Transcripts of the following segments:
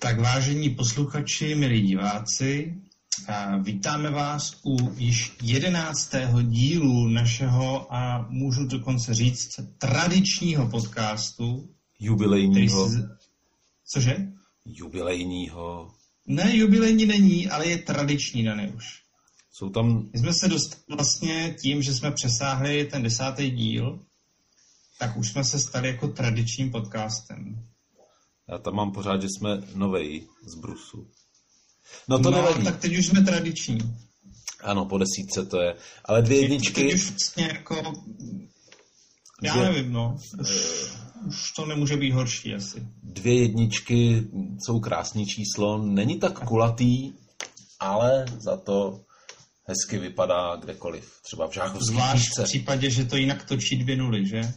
Tak vážení posluchači, milí diváci, vítáme vás u již 11. dílu našeho a můžu dokonce říct tradičního podcastu. Jubilejního. Cože? Jubilejního. Ne, jubilejní není, ale je tradiční, Dane už. Jsou tam... My jsme se dostali vlastně tím, že jsme přesáhli ten 10. díl, tak už jsme se stali jako tradičním podcastem. Já tam mám pořád, že jsme novej z brusu. No to nevadí. Tak teď už jsme tradiční. Ano, po 10 to je. Ale 2 jedničky... Teď už vlastně jako... Já nevím, no. Už to nemůže být horší asi. 2 jedničky jsou krásný číslo. Není tak kulatý, ale za to hezky vypadá kdekoliv. Třeba v žákovské zvlášť v případě, že to jinak točí 2 nuly, že?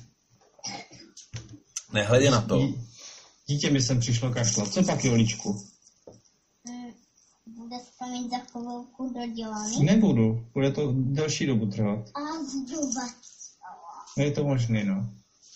Nehledě na to. Dítě mi sem přišlo kašlat. Co pak, Joličku? Bude se mít za chvilku dodělaný? Nebudu. Bude to delší dobu trvat. A zdůvat. Je to možný, no.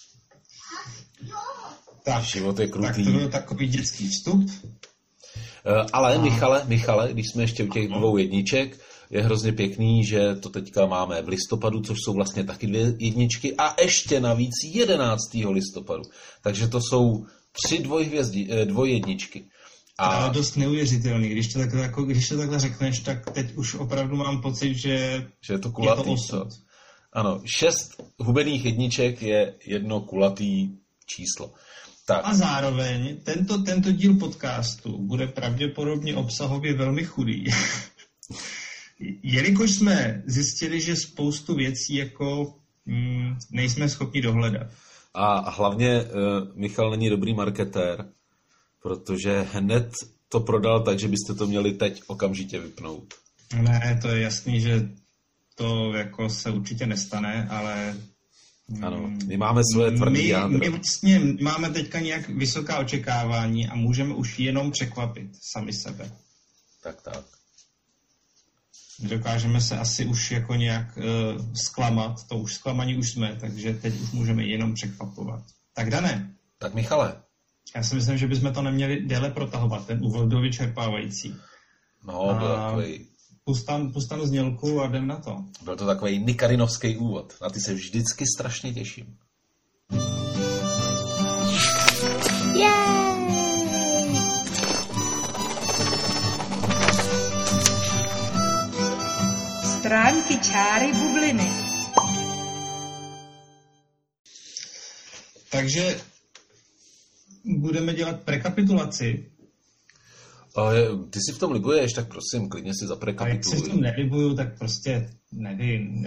Tak, život je krutý. Tak to byl takový dětský vstup. Ale Michale, když jsme ještě u těch 2 jedniček, je hrozně pěkný, že to teďka máme v listopadu, což jsou vlastně taky 2 jedničky a ještě navíc 11. listopadu. Takže to jsou 3 dvojjedničky. A dost neuvěřitelný. Když to takhle řekneš, tak teď už opravdu mám pocit, že je to kulatý. Je to ano, 6 hubených jedniček je jedno kulatý číslo. Tak. A zároveň tento díl podcastu bude pravděpodobně obsahově velmi chudý. Jelikož jsme zjistili, že spoustu věcí jako nejsme schopni dohledat. A hlavně Michal není dobrý marketér, protože hned to prodal tak, že byste to měli teď okamžitě vypnout. Ne, to je jasný, že to jako se určitě nestane, ale... Ano, my máme svoje tvrdý jádro. My vlastně máme teďka nějak vysoká očekávání a můžeme už jenom překvapit sami sebe. Tak. Dokážeme se asi už jako nějak zklamat, to už zklamaní už jsme, takže teď už můžeme jenom překvapovat. Tak Dané. Tak Michale. Já si myslím, že bychom to neměli déle protahovat, ten úvod byl vyčerpávající. No, byl takový... Pustanu znělku a jdem na to. Byl to takový nikarinovský úvod. Na ty se vždycky strašně těším. Stránky, čáry, bubliny. Takže budeme dělat rekapitulaci. Ty si v tom libuješ, tak prosím, klidně si zaprekapituluj. A jak si v tom nelibuju, tak prostě nevím.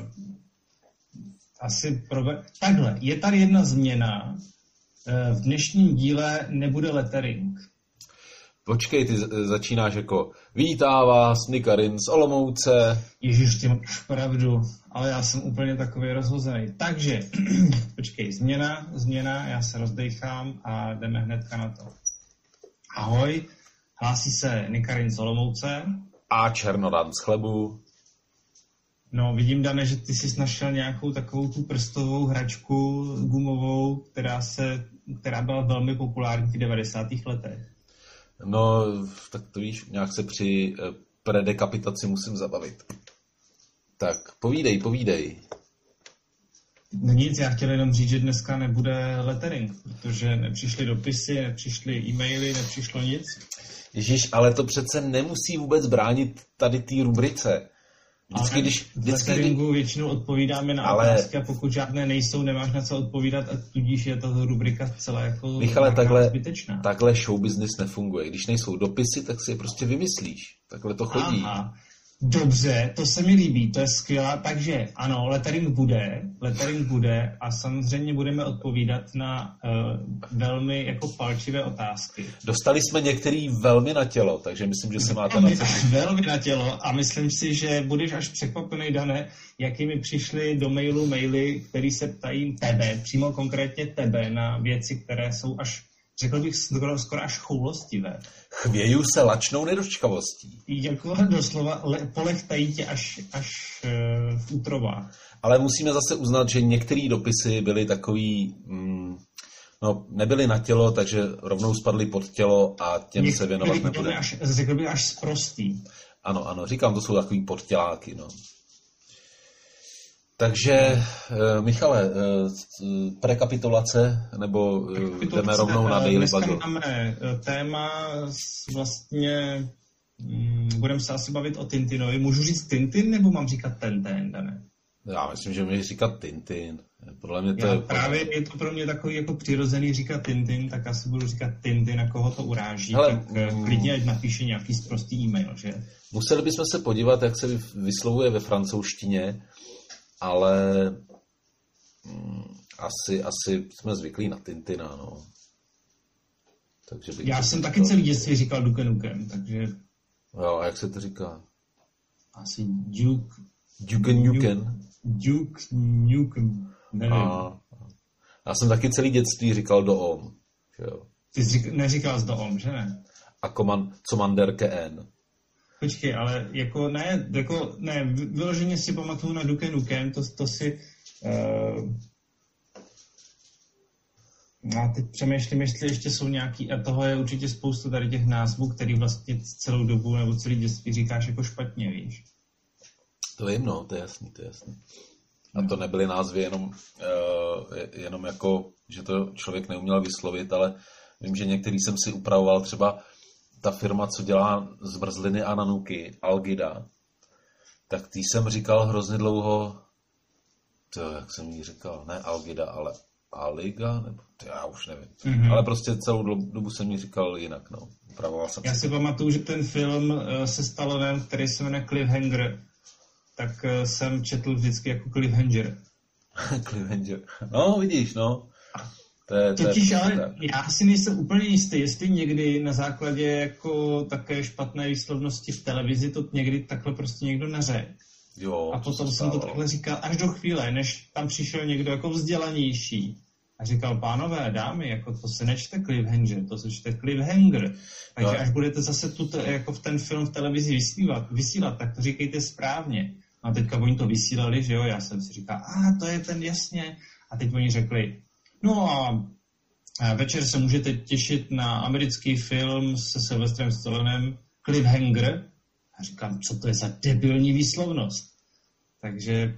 Takhle, je tady jedna změna. V dnešním díle nebude lettering. Počkej, ty začínáš jako vítá vás Nikarin z Olomouce. Ježiš, ty máš pravdu, ale já jsem úplně takový rozhozený. Takže, počkej, změna, já se rozdejchám a jdeme hnedka na to. Ahoj, hlásí se Nikarin z Olomouce. A Černodan z Chlebu. No, vidím, Dane, že ty jsi našel nějakou takovou tu prstovou hračku gumovou, která byla velmi populární v 90. letech. No, tak to víš, nějak se při predekapitaci musím zabavit. Tak, povídej. No nic, já chtěl jenom říct, že dneska nebude lettering, protože nepřišly dopisy, nepřišly e-maily, nepřišlo nic. Ježíš, ale to přece nemusí vůbec bránit tady té rubrice. V letteringu většinou odpovídáme na otázky a pokud žádné nejsou, nemáš na co odpovídat a tudíž je tato rubrika celá jako Michale, takhle show business nefunguje. Když nejsou dopisy, tak si je prostě vymyslíš. Takhle to chodí. Aha. Dobře, to se mi líbí, to je skvělá, takže ano, lettering bude a samozřejmě budeme odpovídat na velmi jako palčivé otázky. Dostali jsme některý velmi na tělo, takže myslím, že se máte na co. Velmi na tělo a myslím si, že budeš až překvapený, Dane, jakými přišly do mailu maily, které se ptají tebe, přímo konkrétně tebe, na věci, které jsou až, řekl bych, skoro až choulostivé. Chvěju se lačnou nedočkavostí. Jako doslova polechtají tě až v útrobách. Ale musíme zase uznat, že některé dopisy byly takový No, nebyli na tělo, takže rovnou spadli pod tělo a těm se věnovat nebudeme. Řekl bych až sprostý. Ano, říkám, to jsou takový podtěláky, no. Takže, Michale, prekapitulace, nebo jdeme rovnou na Daily Bugle? Dneska máme téma, vlastně budeme se asi bavit o Tintinovi. Můžu říct Tintin, nebo mám říkat Tintin, Dané? Já myslím, že můžeš říkat Tintin. Podle mě to právě je to pro mě takový jako přirozený říkat Tintin, tak asi budu říkat Tintin, a koho to uráží. Hele, tak klidně ať napíše nějaký sprostý e-mail, že? Museli bychom se podívat, jak se vyslovuje ve francouzštině, ale asi jsme zvyklí na Tintina, no. Takže já jsem taky celý dětství říkal Duke Nukem, takže... Jo, a jak se to říká? Asi Duke Nukem, nevím. Já jsem taky celý dětství říkal do Om. Jo. Ty jsi neříkal do Om, že ne? A Commander N. Počkej, ale ne, vyloženě si pamatuju na Duke Nukem, to si... Já teď přemýšlím, jestli ještě jsou nějaký, a toho je určitě spoustu tady těch názvů, který vlastně celou dobu nebo celý dětství říkáš jako špatně, víš? To vím, no, to je jasný. A to nebyly názvy jenom jako, že to člověk neuměl vyslovit, ale vím, že některý jsem si upravoval, třeba ta firma, co dělá zmrzliny a nanuky, Algida, tak tý jsem říkal hrozně dlouho, jak jsem jí říkal, ne Algida, ale Aliga, nebo já už nevím. Mm-hmm. Ale prostě celou dobu jsem jí říkal jinak, no. Upravoval jsem Já si pamatuju, že ten film se Stallonem, který se jmenuje Cliffhanger, tak jsem četl vždycky jako Cliffhanger. Cliffhanger. No, vidíš, no. Totiž, ale já si nejsem úplně jistý, jestli někdy na základě jako také špatné výslovnosti v televizi to někdy takhle prostě někdo neřekl. Jo, a potom jsem to takhle říkal až do chvíle, než tam přišel někdo jako vzdělanější a říkal, pánové, dámy, jako to se nečte Cliffhanger, to se čte Cliffhanger. Takže až budete zase jako v ten film v televizi vysílat, tak to říkejte správně. A teďka oni to vysílali, že jo, já jsem si říkal, to je ten, jasně. A teď oni řekli, no a večer se můžete těšit na americký film se Sylvestrem Stallonem Cliffhanger. A říkám, co to je za debilní výslovnost. Takže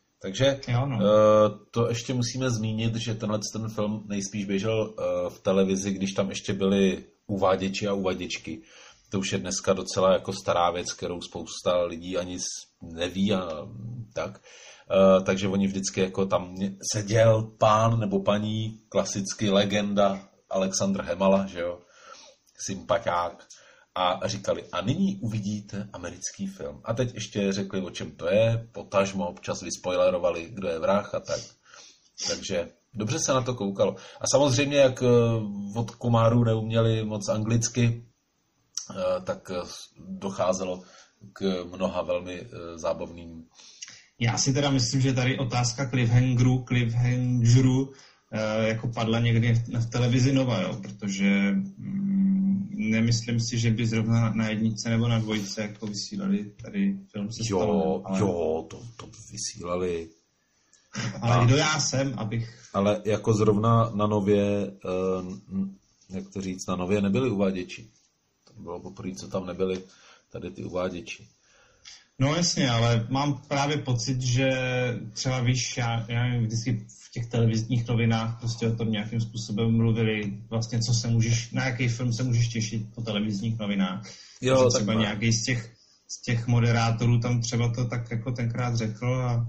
jo, no. To ještě musíme zmínit, že ten film nejspíš běžel v televizi, když tam ještě byli uváděči a uvaděčky. To už je dneska docela jako stará věc, kterou spousta lidí ani neví a tak. Takže oni vždycky jako tam seděl pán nebo paní, klasicky legenda Alexandr Hemala, že jo, sympatiák, a říkali, a nyní uvidíte americký film. A teď ještě řekli, o čem to je, potažmo občas vyspoilerovali, kdo je vrah a tak. Takže dobře se na to koukalo. A samozřejmě, jak od komárů neuměli moc anglicky, tak docházelo k mnoha velmi zábavným. Já si teda myslím, že tady otázka Cliffhangeru jako padla někdy v televizi Nova, jo, protože nemyslím si, že by zrovna na jedničce nebo na dvojce jako vysílali tady film se Stallonem. Jo, to vysílali. Ale kdo já jsem, abych... Ale jako zrovna na Nově, jak to říct, na Nově nebyli uváděči. To bylo poprvé, co tam nebyli tady ty uváděči. No jasně, ale mám právě pocit, že třeba víš, já nevím, vždycky v těch televizních novinách prostě o tom nějakým způsobem mluvili vlastně, na jaký film se můžeš těšit po televizních novinách. Jo, třeba nějaký z těch moderátorů tam třeba to tak jako tenkrát řekl a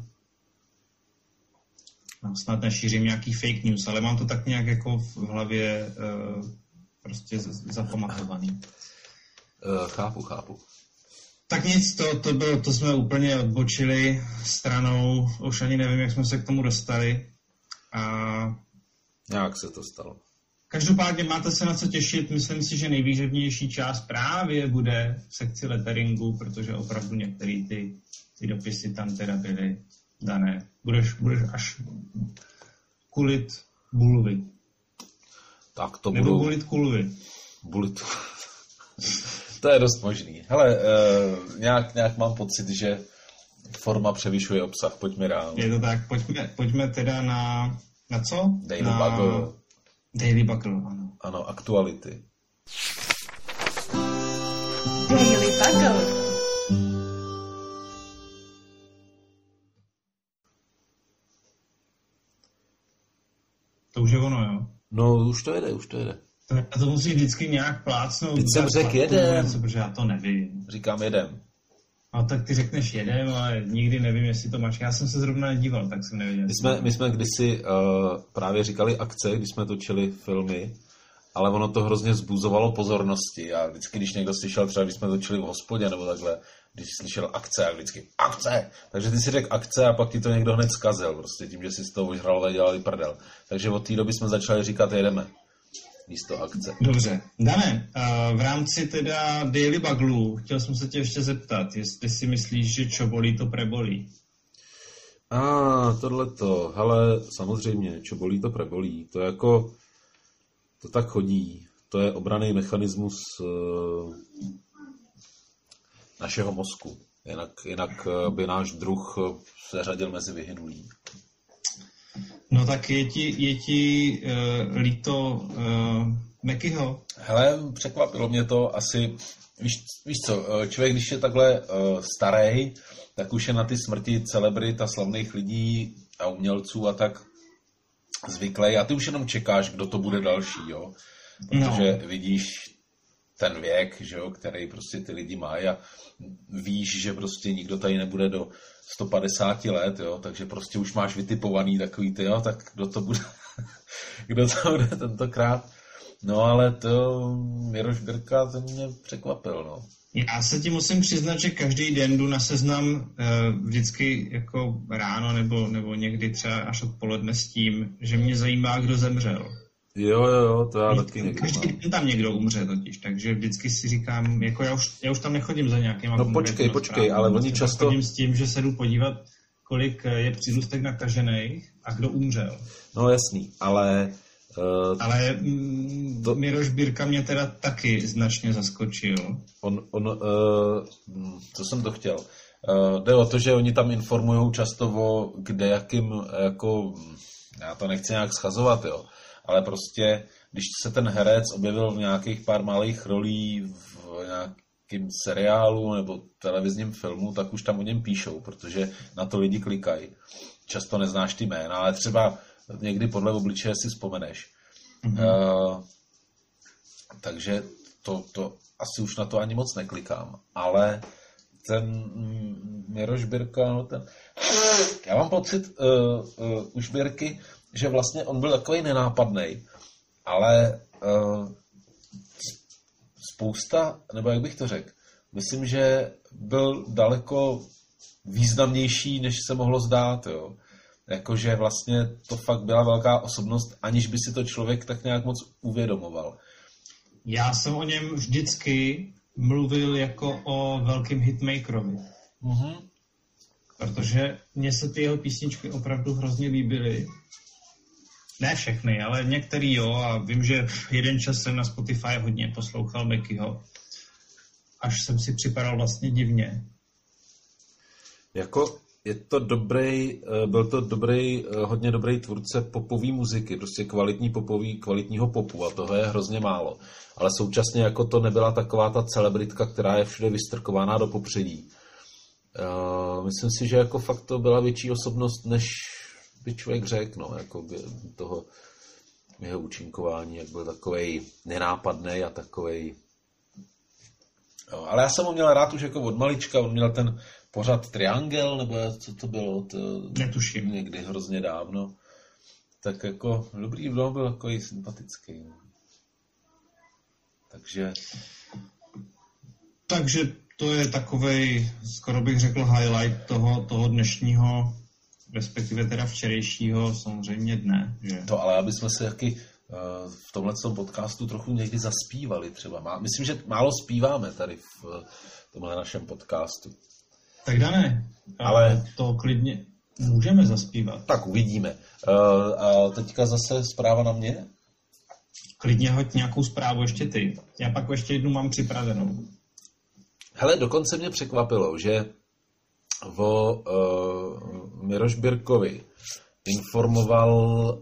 snad nešířím nějaký fake news, ale mám to tak nějak jako v hlavě prostě zapamatovaný. Chápu. Tak nic, to jsme úplně odbočili stranou, už ani nevím, jak jsme se k tomu dostali. Jak se to stalo? Každopádně máte se na co těšit, myslím si, že nejvýživnější část právě bude v sekci letteringu, protože opravdu některé ty dopisy tam teda byly dané. Budeš až kulit bulvy. Tak to nebo bulit kulvy. Bulit. To je dost možný. Hele, nějak mám pocit, že forma převyšuje obsah. Pojďme dál. Je to tak, pojďme teda na co? Daily Bugle. Daily Bugle, ano. Ano, aktuality. Daily Bugle. To už je ono, jo? No, už to jede. To musí vždycky nějak plácnout. Teď jsem řekl jedem. Něco, protože já to nevím. Říkám jedem. No tak ty řekneš jedem, ale nikdy nevím, jestli to máš. Já jsem se zrovna nedíval, tak jsem nevěděl. My jsme kdysi právě říkali akce, když jsme točili filmy, ale ono to hrozně vzbuzovalo pozornosti. A vždycky, když někdo slyšel, třeba když jsme točili v hospodě nebo takhle, když slyšel akce, a vždycky akce. Takže ty si řekl akce a pak ti to někdo hned zkazil, prostě tím, že si z toho ožral a dělali prdel. Takže od té doby jsme začali říkat jedeme. Místo akce. Dobře. Dané, v rámci teda Daily Buglu chtěl jsem se tě ještě zeptat, jestli si myslíš, že čo bolí, to prebolí. Tohleto. Hele, samozřejmě, čo bolí, to prebolí. To jako, to tak chodí. To je obranný mechanismus našeho mozku. Jinak by náš druh se řadil mezi vyhynulý. No tak je ti líto Mekyho? Hele, překvapilo mě to asi, víš co, člověk, když je takhle starý, tak už je na ty smrti celebrit a slavných lidí a umělců a tak zvyklý a ty už jenom čekáš, kdo to bude další, jo. Protože vidíš ten věk, že jo, který prostě ty lidi mají a víš, že prostě nikdo tady nebude do 150 let, jo, takže prostě už máš vytipovaný takový ty, jo, tak kdo to bude tentokrát. No ale to Miroš Birka, ten mě překvapil, no. Já se ti musím přiznat, že každý den jdu na Seznam vždycky jako ráno nebo někdy třeba až odpoledne s tím, že mě zajímá, kdo zemřel. Jo, to já taky někdo mám. Každý den tam někdo umře totiž, takže vždycky si říkám, jako já už tam nechodím za nějakým... No počkej, ale oni často... Chodím s tím, že se jdu podívat, kolik je přírůstek nakažených a kdo umřel. No jasný, ale... Miroš Birka mě teda taky značně zaskočil. Co jsem to chtěl? Jde o to, že oni tam informujou často o kde jakým, jako... Já to nechci nějak schazovat, jo. Ale prostě, když se ten herec objevil v nějakých pár malých rolí v nějakém seriálu nebo televizním filmu, tak už tam o něm píšou, protože na to lidi klikají. Často neznáš ty jména, ale třeba někdy podle obličeje si vzpomeneš. Takže to asi už na to ani moc neklikám. Ale ten Miroš Birka, no ten... Já mám pocit už Birky, že vlastně on byl takový nenápadnej, ale spousta, nebo jak bych to řekl, myslím, že byl daleko významnější, než se mohlo zdát, jo. Jakože vlastně to fakt byla velká osobnost, aniž by si to člověk tak nějak moc uvědomoval. Já jsem o něm vždycky mluvil jako o velkým hitmakerovi. Protože mně se ty jeho písničky opravdu hrozně líbily. Ne všechny, ale některý jo, a vím, že jeden čas jsem na Spotify hodně poslouchal Mekyho, až jsem si připadal vlastně divně. Jako je to dobrý, byl to dobrý, hodně dobrý tvůrce popové muziky, prostě kvalitního popu a toho je hrozně málo. Ale současně jako to nebyla taková ta celebritka, která je všude vystrkovaná do popředí. Myslím si, že jako fakt to byla větší osobnost, než by člověk řekl, no, jako toho jeho účinkování, jak byl takovej nenápadnej a takovej... Jo, ale já jsem ho měl rád už jako od malička, on měl ten pořad Triangel, nebo co to bylo? Netuším. Někdy hrozně dávno. Tak jako dobrý byl takový sympatický. Takže to je takovej, skoro bych řekl, highlight toho dnešního, respektive teda včerejšího samozřejmě dne. Že? To ale aby jsme se taky v tomhletom podcastu trochu někdy zaspívali třeba. Myslím, že málo zpíváme tady v tomhle našem podcastu. Tak Dané, ale to klidně můžeme zaspívat. Tak uvidíme. A teďka zase zpráva na mě? Klidně hoď nějakou zprávu ještě ty. Já pak ještě jednu mám připravenou. Hele, dokonce mě překvapilo, že o Miroš Birkovi informoval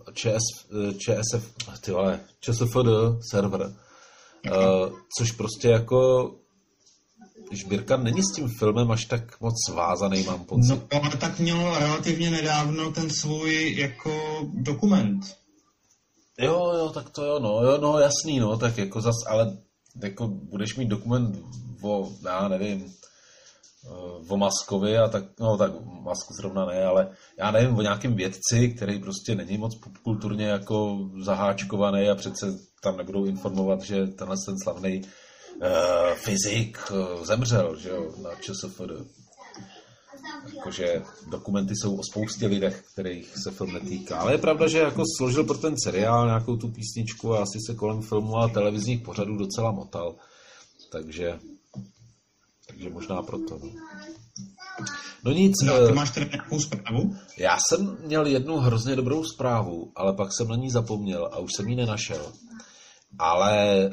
ČSFD server, což prostě jako Žbírka není s tím filmem až tak moc svázaný, mám pocit. No, ale tak měl relativně nedávno ten svůj jako dokument. Jo, tak to jo, no jasný, no, tak jako zas, ale jako budeš mít dokument já nevím, o Muskovi a tak, no tak Musk zrovna ne, ale já nevím, o nějakém vědci, který prostě není moc popkulturně jako zaháčkovaný a přece tam nebudou informovat, že tenhle ten slavný fyzik zemřel, že jo, na ČSFD. Jakože dokumenty jsou o spoustě lidech, kterých se film netýká. Ale je pravda, že jako složil pro ten seriál nějakou tu písničku a asi se kolem filmu a televizních pořadů docela motal. Takže možná proto. No nic. Ty máš teda nějakou zprávu? Já jsem měl jednu hrozně dobrou zprávu, ale pak jsem na ní zapomněl a už jsem ji nenašel. Ale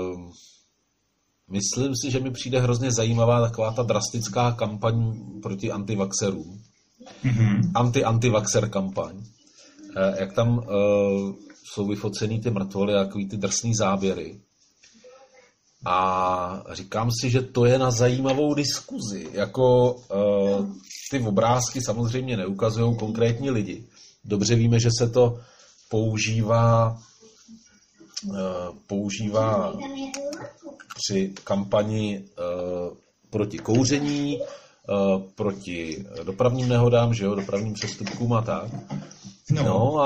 myslím si, že mi přijde hrozně zajímavá taková ta drastická kampaň proti antivaxerům. Mm-hmm. Anti-antivaxer kampaň. Jak tam jsou vyfocený ty mrtvoly a takový ty drsný záběry. A říkám si, že to je na zajímavou diskuzi. Jako ty obrázky samozřejmě neukazují konkrétní lidi. Dobře víme, že se to používá při kampani proti kouření, proti dopravním nehodám, že jo, dopravním přestupkům a tak. No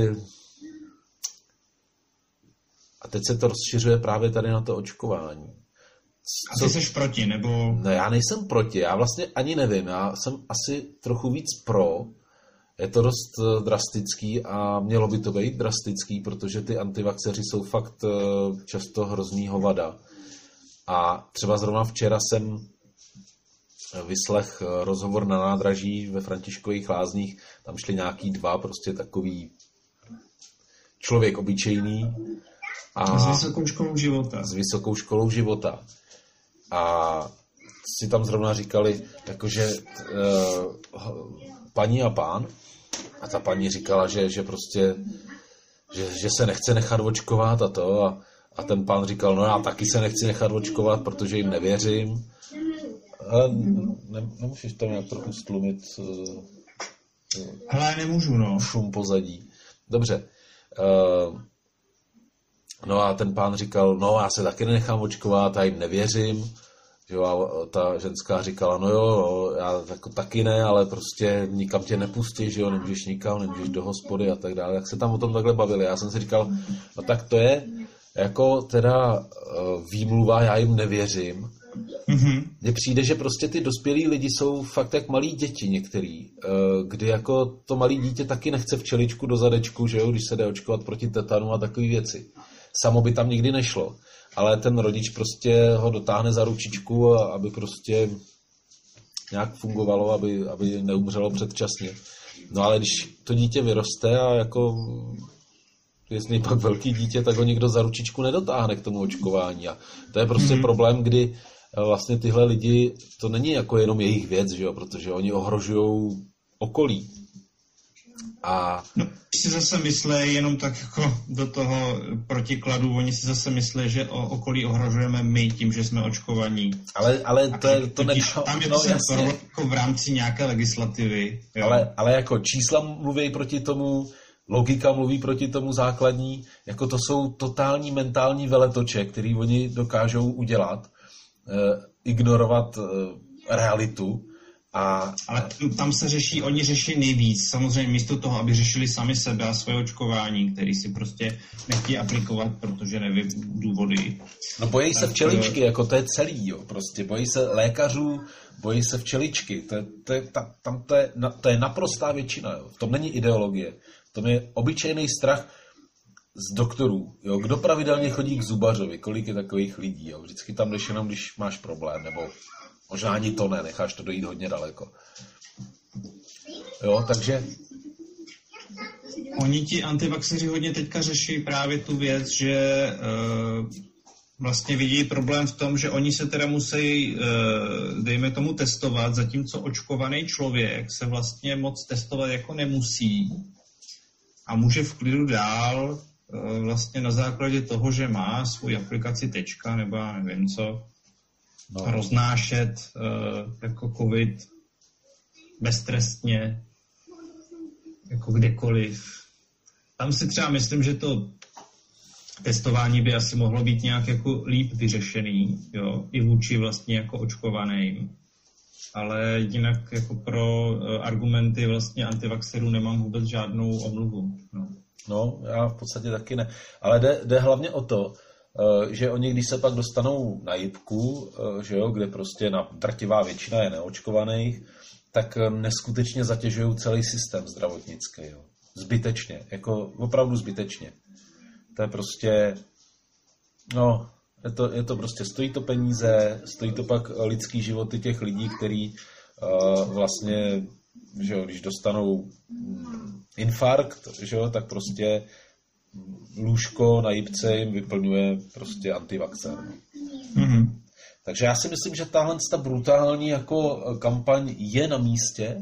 a teď se to rozšiřuje právě tady na to očkování. A ty seš proti, nebo? No já nejsem proti, já vlastně ani nevím, já jsem asi trochu víc pro. Je to dost drastický a mělo by to být drastický, protože ty antivaxeři jsou fakt často hrozný hovada. A třeba zrovna včera jsem vyslech rozhovor na nádraží ve Františkových Lázních, tam šli nějaký dva prostě takový člověk obyčejný. A s vysokou školou života. S vysokou školou života. A si tam zrovna říkali, jakože paní a pán, a ta paní říkala, že prostě, že se nechce nechat očkovat a to, a ten pán říkal, no já taky se nechci nechat očkovat, protože jim nevěřím. Ale nemůžeš tam nějak trochu stlumit hele, nemůžu, no. Šum pozadí. Dobře. No a ten pán říkal, no já se taky nenechám očkovat, já jim nevěřím. Jo, a ta ženská říkala, no jo, já taky ne, ale prostě nikam tě nepustí, že jo, nemůžeš nikam, nemůžeš do hospody a tak dále. Jak se tam o tom takhle bavili. Já jsem si říkal, no tak to je jako teda výmluva, já jim nevěřím. Mm-hmm. Mně přijde, že prostě ty dospělí lidi jsou fakt jak malí děti některý, kdy jako to malý dítě taky nechce včeličku do zadečku, že jo, když se jde očkovat proti tetanu a takové věci. Samo by tam nikdy nešlo, ale ten rodič prostě ho dotáhne za ručičku, aby prostě nějak fungovalo, aby neumřelo předčasně. No ale když to dítě vyroste a jako jestli pak velký dítě, tak ho někdo za ručičku nedotáhne k tomu očkování. A to je prostě problém, kdy vlastně tyhle lidi, to není jako jenom jejich věc, že jo, protože oni ohrožujou okolí. A no, si zase myslí jenom tak jako do toho protikladu, oni si zase myslí, že o okolí ohrožujeme my tím, že jsme očkovaní. Ale to nedá. Tam je to jako v rámci nějaké legislativy. Jo. Ale jako čísla mluví proti tomu, logika mluví proti tomu základní, jako to jsou totální mentální veletoče, který oni dokážou udělat, ignorovat realitu. Ale tam se oni řeší nejvíc. Samozřejmě místo toho, aby řešili sami sebe a svoje očkování, který si prostě nechtějí aplikovat, protože nevím důvody. No bojí se včeličky, jako to je celý, jo. Prostě bojí se lékařů, bojí se včeličky. To je naprostá většina, jo. V tom není ideologie. V tom je obyčejný strach z doktorů. Jo. Kdo pravidelně chodí k zubařovi? Kolik je takových lidí? Jo. Vždycky tam jdeš jenom, když máš problém, nebo možná ani to ne, necháš to dojít hodně daleko. Jo, takže oni ti antivaxeři hodně teďka řeší právě tu věc, že vlastně vidí problém v tom, že oni se teda musí, dejme tomu, testovat, zatímco očkovaný člověk se vlastně moc testovat jako nemusí. a může v klidu dál vlastně na základě toho, že má svou aplikaci Tečka nebo já nevím co, roznášet jako covid beztrestně, jako kdekoliv. Tam si třeba myslím, že to testování by asi mohlo být nějak jako líp vyřešený, jo, i vůči vlastně jako očkovaným. Ale jinak jako pro argumenty vlastně antivaxerů nemám vůbec žádnou omluvu. No, já v podstatě taky ne. Ale jde hlavně o to, že oni, když se pak dostanou na jipku, že jo, kde prostě drtivá většina je neočkovaných, tak neskutečně zatěžují celý systém zdravotnický. Jo. Zbytečně, jako opravdu zbytečně. To je prostě, no, je to prostě, stojí to peníze, stojí to pak lidský životy těch lidí, který vlastně, že jo, když dostanou infarkt, že jo, tak prostě lůžko na jipce jim vyplňuje prostě antivaxer. Mm-hmm. Takže já si myslím, že tahle brutální jako kampaň je na místě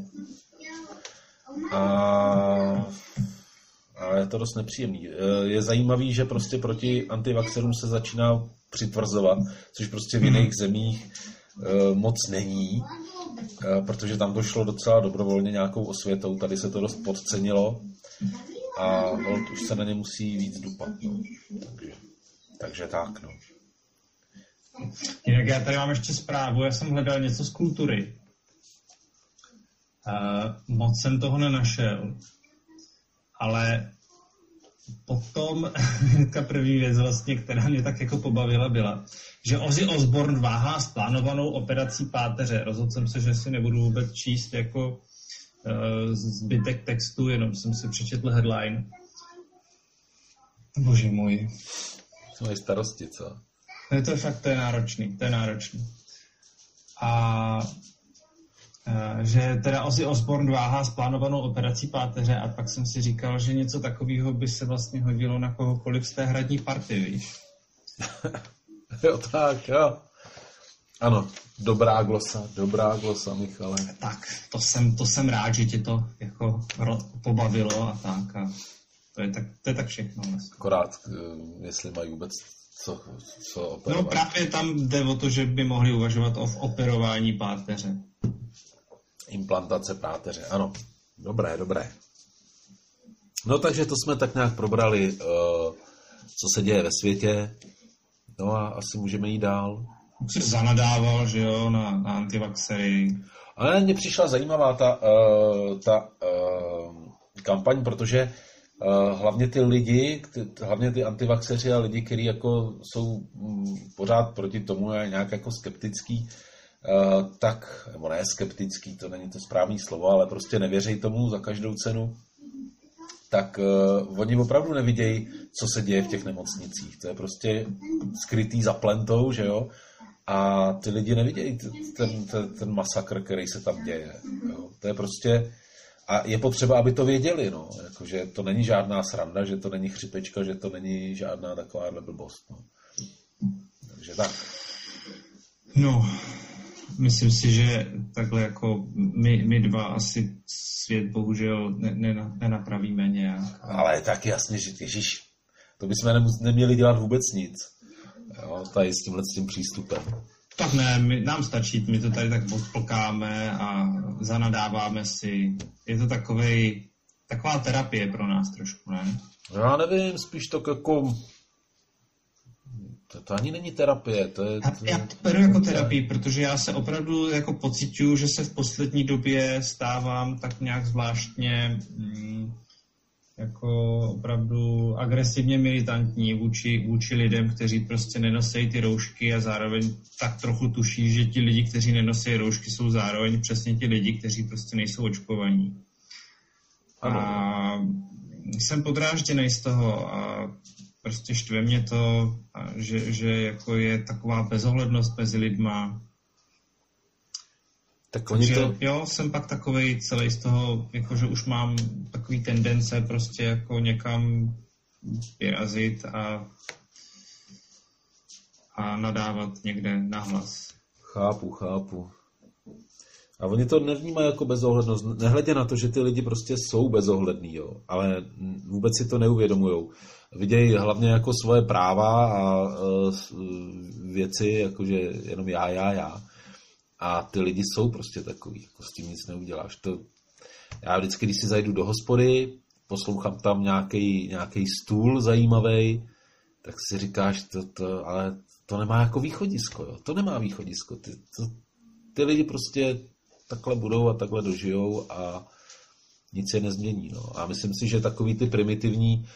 a je to dost nepříjemný. Je zajímavý, že prostě proti antivaxerům se začíná přitvrzovat, což prostě v jiných zemích moc není, protože tam došlo docela dobrovolně nějakou osvětou, tady se to dost podcenilo a už se na ně musí víc dupat. No. Takže tak, no. Jinak já tady mám ještě zprávu, já jsem hledal něco z kultury. Moc jsem toho nenašel, ale potom ta první věc vlastně, která mě tak jako pobavila, byla, že Ozzy Osbourne váhá s plánovanou operací páteře. Rozhodl jsem se, že si nebudu vůbec číst jako zbytek textu, jenom jsem si přečetl headline. Bože můj. To je starosti, co? To je náročný. A že teda Ozzy Osbourne váhá s plánovanou operací páteře a pak jsem si říkal, že něco takového by se vlastně hodilo na kohokoliv z té hradní party, víš? Jo, tak, jo. Ano, dobrá glosa, Michale. Tak, to jsem rád, že tě to jako pobavilo a tak. A to je tak všechno. Vlastně. Akorát, jestli mají vůbec co operovat. No právě tam jde o to, že by mohli uvažovat o operování páteře. Implantace páteře, ano. Dobré. No takže to jsme tak nějak probrali, co se děje ve světě. No a asi můžeme jít dál. Jsi zanadával, že jo, na antivaxery. Ale mně přišla zajímavá ta kampaň, protože hlavně ty lidi, hlavně ty antivaxeři a lidi, kteří jako jsou pořád proti tomu a nějak jako skeptický, tak, nebo ne skeptický, to není to správné slovo, ale prostě nevěří tomu za každou cenu, tak oni opravdu nevidějí, co se děje v těch nemocnicích. To je prostě skrytý za plentou, že jo? A ty lidi nevidějí ten masakr, který se tam děje. Jo? To je prostě... A je potřeba, aby to věděli, no. Jakože to není žádná sranda, že to není chřipečka, že to není žádná takováhle blbost, no. Takže tak. No, myslím si, že takhle jako my dva asi svět bohužel nenapravíme nějak. Ale tak jasně, že ježiš, to bychom neměli dělat vůbec nic. Jo, tady s tím přístupem. Tak ne, nám stačí, my to tady tak odplkáme a zanadáváme si. Je to taková terapie pro nás trošku, ne? Já nevím, spíš to jako... To ani není terapie. Já to beru jako terapii, protože já se opravdu jako pociťuju, že se v poslední době stávám tak nějak zvláštně jako opravdu agresivně militantní vůči lidem, kteří prostě nenosí ty roušky a zároveň tak trochu tuší, že ti lidi, kteří nenosí roušky, jsou zároveň přesně ti lidi, kteří prostě nejsou očkovaní. Ano. A jsem podrážděnej z toho a prostě štve mě to, že jako je taková bezohlednost mezi lidma. Tak oni to... Jo, jsem pak takovej celý z toho, jakože už mám takový tendence prostě jako někam vyrazit a nadávat někde nahlas. Chápu. A oni to nevnímají jako bezohlednost, nehledě na to, že ty lidi prostě jsou bezohlední, jo, ale vůbec si to neuvědomujou. Vidějí hlavně jako svoje práva a věci, jakože jenom já. A ty lidi jsou prostě takový, jako s tím nic neuděláš. Já vždycky, když si zajdu do hospody, poslouchám tam nějaký stůl zajímavý, tak si říkáš, ale to nemá jako východisko, jo. To nemá východisko. Ty lidi prostě takhle budou a takhle dožijou a nic se nezmění. No. A myslím si, že takový ty primitivní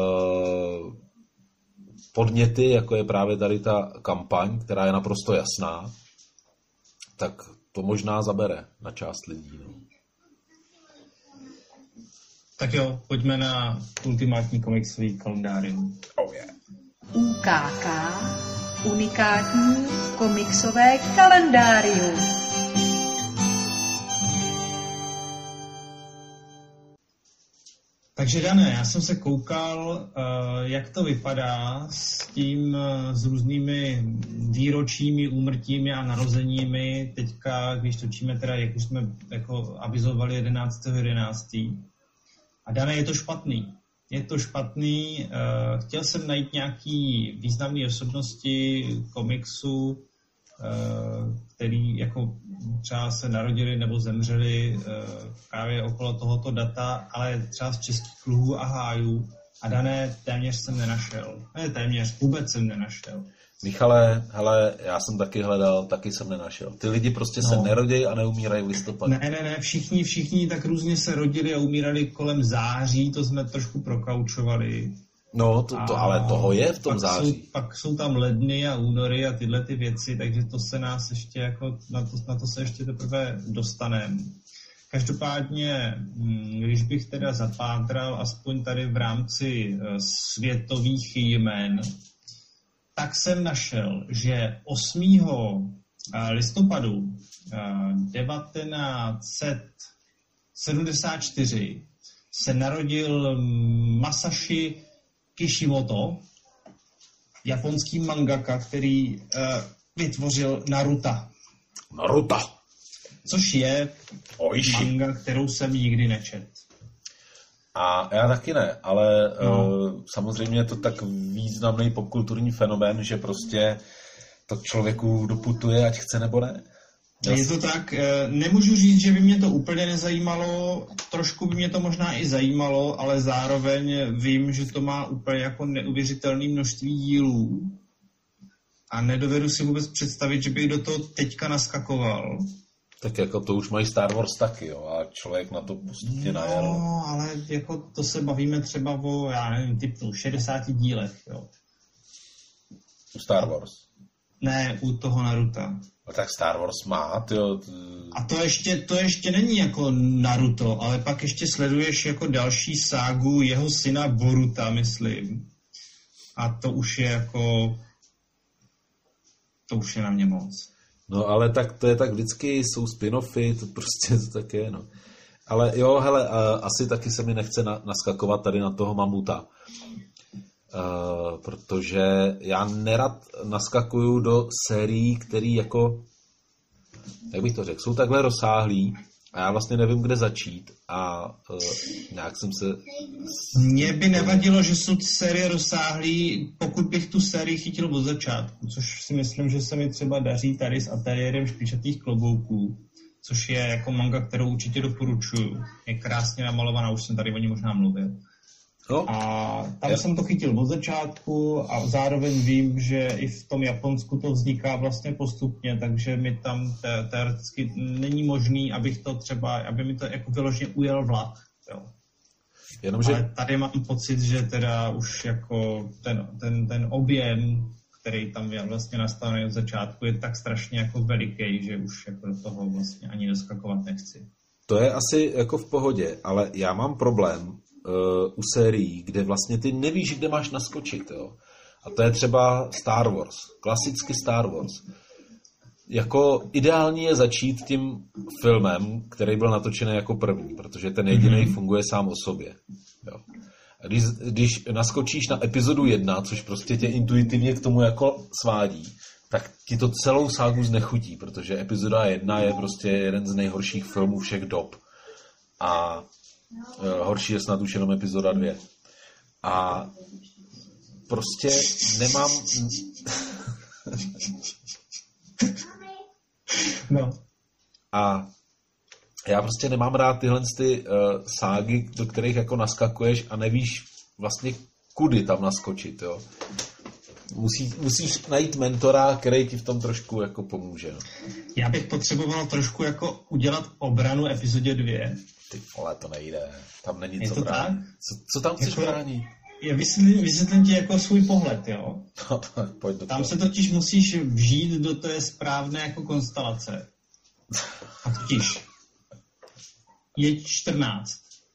podněty, jako je právě tady ta kampaň, která je naprosto jasná, tak to možná zabere na část lidí. No. Tak jo, pojďme na ultimátní komiksový kalendárium. Oh yeah. UKK, unikátní komiksové kalendárium. Takže Dané, já jsem se koukal, jak to vypadá s různými výročími, úmrtími a narozeními. Teďka, když točíme teda, jak už jsme jako avizovali 11.11. A Dané, je to špatný. Je to špatný. Chtěl jsem najít nějaký významné osobnosti komiksu, který jako třeba se narodili nebo zemřeli právě okolo tohoto data, ale třeba z českých luhů a hájů. A Dané, téměř jsem nenašel. Ne, téměř, vůbec jsem nenašel. Michale, hele, já jsem taky hledal, taky jsem nenašel. Ty lidi prostě se nerodí a neumírají v listopadu. Ne, všichni tak různě se rodili a umírali kolem září, to jsme trošku prokaučovali. No, ale toho je v tom září. Pak jsou tam ledny a únory a tyhle ty věci, takže to se nás ještě jako, na to se ještě teprve dostaneme. Každopádně, když bych teda zapátral aspoň tady v rámci světových jmen, tak jsem našel, že 8. listopadu 1974 se narodil Masashi Kishimoto, japonský mangaka, který vytvořil Naruto. Což je manga, kterou jsem nikdy nečet. A já taky ne, ale samozřejmě je to tak významný popkulturní fenomén, že prostě to člověku doputuje, ať chce nebo ne. Je to tak, nemůžu říct, že by mě to úplně nezajímalo, trošku by mě to možná i zajímalo, ale zároveň vím, že to má úplně jako neuvěřitelné množství dílů a nedovedu si vůbec představit, že bych do toho teďka naskakoval. Tak jako to už mají Star Wars taky, jo, a člověk na to postupně najel. No, ale jako to se bavíme třeba o, já nevím, typu 60 dílech, jo. U Star Wars? Ne, u toho Naruto. No tak Star Wars má, tyjo. A to ještě není jako Naruto, ale pak ještě sleduješ jako další ságu jeho syna Boruta, myslím. A to už je jako, to už je na mě moc. No ale tak to je tak vždycky, jsou spin-offy, to prostě to tak je, no. Ale jo, hele, asi taky se mi nechce naskakovat tady na toho mamuta. Protože já nerad naskakuju do sérií, který jako, jak bych to řekl, jsou takhle rozsáhlý a já vlastně nevím, kde začít a nějak jsem se... Mně by nevadilo, že jsou série rozsáhlý, pokud bych tu sérii chytil od začátku, což si myslím, že se mi třeba daří tady s Ateliérem špičatých klobouků, což je jako manga, kterou určitě doporučuju. Je krásně namalovaná, už jsem tady o ní možná mluvil. No. A tam jsem to chytil od začátku a zároveň vím, že i v tom Japonsku to vzniká vlastně postupně, takže mi tam teoreticky není možný, aby mi to jako vyloženě ujel vlak. Jo. Jenomže... Ale tady mám pocit, že teda už jako ten objem, který tam je vlastně nastavený od začátku, je tak strašně jako veliký, že už jako do toho vlastně ani doskakovat nechci. To je asi jako v pohodě, ale já mám problém u sérií, kde vlastně ty nevíš, kde máš naskočit, jo. A to je třeba Star Wars, klasicky Star Wars. Jako ideální je začít tím filmem, který byl natočený jako první, protože ten jediný funguje sám o sobě. Jo. A když naskočíš na epizodu 1, což prostě tě intuitivně k tomu jako svádí, tak ti to celou ságu znechutí, protože epizoda 1 je prostě jeden z nejhorších filmů všech dob. A horší je snad už jenom epizoda 2. A prostě nemám... No. A já prostě nemám rád tyhle ságy, do kterých jako naskakuješ a nevíš vlastně kudy tam naskočit, jo. Musíš najít mentora, který ti v tom trošku jako pomůže. No. Já bych potřeboval trošku jako udělat obranu epizodě 2. Ty vole, to nejde. Tam není je co to bránit. Co tam chceš jako, bránit? Já vysvětlím ti jako svůj pohled, jo. No, pojď do tam toho. se totiž musíš vžít do té správné jako konstelace. A totiž je 14.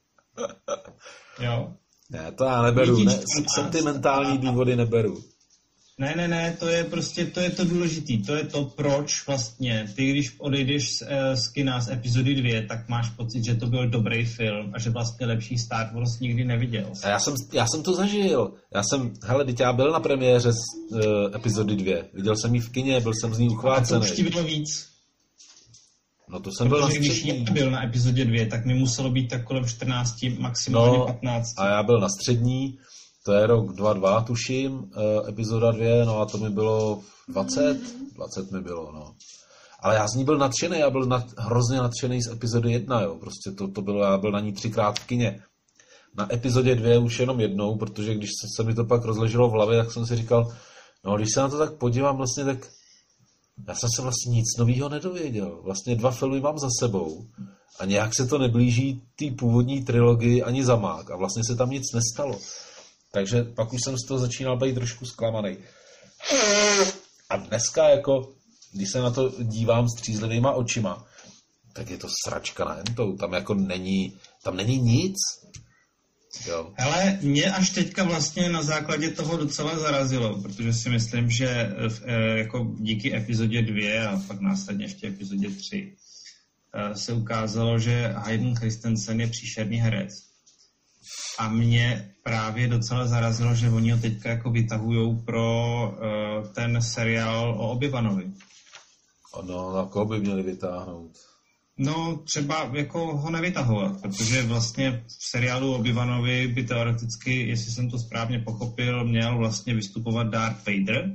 Jo. Ne, to já neberu. Je Ne, 14. sentimentální důvody neberu. Ne, to je prostě, to je to důležitý. To je to, proč vlastně ty, když odejdeš z kina z epizody 2, tak máš pocit, že to byl dobrý film a že vlastně lepší Star Wars nikdy neviděl. A já jsem to zažil. Teď já byl na premiéře z epizody 2. Viděl jsem ji v kině, byl jsem z ní uchvácený. A to už ti bylo víc. No to jsem byl na Když střední. byl na epizodě 2, tak mi muselo být tak kolem 14, maximálně 15. A já byl na střední, to je rok 2002, tuším, epizoda 2, no a to mi bylo 20 mi bylo, no. Ale já z ní byl nadšený, já byl hrozně nadšený z epizody 1, jo, prostě to bylo, já byl na ní 3krát v kině. Na epizodě 2 už jenom jednou, protože když se mi to pak rozleželo v hlavě, tak jsem si říkal, no když se na to tak podívám vlastně, tak já jsem se vlastně nic nového nedověděl. Vlastně 2 filmy mám za sebou a nějak se to neblíží té původní trilogii ani za mák a vlastně se tam nic nestalo. Takže pak už jsem z toho začínal být trošku zklamaný. A dneska jako, když se na to dívám střízlivýma očima, tak je to sračka na entou. Tam jako není nic. Jo. Ale mě až teďka vlastně na základě toho docela zarazilo, protože si myslím, že jako díky epizodě 2 a pak následně ještě epizodě 3 se ukázalo, že Hayden Christensen je příšerný herec. A mě právě docela zarazilo, že oni ho teďka jako vytahujou pro ten seriál o Obi-Wanovi. No, na koho by měli vytáhnout? No, třeba jako ho nevytahovat, protože vlastně v seriálu Obi-Wanovi by teoreticky, jestli jsem to správně pochopil, měl vlastně vystupovat Darth Vader.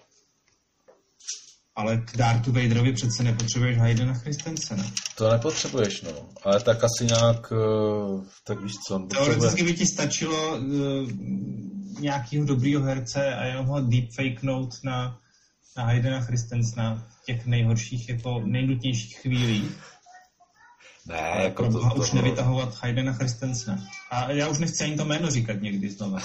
Ale k Darthu Vaderovi přece nepotřebuješ Haydena Christensena. To nepotřebuješ, no. Ale tak asi nějak, tak víš co. Teoreticky by ti stačilo nějakého dobrýho herce a jenom ho deepfakenout na Haydena Christensena v těch nejhorších, jako nejnutnějších chvílích. Ne, a jako to už nevytahovat Haydena Christensena. A já už nechci ani to jméno říkat někdy znova.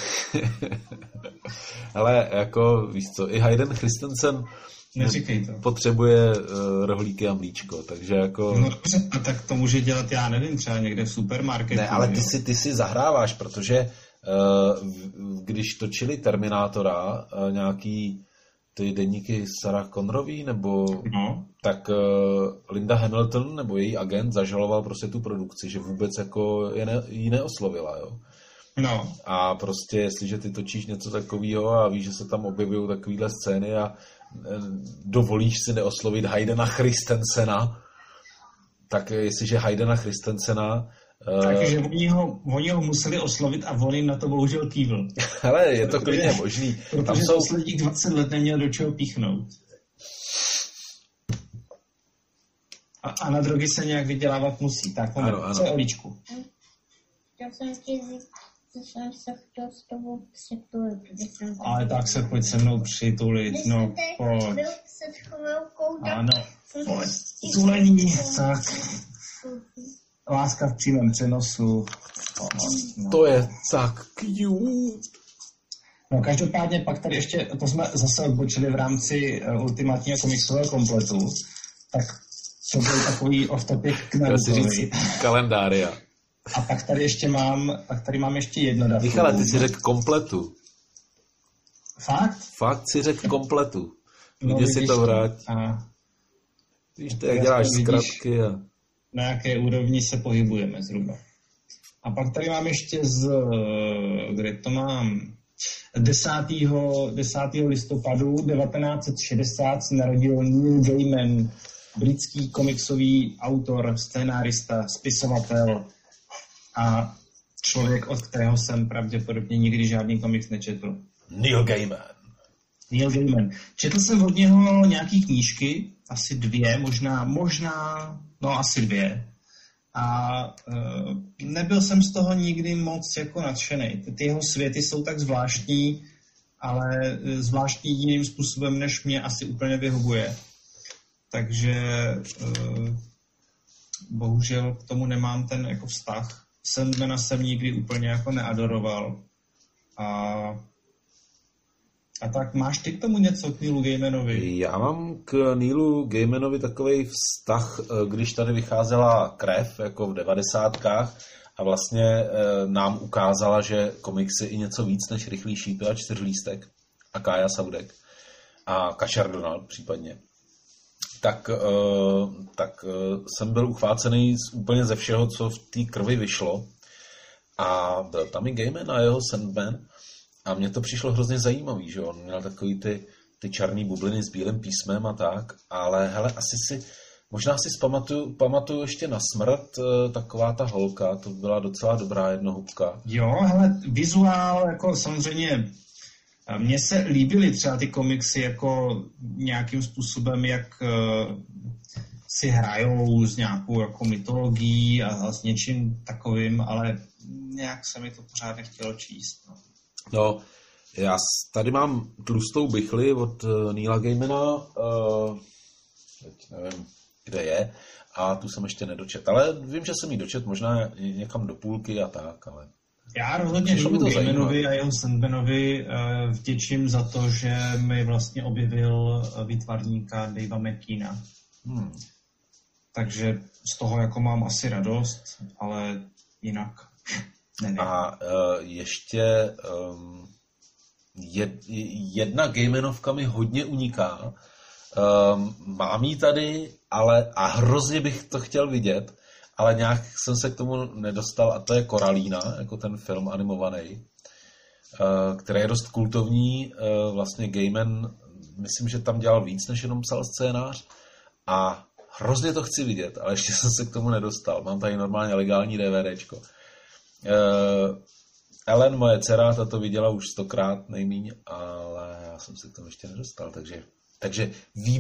Ale jako, víš co, i Hayden Christensen neříkej to. Potřebuje rohlíky a mlíčko, takže jako... No dobře, a tak to může dělat, já nevím, třeba někde v supermarketu. Ne, ale ty si zahráváš, protože když točili Terminátora, nějaký ty deníky Sarah Connorový, nebo tak Linda Hamilton, nebo její agent, zažaloval prostě tu produkci, že vůbec jako ji neoslovila, jo. No. A prostě, jestliže ty točíš něco takového a víš, že se tam objevují takovýhle scény a dovolíš si neoslovit Haydena Christensena, tak jestliže Haydena Christensena... Takže oni ho museli oslovit a on jim na to bohužel kývl. Hele, je to klidně možný. Protože tam jsou... posledních 20 let neměl do čeho píchnout. A na drogy se nějak vydělávat musí. Tak, ano. Co je Oličku? Já jsem ti že jsem se chtěl s tobou přitulit. Ale tak se pojď se mnou přitulit, no pojď. Byl před chvilkou, ano, pojď, tulení, tak. Láska v přímém přenosu. No. To je tak cute. No každopádně pak tady ještě, to jsme zase odbočili v rámci ultimátního komiksového kompletu, tak to byl takový off-topic k Narutovi. Kalendária. A pak tady ještě mám ještě jedno datum. Michale, ty si řekl kompletu. Fakt? Fakt si řekl kompletu. Vidíš si to vrát. Víš to, jak děláš zkratky a... Na jaké úrovni se pohybujeme zhruba. A pak tady mám ještě kde to mám? 10. listopadu 1960 se narodil Neil Gaiman, britský komiksový autor, scénárista, spisovatel a člověk, od kterého jsem pravděpodobně nikdy žádný komiks nečetl. Neil Gaiman. Četl jsem od něho nějaký knížky, asi 2, asi 2. A nebyl jsem z toho nikdy moc jako nadšenej. Ty jeho světy jsou tak zvláštní, ale zvláštní jiným způsobem, než mě asi úplně vyhovuje. Takže bohužel k tomu nemám ten jako vztah. Sandmana jsem nikdy úplně jako neadoroval. A tak máš ty k tomu něco k Neilu Gaimanovi? Já mám k Neilu Gaimanovi takovej vztah, když tady vycházela Krev, jako v 90kách, a vlastně nám ukázala, že komiks je i něco víc než Rychlý šípy a Čtyřlístek a Kája Saudek a Kašar Donald případně. Tak jsem byl uchvácený úplně ze všeho, co v té krvi vyšlo. A byl tam i Gaiman a jeho Sandman. A mně to přišlo hrozně zajímavý, že on měl takový ty černý bubliny s bílým písmem a tak, ale hele, možná si pamatuju ještě Na smrt, taková ta holka, to byla docela dobrá jednohubka. Jo, hele, vizuál, jako samozřejmě, mně se líbily třeba ty komiksy jako nějakým způsobem, jak si hrajou s nějakou jako mytologií a s něčím takovým, ale nějak se mi to pořád nechtělo číst, no. No, já tady mám Tlustou bychli od Neila Gaimana, teď nevím, kde je, a tu jsem ještě nedočet, ale vím, že jsem ji dočet možná někam do půlky a tak, ale... Já rozhodně Neilu Gaimanovi a jeho Sandmanovi vděčím za to, že mi vlastně objevil výtvarníka Davea McKeana. Takže z toho jako mám asi radost, ale jinak nevím. A ještě jedna Gaimanovka mi hodně uniká. Mám ji tady, a hrozně bych to chtěl vidět, ale nějak jsem se k tomu nedostal, a to je Koralína, jako ten film animovaný, který je dost kultovní. Vlastně Gaiman, myslím, že tam dělal víc, než jenom psal scénář, a hrozně to chci vidět, ale ještě jsem se k tomu nedostal. Mám tady normálně legální DVDčko. Ellen, moje dcera, ta to viděla už 100krát nejmíň, ale já jsem se k tomu ještě nedostal, takže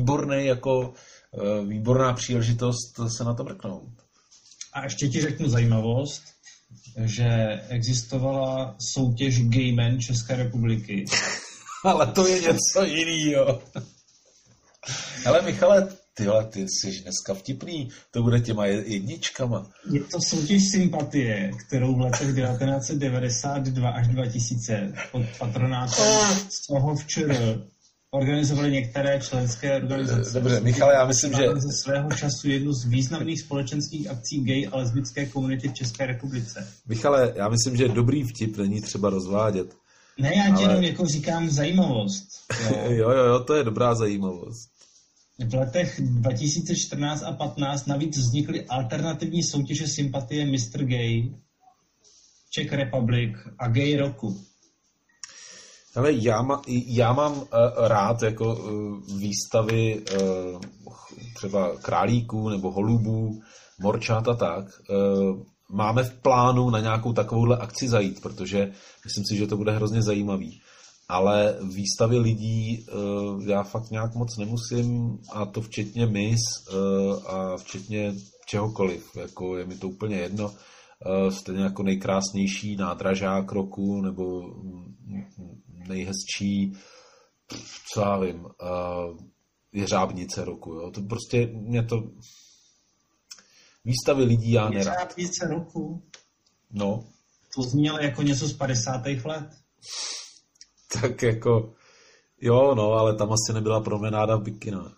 výborná příležitost se na to mrknout. A ještě ti řeknu zajímavost, že existovala soutěž Gaiman České republiky. Ale to je něco jinýho. Hele, Michale, ty jsi dneska vtipný, to bude těma jedničkama. Je to soutěž sympatie, kterou v letech 1992 až 2000 pod patronátem z toho včera organizovaly některé členské organizace. Dobře, Michale, já myslím, že... ze svého času jednu z významných společenských akcí gay a lesbické komunity v České republice. Michale, já myslím, že dobrý vtip není třeba rozvádět. Ne, já ti jenom jako říkám zajímavost. Jo, to je dobrá zajímavost. V letech 2014 a 15 navíc vznikly alternativní soutěže sympatie Mr. Gay, Czech Republic a Gay roku. Ale já mám rád jako výstavy třeba králíků nebo holubů, morčat a tak. Máme v plánu na nějakou takovouhle akci zajít, protože myslím si, že to bude hrozně zajímavý. Ale výstavy lidí já fakt nějak moc nemusím, a to včetně a včetně čehokoliv. Jako je mi to úplně jedno. Stejně jako nejkrásnější nádražák roku nebo nejhezčí, co já vím, jeřábnice roku. Jo. To prostě mě to... Výstavy lidí já nerad. Jeřábnice roku? No. To znělo jako něco z 50. let. Tak jako, jo, no, ale tam asi nebyla promenáda v bikina.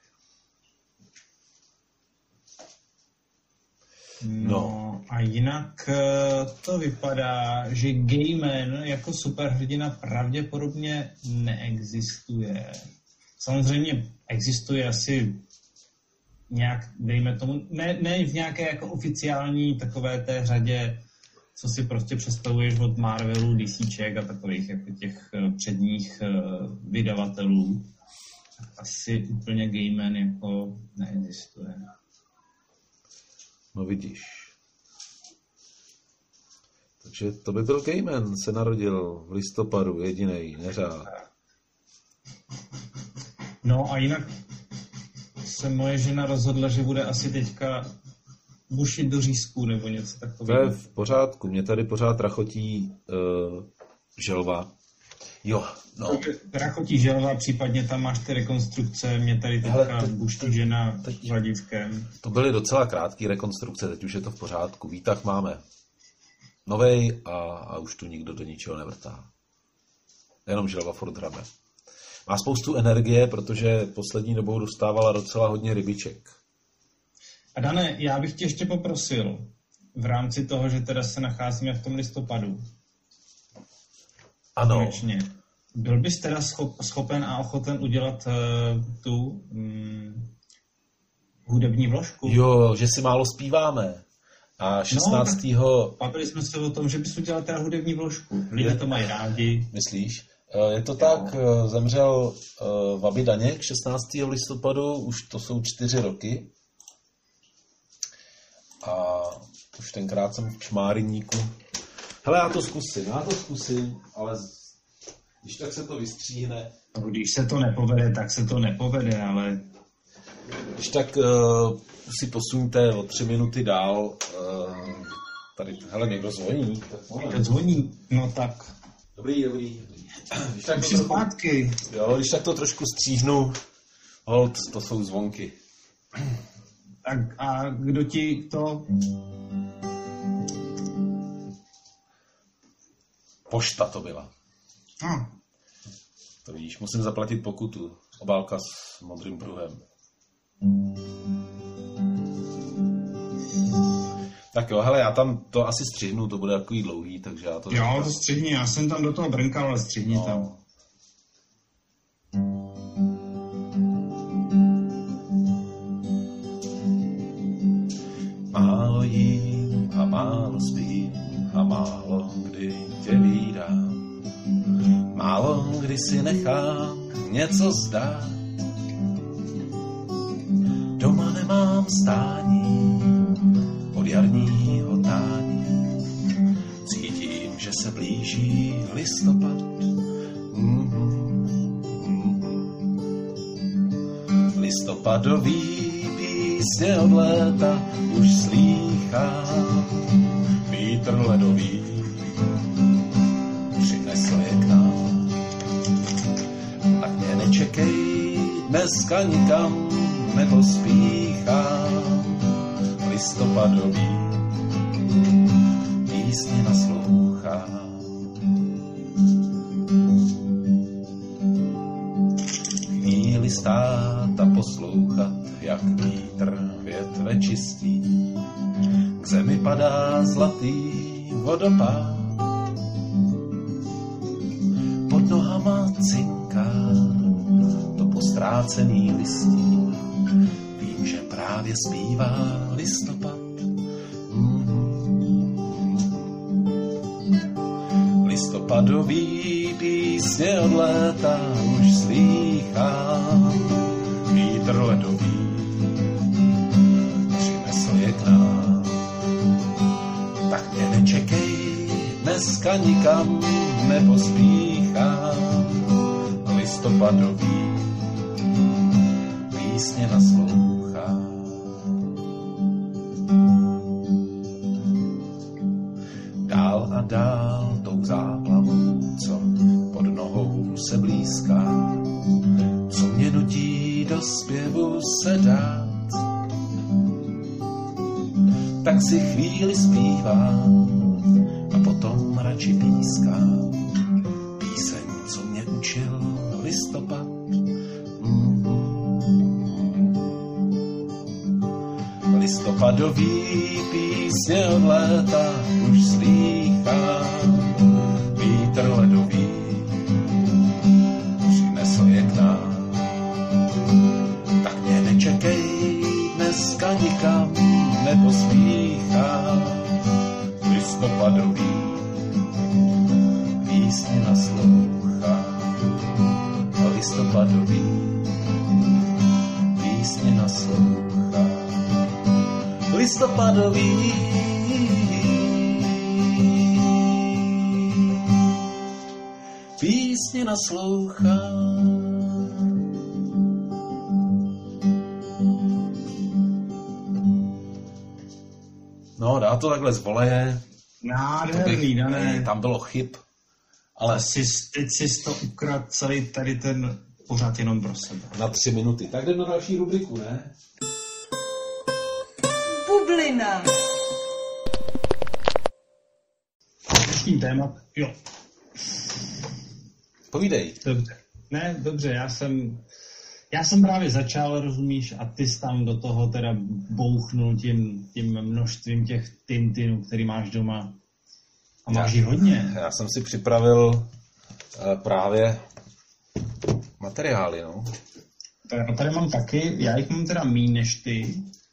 No a jinak to vypadá, že Gaiman jako superhrdina pravděpodobně neexistuje. Samozřejmě existuje asi nějak, dejme tomu, ne v nějaké jako oficiální takové té řadě co si prostě představuješ od Marvelu, DCček a takových jako těch předních vydavatelů, tak asi úplně Gaiman jako neexistuje. No vidíš. Takže to by byl Gaiman, se narodil v listopadu, jedinej, neřád. No a jinak se moje žena rozhodla, že bude asi teďka bušit do řízků nebo něco takového. To je v pořádku, mě tady pořád rachotí želva. Jo, no. Rachotí želva, případně tam máš ty rekonstrukce, mě tady teďka buští žena hladivkem. To byly docela krátké rekonstrukce, teď už je to v pořádku. Výtah máme novej a už tu nikdo do ničeho nevrtá. Jenom želva furt hrabe. Má spoustu energie, protože poslední dobou dostávala docela hodně rybiček. A Dane, já bych tě ještě poprosil, v rámci toho, že teda se nacházíme v tom listopadu. Ano. Konečně. Byl bys teda schopen a ochoten udělat tu hudební vložku? Jo, že si málo zpíváme. A 16. Bavili jsme se o tom, že bys udělal teda hudební vložku. Lidé to mají rádi. Myslíš? Je to tak, zemřel Vaby Daněk 16. listopadu, už to jsou 4 roky. A už tenkrát jsem v čmáryníku. Hele, já to zkusím, ale když tak se to vystříhne. No, když se to nepovede, tak se to nepovede, ale... Když tak si posuňte o 3 minuty dál. Tady, hele, někdo zvoní. Někdo zvoní, no tak... Dobrý. Když tak to zpátky. Jo, když tak to trošku stříhnu, hold, to jsou zvonky. A kdo ti to... Pošta to byla. To vidíš, musím zaplatit pokutu. Obálka s modrým pruhem. Tak jo, hele, já tam to asi střihnu, to bude takový dlouhý, takže já to... Jo, to střihni, já jsem tam do toho brnkal, ale střihni tam. Málo jím a málo spím a málo kdy tě vídám. Málo kdy si nechám něco zdát. Doma nemám stání od jarního tání. Cítím, že se blíží listopad. Listopadový písně od léta už slýchám. Vítr ledový přinesl je k nám. Tak mě nečekej, dneska nikam nepospíchám. Listopadový písně naslouchám. Chvíli stát a poslouchat, jak vítr větve čistí. K zemi padá zlatý vodopád. Pod nohama cinká to postrácený listí. Vím, že právě zpívá listopad. Listopadový písně od léta už slýchám. Vítr ledový přinesl je k nám. Tak mě nečekej, dneska nikam nepospíchám. Listopadový písně naslouchám. Dál a dál tou záplavou, co pod nohou se blízká, co mě nutí do zpěvu se dát. Tak si chvíli zpívám a potom radši pískám píseň, co mě učil listopad. Listopadový písně od léta už slýchám. Vítr ledový přinesl je k nám. Tak mě nečekej, dneska nikam nepospíchám. Listopadový písně naslouchá. Listopadový písně naslouchá. No, dá to takhle z voleje. Nádherný, Dané. Tam bylo chyb. Ale teď jsi to ukradl celý tady ten pořád jenom pro sebe. Na 3 minuty. Tak jdem na další rubriku, ne? Bublina. Dnešní téma, jo. Povídej. Dobře. Ne, dobře, já jsem právě začal, rozumíš, a ty jsi tam do toho teda bouchnul tím množstvím těch Tintinů, který máš doma. A máš jich hodně. Já jsem si připravil právě materiály, no. Tady mám taky, já jich mám teda míň než ty,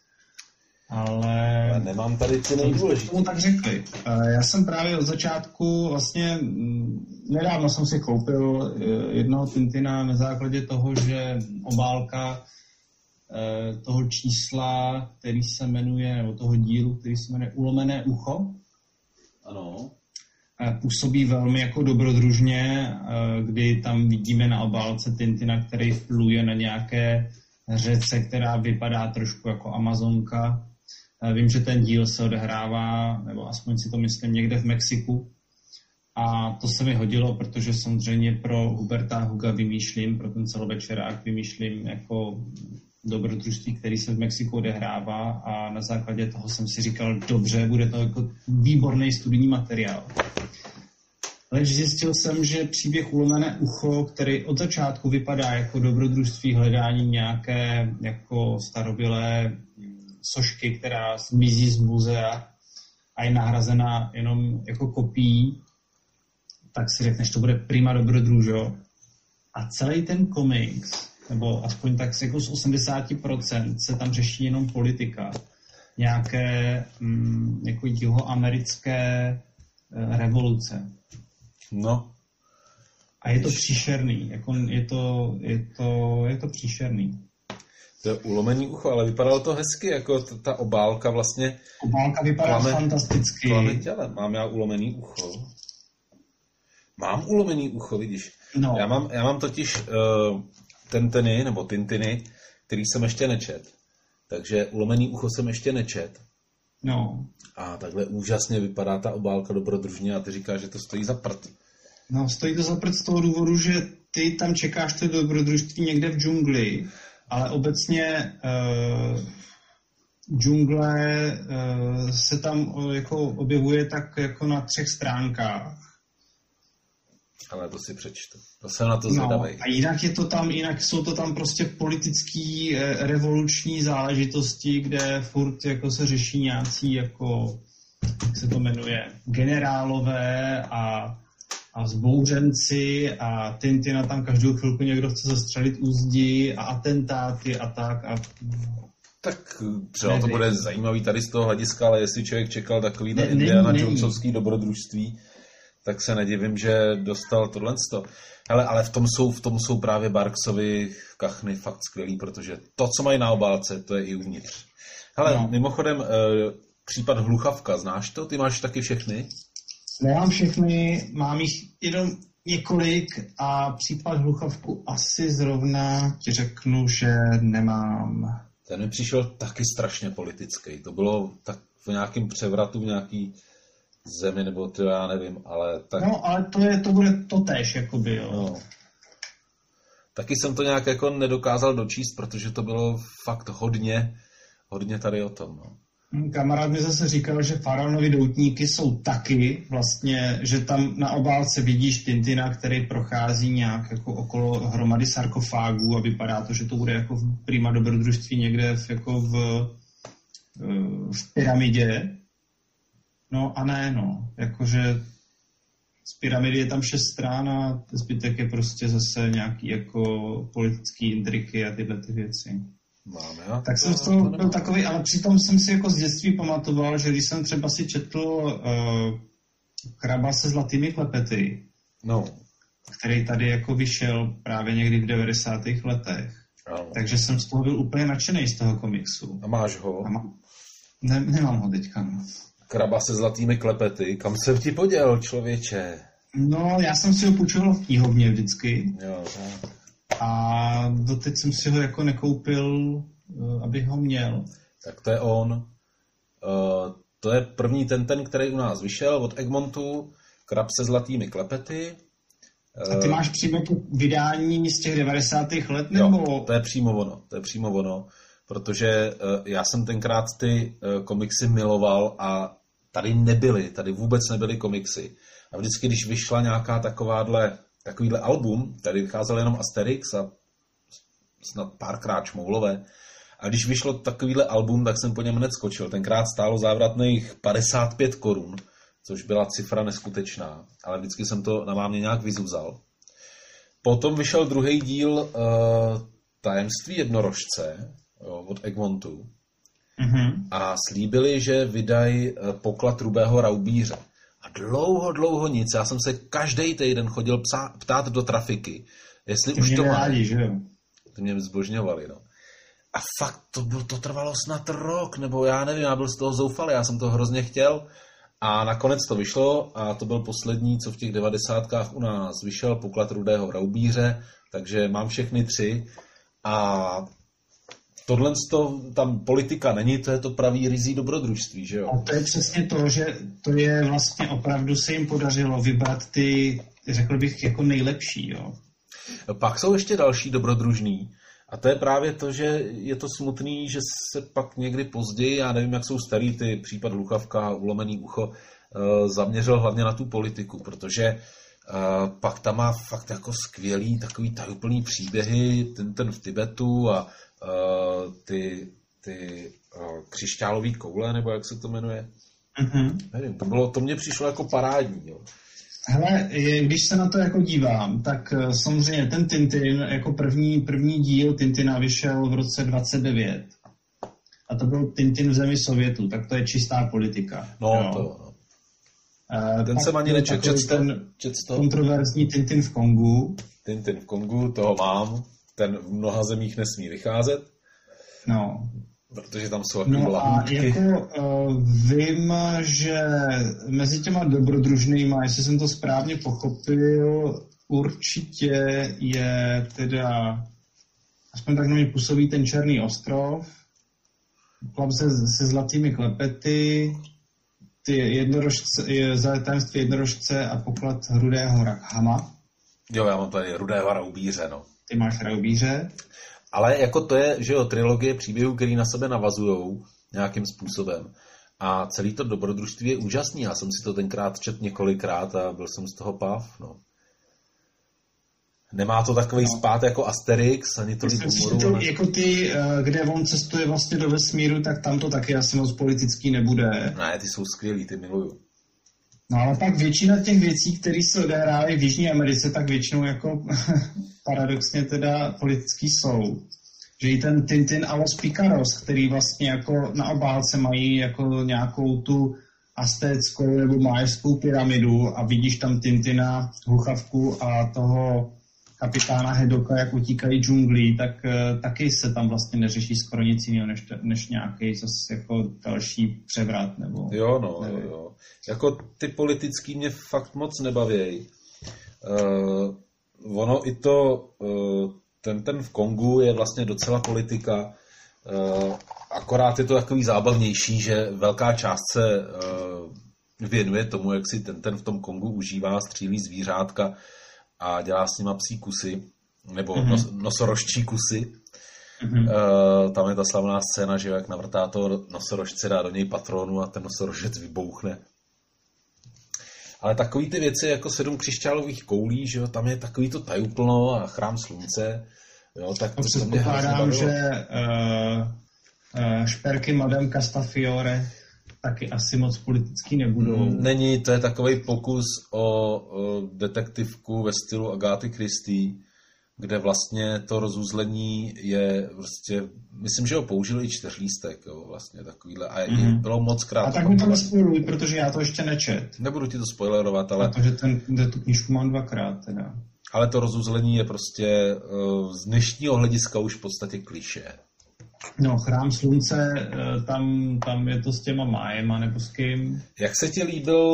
ale nemám tady ty nejdůležitější. Tomu tak řekli. Já jsem právě od začátku, vlastně nedávno jsem si koupil jednoho Tintina na základě toho, že obálka toho čísla, který se jmenuje, nebo toho dílu, který se jmenuje Ulomené ucho. Ano. Působí velmi jako dobrodružně, kdy tam vidíme na obálce Tintina, který pluje na nějaké řece, která vypadá trošku jako Amazonka. Vím, že ten díl se odehrává, nebo aspoň si to myslím, někde v Mexiku. A to se mi hodilo, protože samozřejmě pro Huberta Huga vymýšlím, pro ten celovečerák vymýšlím jako dobrodružství, který se v Mexiku odehrává, a na základě toho jsem si říkal, dobře, bude to jako výborný studijní materiál. Leč zjistil jsem, že příběh Ulomené ucho, který od začátku vypadá jako dobrodružství hledání nějaké jako starobylé sošky, která zmizí z muzea a je nahrazena jenom jako kopií, tak si řekneš, to bude prima dobrodružo. A celý ten komiks, nebo aspoň tak jako z 80% se tam řeší jenom politika. Nějaké jako jihoamerické revoluce. No. A je to příšerný. Jako je to příšerný. To je Ulomený ucho, ale vypadalo to hezky, jako ta obálka vlastně. Obálka vypadá fantasticky. Mám já ulomený ucho. Mám ulomený ucho, vidíš. No. Já mám totiž Tintiny, který jsem ještě nečet. Takže Ulomený ucho jsem ještě nečet. No. A takhle úžasně vypadá ta obálka dobrodružně a ty říkáš, že to stojí za prd. No, stojí to za prd z toho důvodu, že ty tam čekáš to dobrodružství někde v džungli, ale obecně džungle se tam jako objevuje tak jako na 3 stránkách. Ale to si přečtu. To jsem na to zvědavej. A jinak jsou to tam prostě politický revoluční záležitosti, kde furt jako se řeší nějací jako, jak se to jmenuje, generálové a vzbouřenci a Tintina tam každou chvilku někdo chce zastřelit úzdi a atentáty a tak. Tak třeba to bude zajímavý tady z toho hlediska, ale jestli člověk čekal takový Indiana Jonesovský dobrodružství, tak se nedivím, že dostal tohle. Hele, ale v tom jsou právě Barksovy kachny fakt skvělý, protože to, co mají na obálce, to je i uvnitř. Hele, mimochodem, případ Hluchavka, znáš to? Ty máš taky všechny? Nemám všechny, mám jich jenom několik a případ Hluchavku asi zrovna ti řeknu, že nemám. Ten mi přišel taky strašně politický. To bylo tak v nějakém převratu, v nějaký zemi, nebo to já nevím, ale tak. No, ale to bude totéž, jakoby, jo. No. Taky jsem to nějak jako nedokázal dočíst, protože to bylo fakt hodně tady o tom, no. Kamarád mi zase říkal, že faraonovi doutníky jsou taky vlastně, že tam na obálce vidíš Tintina, který prochází nějak jako okolo hromady sarkofágů a vypadá to, že to bude jako v prima dobrodružství někde v pyramidě. No a ne, no. Jakože z pyramidy je tam 6 strán a zbytek je prostě zase nějaký jako politický intriky a tyhle ty věci. Máme, tak jsem z toho byl takový, ale přitom jsem si jako z dětství pamatoval, že když jsem třeba si četl Kraba se zlatými klepety, no, který tady jako vyšel právě někdy v 90. letech, Ano. Takže jsem z toho byl úplně nadšený z toho komiksu. A máš ho? Nemám ho teďka. No. Kraba se zlatými klepety. Kam jsem ti poděl, člověče? No, já jsem si ho půjčoval v knihovně vždycky. Jo, tak. A doteď jsem si ho jako nekoupil, abych ho měl. Tak to je on. To je první ten, který u nás vyšel od Egmontu. Krab se zlatými klepety. A ty máš přímo to vydání z těch 90. let, nebo? Jo, to je přímo ono. Protože já jsem tenkrát ty komiksy miloval a tady vůbec nebyly komiksy. A vždycky, když vyšla nějaká takovýhle album, tady vycházel jenom Asterix a snad párkrát Šmoulové, a když vyšlo takovýhle album, tak jsem po něm hned skočil. Tenkrát stálo závratných 55 korun, což byla cifra neskutečná, ale vždycky jsem to na mámě nějak vyzuzal. Potom vyšel druhý díl Tajemství jednorožce od Egmontu a slíbili, že vydají Poklad rudého raubíře. A dlouho nic. Já jsem se každý týden chodil ptát do trafiky, jestli už to mají. Že jo? To mě zbožňovali, no. A fakt to trvalo snad rok, nebo já nevím, já byl z toho zoufalý, já jsem to hrozně chtěl. A nakonec to vyšlo a to byl poslední, co v těch 90kách u nás vyšel, Poklad rudého raubíře, takže mám všechny 3. A tohle tam politika není, to je to pravý rizí dobrodružství, že jo? A to je přesně to, že to je vlastně opravdu se jim podařilo vybrat ty, řekl bych, jako nejlepší, jo? Pak jsou ještě další dobrodružný. A to je právě to, že je to smutný, že se pak někdy později, já nevím, jak jsou starý ty případ Luchavka, ulomený ucho, zaměřil hlavně na tu politiku, protože pak tam má fakt jako skvělý takový tajuplný příběhy, ten v Tibetu a ty křišťálový koule, nebo jak se to jmenuje. Nevím, to mně přišlo jako parádní, jo. Hele, když se na to jako dívám, tak samozřejmě ten Tintin jako první díl Tintina vyšel v roce 29. A to byl Tintin v zemi Sovětu, tak to je čistá politika. No, to. Ten jsem ani nečetl. Kontroverzní Tintin v Kongu. Tintin v Kongu, toho mám. Ten v mnoha zemích nesmí vycházet. No. Protože tam jsou takové lahůdky. A jako vím, že mezi těma dobrodružnýma, jestli jsem to správně pochopil, určitě je teda, aspoň tak na mě působí ten Černý ostrov, Chlap se zlatými klepety, Tajemství jednorožce a Poklad rudého Rakhama. Jo, já mám tady Rudého raubíře, no. Ty máš raubíře. Ale jako to je, že jo, trilogie příběhů, který na sebe navazujou nějakým způsobem. A celý to dobrodružství je úžasný. Já jsem si to tenkrát četl několikrát a byl jsem z toho pav, no. Nemá to takový spát jako Asterix, ani tolik humoru. Jako ty, kde on cestuje vlastně do vesmíru, tak tam to taky asi moc politický nebude. Ne, ty jsou skvělý, ty miluju. No ale pak většina těch věcí, které se odehrávají v Jižní Americe, tak většinou jako paradoxně teda politický jsou. Že i ten Tintin a Los Picaros, který vlastně jako na obálce mají jako nějakou tu aztéckou nebo májskou pyramidu a vidíš tam Tintina, Hluchavku a toho kapitána Hedoka, jak utíkají džunglí, tak taky se tam vlastně neřeší skoro nic jiného, než nějaký zase jako další převrat. Nebo, jo, no, jo. Jako ty politický mě fakt moc nebavějí. Ono i to, ten v Kongu je vlastně docela politika, akorát je to takový zábavnější, že velká část se věnuje tomu, jak si ten v tom Kongu užívá, střílí zvířátka a dělá s nima psí kusy, nebo nosorožčí kusy. Tam je ta slavná scéna, že jak navrtá to nosorožce, dá do něj patronu a ten nosorožec vybouchne. Ale takový ty věci jako 7 křišťálových koulí, že jo, tam je takový to tajuplno a Chrám slunce. Jo, tak to mě předpokládám, že šperky Madame Castafiore taky asi moc politický nebudou. Není, to je takový pokus o detektivku ve stylu Agáty Christie, kde vlastně to rozuzlení je prostě, myslím, že ho použili i Čtyřlístek, jo, vlastně takovýhle, a bylo moc krát. A tak mi to nespoiluj, protože já to ještě nečet. Nebudu ti to spoilerovat, ale... Protože tu knížku mám 2krát teda. Ale to rozuzlení je prostě z dnešního hlediska už v podstatě klišé. No, Chrám slunce, tam je to s těma májema, nebo s kým? Jak se ti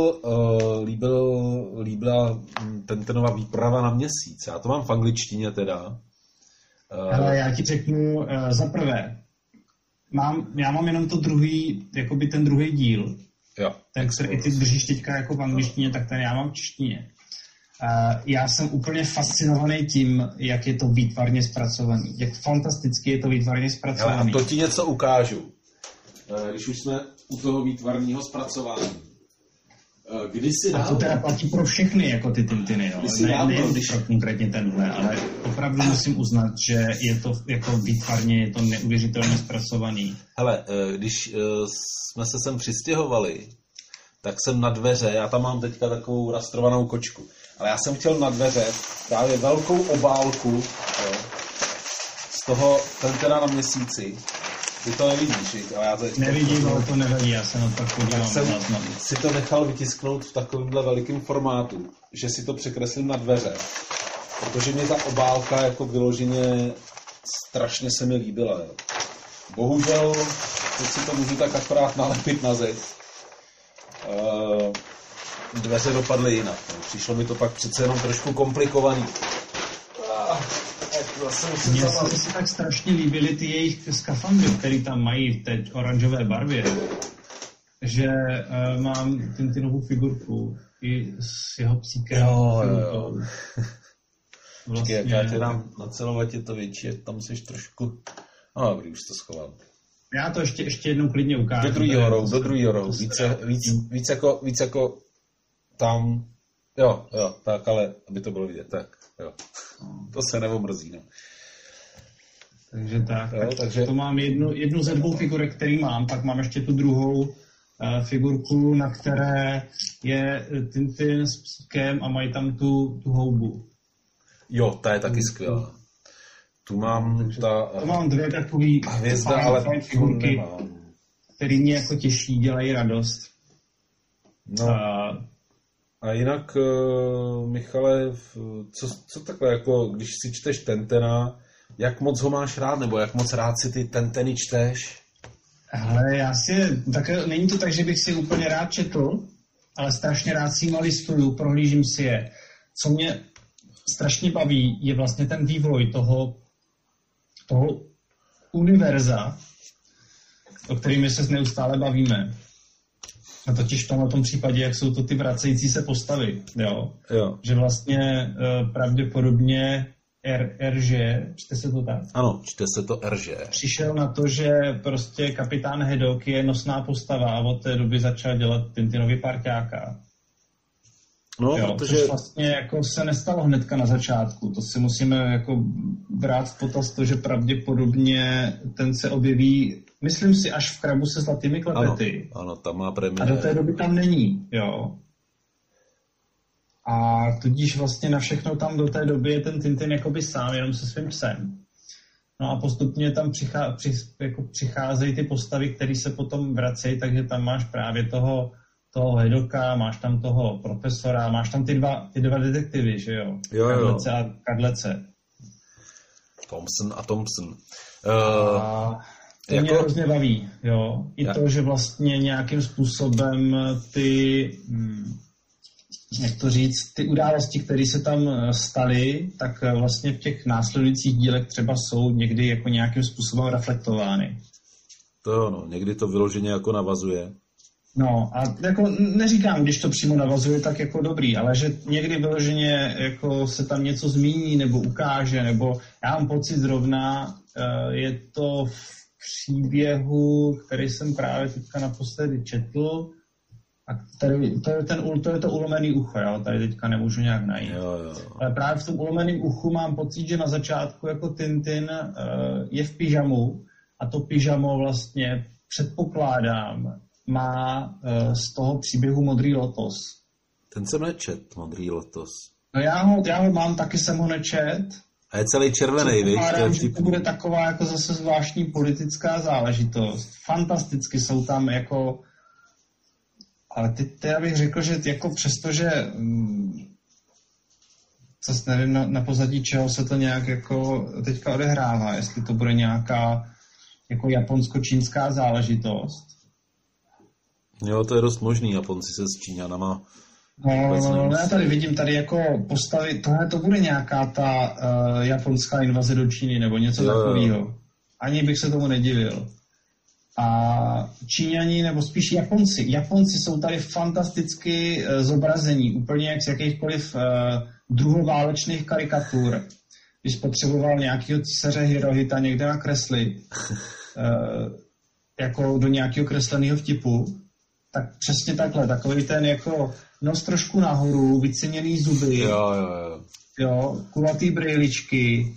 líbila Tintinova výprava na Měsíc? Já to mám v angličtině teda. Ale já ti řeknu, za prvé, já mám jenom to druhý, jakoby ten druhý díl. Jo. Ten, který ty držíš teďka jako v angličtině, tak ten já mám v češtině. Já jsem úplně fascinovaný tím, jak je to výtvarně zpracovaný. Jak fantasticky je to výtvarně zpracovaný. A to ti něco ukážu. Když už jsme u toho výtvarného zpracování. Kdysi dávno... A to teda platí pro všechny jako ty Tintiny, no. Nejen pro konkrétně tenhle, ale opravdu musím uznat, že je to jako výtvarně, je to neuvěřitelně zpracovaný. Hele, když jsme se sem přistěhovali, tak jsem na dveře, já tam mám teďka takovou rastrovanou kočku, ale já jsem chtěl na dveře právě velkou obálku, jo, z toho Tintina na Měsíci. Ty to nevidíš, ale já to... Nevidím, ale to nevadí, já se na to podívám. Jsem si to nechal vytisknout v takovémhle velikém formátu, že si to překreslím na dveře, protože mě ta obálka jako vyloženě strašně se mi líbila. Jo. Bohužel, teď si to můžu tak akorát nalepit na zeď. Dveře dopadly jinak. Přišlo mi to pak přece jenom trošku komplikovaný. Mně se tak strašně líbily ty jejich skafandry, který tam mají v té oranžové barvě, že mám Tintinovu figurku i s jeho psíkem. Jo. Vlastně... Jak já tě dám na celovatě to větší, jak tam jsi trošku... No dobrý, už to schoval. Já to ještě jednou klidně ukážu. Do druhého rohu. Víc jako tam... Jo, tak, ale aby to bylo vidět, tak jo. To se neomrzí, no. Takže tak. Jo, takže... To mám jednu ze dvou figurek, který mám, pak mám ještě tu druhou figurku, na které je Tintin s psíkem a mají tam tu houbu. Jo, ta je taky skvělá. Tu mám to mám dvě takový hvězda, ale figurky, který mě jako těší, dělají radost. No. A jinak, Michale, co takhle, jako když si čteš Tintina, jak moc ho máš rád, nebo jak moc rád si ty Tintiny čteš? Hele, není to tak, že bych si úplně rád četl, ale strašně rád si jim listuju, prohlížím si je. Co mě strašně baví, je vlastně ten vývoj toho univerza, o kterým se neustále bavíme. A totiž v tomhle případě, jak jsou to ty vracející se postavy, jo? Že vlastně pravděpodobně RŽ, čte se to tak? Ano, čte se to RŽ. Přišel na to, že prostě kapitán Haddock je nosná postava a od té doby začal dělat Tintinovi parťáka. No, jo, protože... Což vlastně jako se nestalo hnedka na začátku. To si musíme jako brát v potaz to, že pravděpodobně ten se objeví, myslím si, až v Krabu se zlatými klepety. Ano, tam má premiéru. A do té doby tam není, jo. A tudíž vlastně na všechno tam do té doby je ten Tintin jakoby sám, jenom se svým psem. No a postupně tam přicházejí ty postavy, které se potom vracejí, takže tam máš právě toho Haddocka, máš tam toho profesora, máš tam ty dva detektivy, že jo? Kadlece a Kadlece. Thompson. To mě hrozně baví, jo. To, že vlastně nějakým způsobem jak to říct, ty události, které se tam staly, tak vlastně v těch následujících dílech třeba jsou někdy jako nějakým způsobem reflektovány. To jo, no, někdy to vyloženě jako navazuje. No a jako neříkám, když to přímo navazuje, tak jako dobrý, ale že někdy vyloženě jako se tam něco zmíní nebo ukáže, nebo já mám pocit zrovna, je to v příběhu, který jsem právě teďka naposledy četl, a to je to ulomený ucho, jo? Tady teďka nemůžu nějak najít. Jo. Ale právě v tom ulomeném uchu mám pocit, že na začátku jako Tintin je v pyžamu a to pyžamo vlastně předpokládám má z toho příběhu Modrý lotos. Ten jsem nečet, Modrý lotos. No já ho mám, taky jsem ho nečet. A je celý červený, víš? To bude taková jako zase zvláštní politická záležitost. Fantasticky jsou tam jako... Ale teď bych řekl, že jako přesto, že zase nevím, na pozadí čeho se to nějak jako teďka odehrává, jestli to bude nějaká jako japonsko-čínská záležitost. Jo, to je dost možný, Japonci se s Číňanama. No, já tady vidím tady jako postavy, tohle to bude nějaká ta japonská invaze do Číny nebo něco takového. Ani bych se tomu nedivil. A Číňani, nebo spíš Japonci. Japonci jsou tady fantasticky zobrazení, úplně jak z jakýchkoliv druhoválečných karikatur. Když potřeboval nějakého císaře Hirohita někde nakreslit, jako do nějakého kresleného vtipu, tak přesně takhle, takový ten jako nos trošku nahoru, vyceněný zuby, jo, kulatý brýličky,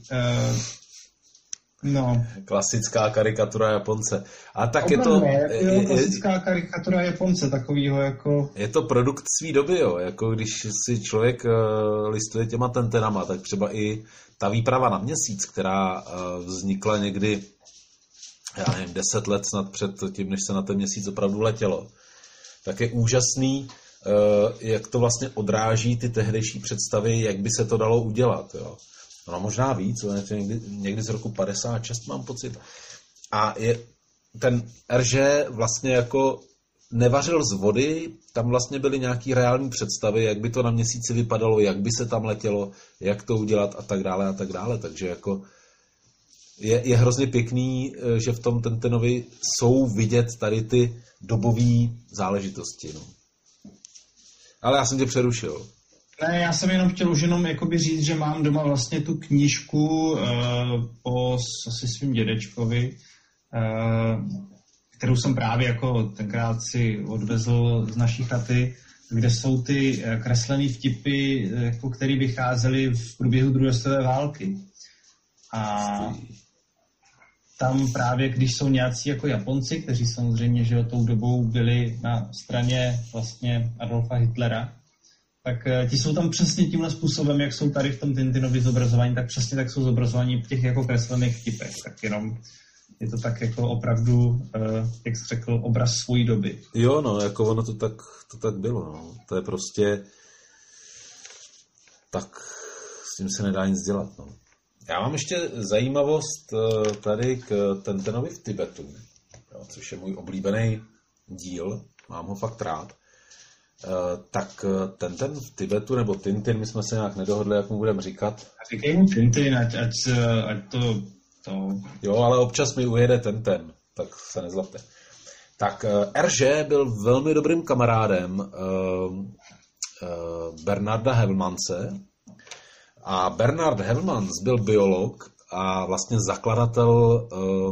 no. Klasická karikatura Japonce. A tak opravdu, je to klasická karikatura Japonce, takovýho jako... Je to produkt svý doby, jo. Jako když si člověk listuje těma tentenama, tak třeba i ta výprava na Měsíc, která vznikla někdy, já nevím, 10 let snad před tím, než se na ten Měsíc opravdu letělo, tak je úžasný, jak to vlastně odráží ty tehdejší představy, jak by se to dalo udělat, jo. No možná víc, někdy z roku 56 mám pocit. A ten Hergé vlastně jako nevařil z vody, tam vlastně byly nějaký reální představy, jak by to na Měsíci vypadalo, jak by se tam letělo, jak to udělat a tak dále a tak dále. Takže jako je hrozně pěkný, že v tom Tintinovi jsou vidět tady ty dobové záležitosti. No. Ale já jsem tě přerušil. Ne, já jsem jenom chtěl už jenom jakoby říct, že mám doma vlastně tu knížku po asi svým dědečkovi, kterou jsem právě jako tenkrát si odvezl z naší chaty, kde jsou ty kreslené vtipy, jako které vycházely v průběhu druhé světové války. A tam právě, když jsou nějací jako Japonci, kteří samozřejmě, že tou dobou byli na straně vlastně Adolfa Hitlera, tak ti jsou tam přesně tímhle způsobem, jak jsou tady v tom Tintinově zobrazování, tak přesně tak jsou zobrazování v těch jako kreslených vtipech. Tak jenom je to tak jako opravdu, jak jsi řekl, obraz svojí doby. Jo, no, jako ono to tak bylo, no. To je prostě tak s tím se nedá nic dělat, no. Já mám ještě zajímavost tady k Tintinovi v Tibetu, jo, což je můj oblíbený díl, mám ho fakt rád. Tak Tintin v Tibetu, nebo Tintin, my jsme se nějak nedohodli, jak mu budeme říkat. Říkej mu Tintin, ať to... Jo, ale občas mi ujede Tintin, tak se nezlapte. Tak Hergé byl velmi dobrým kamarádem Bernarda Heuvelmance. A Bernard Heuvelmans byl biolog a vlastně zakladatel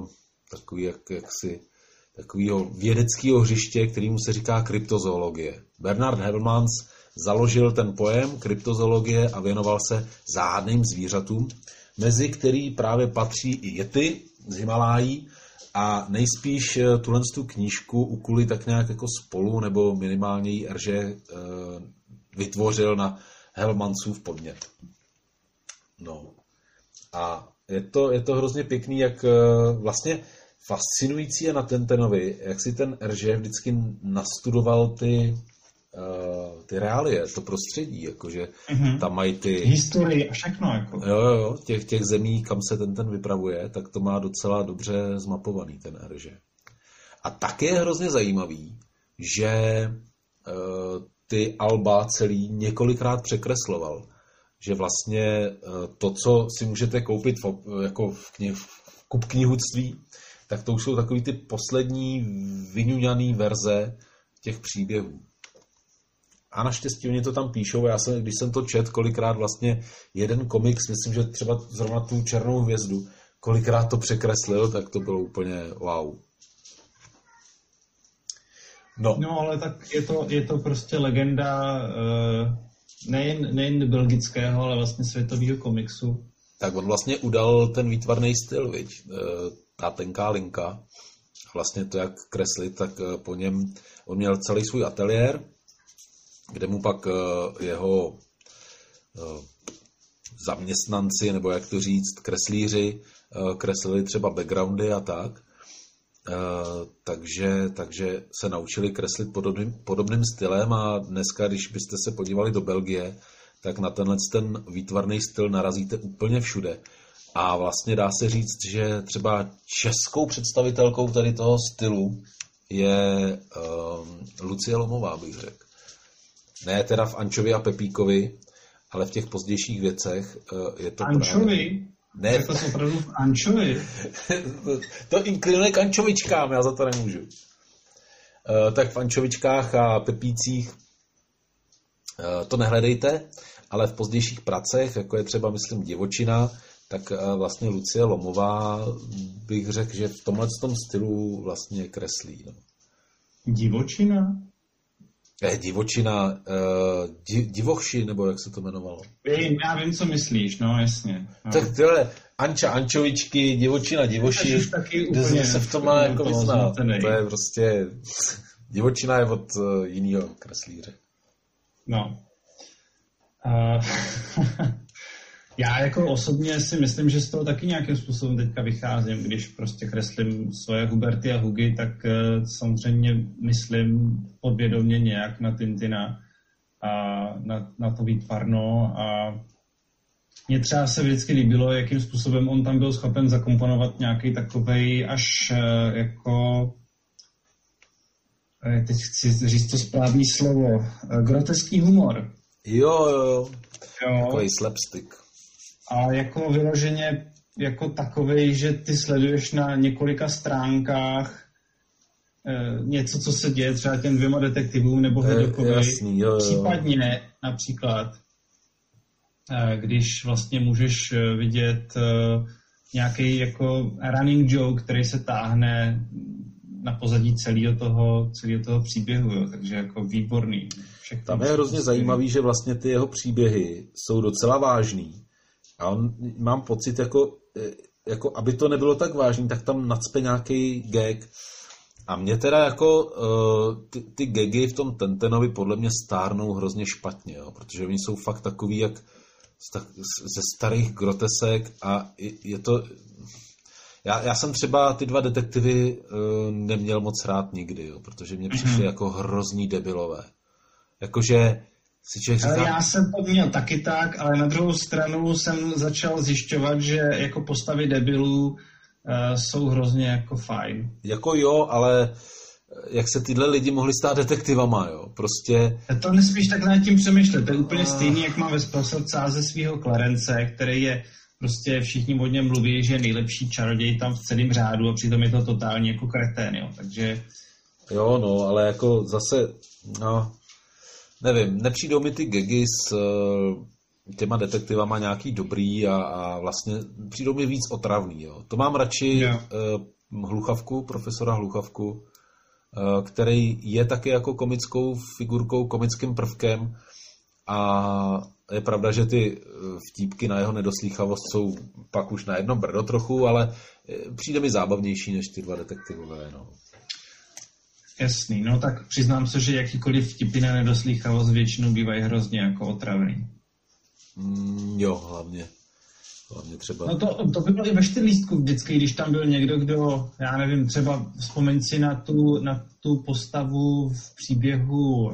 takového vědeckého hřiště, kterému se říká kryptozoologie. Bernard Heuvelmans založil ten pojem kryptozoologie a věnoval se záhadným zvířatům, mezi který právě patří i jety z Himalájí a nejspíš tu knížku ukuli tak nějak jako spolu, nebo minimálně ji Hergé vytvořil na Heuvelmansův podnět. No. A je to hrozně pěkný, jak vlastně fascinující je na Tintinovi, jak si ten Hergé vždycky nastudoval ty reálie, to prostředí, jakože tam mají ty... historii a všechno, jako. Jo, těch zemí, kam se ten vypravuje, tak to má docela dobře zmapovaný, ten Hergé. A tak je hrozně zajímavý, že ty alba celý několikrát překresloval. Že vlastně to, co si můžete koupit v knihkupectví, tak to už jsou takový ty poslední vyňuňaný verze těch příběhů. A naštěstí oni to tam píšou. Když jsem to čet, kolikrát vlastně jeden komiks, myslím, že třeba zrovna tu Černou hvězdu, kolikrát to překreslil, tak to bylo úplně wow. No ale tak je to prostě legenda nejen belgického, ale vlastně světového komiksu. Tak on vlastně udal ten výtvarný styl, viď? Ta tenká linka. Vlastně to, jak kreslit, tak po něm on měl celý svůj ateliér, kde mu pak jeho zaměstnanci, nebo jak to říct, kreslíři, kreslili třeba backgroundy a tak. Takže se naučili kreslit podobným stylem a dneska, když byste se podívali do Belgie, tak na tenhle ten výtvarný styl narazíte úplně všude. A vlastně dá se říct, že třeba českou představitelkou tady toho stylu je Lucie Lomová, bych řekl. Ne teda v Ančovi a Pepíkovi, ale v těch pozdějších věcech je to Ančovi? Ne, to jsou opravdu v Ančovi. To inklinuje k ančovičkám, já za to nemůžu. Tak v ančovičkách a pepících to nehledejte, ale v pozdějších pracech, jako je třeba, myslím, Divočina, tak vlastně Lucie Lomová bych řekl, že v tomhle stylu vlastně kreslí. No. Divočina? Divočina, Divoši, nebo jak se to jmenovalo? Já vím, co myslíš, no jasně. No. Tak tyhle Anča, Ančovičky, Divočina, Divoši, úplně se v tom má jako vyznat. To je prostě, Divočina je od jinýho kreslíře. No. Já jako osobně si myslím, že z toho taky nějakým způsobem teďka vycházím, když prostě kreslím svoje Huberty a Hugy, tak samozřejmě myslím podvědomě nějak na Tintina a na to výtvarno a mně třeba se vždycky líbilo, jakým způsobem on tam byl schopen zakomponovat nějaký takovej až jako, teď chci říct to správný slovo, groteský humor. Jo. Takový slapstick. A jako vyloženě jako takovej, že ty sleduješ na několika stránkách něco, co se děje třeba těm 2 detektivům nebo Hedokovi. Případně například, když vlastně můžeš vidět nějaký jako running joke, který se táhne na pozadí celého toho příběhu, jo. Takže jako výborný. Tam je hrozně zajímavý, že vlastně ty jeho příběhy jsou docela vážný. A mám pocit, jako aby to nebylo tak vážný, tak tam nacpe nějaký gag. A mě teda jako ty gagy v tom Tintinovi podle mě stárnou hrozně špatně, jo, protože oni jsou fakt takový jak ze starých grotesek a je to... Já jsem třeba ty 2 detektivy neměl moc rád nikdy, jo, protože mě přišly jako hrozný debilové. Jakože si člověk říká... Já jsem to měl taky tak, ale na druhou stranu jsem začal zjišťovat, že jako postavy debilů jsou hrozně jako fajn. Jako jo, ale jak se tyhle lidi mohli stát detektivama, jo? Prostě... To nesmíš tak nad tím přemýšlet. To je úplně stejný, jak mám ve sprostředcá ze svého Clarence, který je prostě všichni o něm mluví, že je nejlepší čaroděj tam v celém řádu a přitom je to totálně jako kretén, jo. Takže... Jo, no, ale jako zase, no... Nevím, nepřijdou mi ty gagy s těma detektivama nějaký dobrý a vlastně přijdou mi víc otravný. Jo. To mám radši Hluchavku, profesora Hluchavku, který je taky jako komickou figurkou, komickým prvkem a je pravda, že ty vtípky na jeho nedoslýchavost jsou pak už na jedno brdo trochu, ale přijde mi zábavnější než ty 2 detektivové. No. Jasný, no tak přiznám se, že jakýkoliv vtipy na nedoslýchavost většinou bývají hrozně jako otravný. Jo, hlavně třeba... No to by bylo i ve Čtyřlístku vždycky, když tam byl někdo, kdo, já nevím, třeba vzpomeň si na tu postavu v příběhu,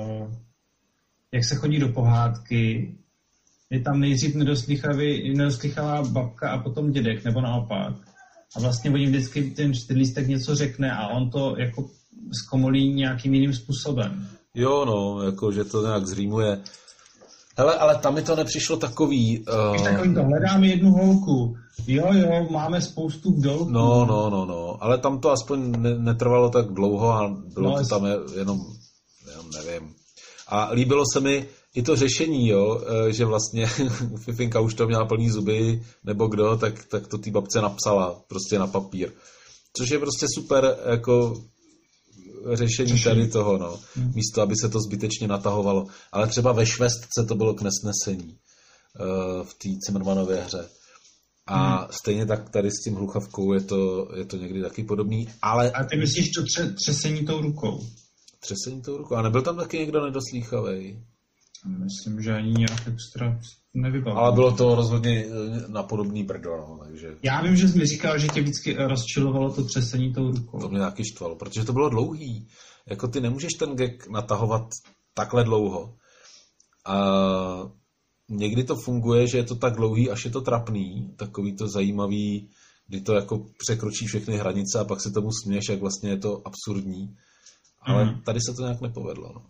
jak se chodí do pohádky, je tam nejdřív nedoslýchavá babka a potom dědek, nebo naopak. A vlastně oni vždycky ten Čtyřlístek něco řekne a on to jako zkomolí nějakým jiným způsobem. Jo, no, jako, že to nějak zrýmuje. Hele, ale tam mi to nepřišlo takový... Takový to, hledáme jednu holku. Jo, máme spoustu vdolků. No, ale tam to aspoň netrvalo tak dlouho a bylo to tam jenom nevím. A líbilo se mi i to řešení, jo, že vlastně Fifinka už to měla plný zuby, nebo kdo, tak to té babce napsala prostě na papír. Což je prostě super, jako... řešení tady toho, no. Místo, aby se to zbytečně natahovalo. Ale třeba ve Švestce to bylo k nesnesení v té Cimrmanově hře. A stejně tak tady s tím Hluchavkou je to někdy taky podobný, ale... A ty myslíš to třesení tou rukou? Třesení tou rukou. A nebyl tam taky někdo nedoslýchavej? Myslím, že ani nějak extra nevybavil. Ale bylo to rozhodně na podobný brdo, no, takže... Já vím, že jsi mi říkal, že tě vždycky rozčilovalo to třesení tou rukou. To mě nějaký štvalo, protože to bylo dlouhý. Jako ty nemůžeš ten gag natahovat takhle dlouho. někdy to funguje, že je to tak dlouhý, až je to trapný, takový to zajímavý, kdy to jako překročí všechny hranice a pak se tomu směješ, jak vlastně je to absurdní. Ale tady se to nějak nepovedlo. No.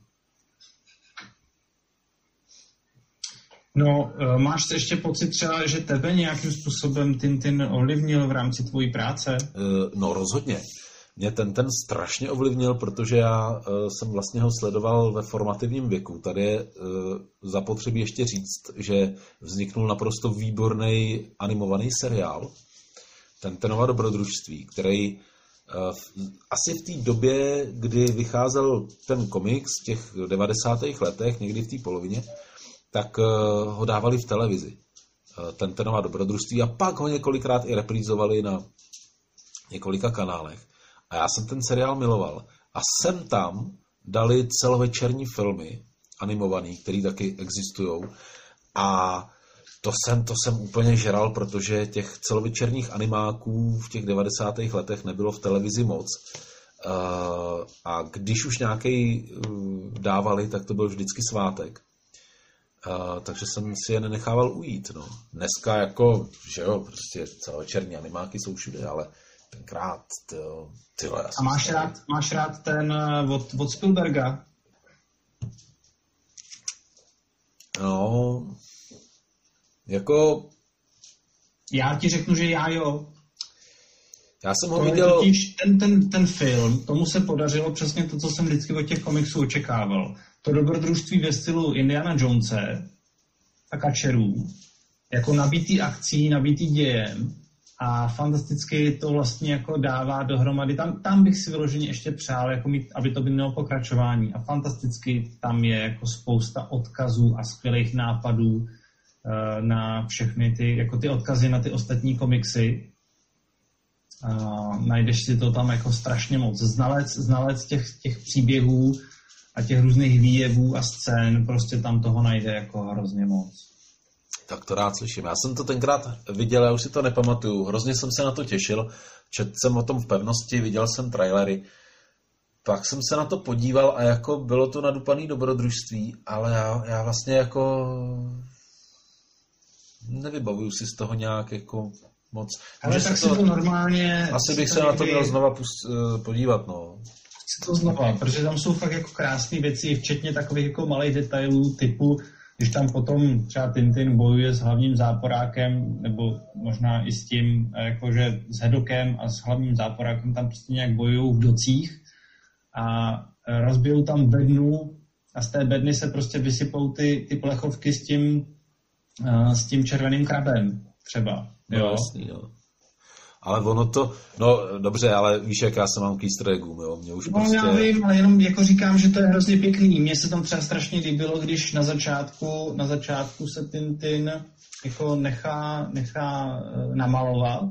No, máš ještě pocit třeba, že tebe nějakým způsobem Tintin ovlivnil v rámci tvojí práce? No, rozhodně. Mě ten strašně ovlivnil, protože já jsem vlastně ho sledoval ve formativním věku. Tady je zapotřebí ještě říct, že vzniknul naprosto výborný animovaný seriál Tintinova dobrodružství, který asi v té době, kdy vycházel ten komiks v těch 90. letech, někdy v té polovině, tak ho dávali v televizi. Tintinova dobrodružství a pak ho několikrát i reprízovali na několika kanálech. A já jsem ten seriál miloval. A sem tam dali celovečerní filmy animovaný, které taky existují. A to jsem úplně žral, protože těch celovečerních animáků v těch 90. letech nebylo v televizi moc. A když už nějaký dávali, tak to byl vždycky svátek. Takže jsem si je nenechával ujít. No. Dneska jako, že jo, prostě celovečerní animáky jsou všude, ale tenkrát, tyhle. A máš rád ten od Spielberga? No, jako... Já ti řeknu, že já jo. Já jsem ho viděl... Totiž ten film, tomu se podařilo přesně to, co jsem vždycky od těch komiksů očekával. To dobrodružství ve stylu Indiana Jonese a kačerů, jako nabitý akcí, nabitý dějem a fantasticky to vlastně jako dává dohromady. Tam bych si vyloženě ještě přál, jako mít, aby to bylo pokračování a fantasticky tam je jako spousta odkazů a skvělých nápadů na všechny ty odkazy na ty ostatní komiksy. Najdeš si to tam jako strašně moc. Znalec těch příběhů a těch různých výjevů a scén, prostě tam toho najde jako hrozně moc. Tak to rád slyším. Já jsem to tenkrát viděl, já už si to nepamatuju. Hrozně jsem se na to těšil. Četl jsem o tom v pevnosti, viděl jsem trailery. Pak jsem se na to podíval a jako bylo to nadupaný dobrodružství, ale já vlastně jako nevybavuju si z toho nějak jako moc. Ale tak si to normálně... Asi bych se na to měl znova podívat, no. Si to znova, protože tam jsou fakt jako krásné věci, včetně takových jako malých detailů typu, když tam potom třeba Tintin bojuje s hlavním záporákem, nebo možná i s tím, jakože s Haddockem a s hlavním záporákem tam prostě nějak bojují v docích a rozbijou tam bednu a z té bedny se prostě vysypou ty plechovky s tím červeným krabem třeba. Jo? No, jasný, jo. Ale ono to, no dobře, ale víš, jak já se mám k easter eggům, jo, mě už prostě... No já vím, ale jenom jako říkám, že to je hrozně pěkný. Mně se tam třeba strašně líbilo, když na začátku se Tintin jako nechá namalovat,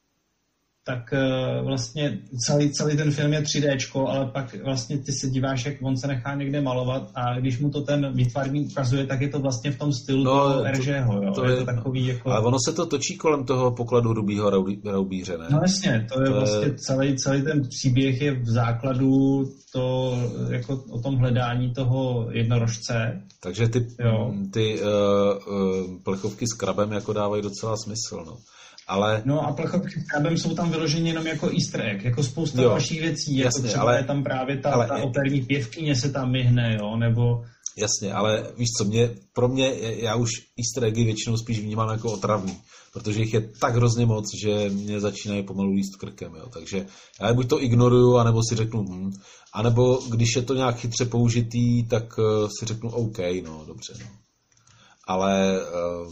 tak vlastně celý ten film je 3Dčko, ale pak vlastně ty se díváš, jak on se nechá někde malovat a když mu to ten výtvarník ukazuje, tak je to vlastně v tom stylu toho Eržého, jo. Je to takový jako... Ale ono se to točí kolem toho pokladu Rubího Raubíře, ne? No jasně, to je vlastně celý ten příběh je v základu to jako o tom hledání toho jednorožce. Takže ty plechovky s krabem jako dávají docela smysl, no. Ale... No a plechovky s krabem jsou tam vyloženy jenom jako easter egg, jako spousta dalších věcí, jako jasně, třeba je tam právě ta operní pěvkyně se tam myhne, jo, nebo... Jasně, ale víš co, pro mě, já už easter eggy většinou spíš vnímám jako otravný, protože jich je tak hrozně moc, že mě začínají pomalu líst krkem, jo, takže já buď to ignoruju, anebo si řeknu anebo když je to nějak chytře použitý, tak si řeknu OK, no, dobře, no. Ale...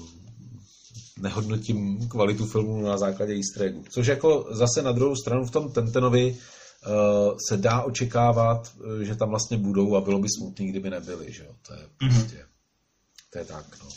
nehodnotím kvalitu filmu na základě easter eggu. Což jako zase na druhou stranu v tom Tintinovi se dá očekávat, že tam vlastně budou a bylo by smutný, kdyby nebyli, že jo. To je prostě, to je tak, no.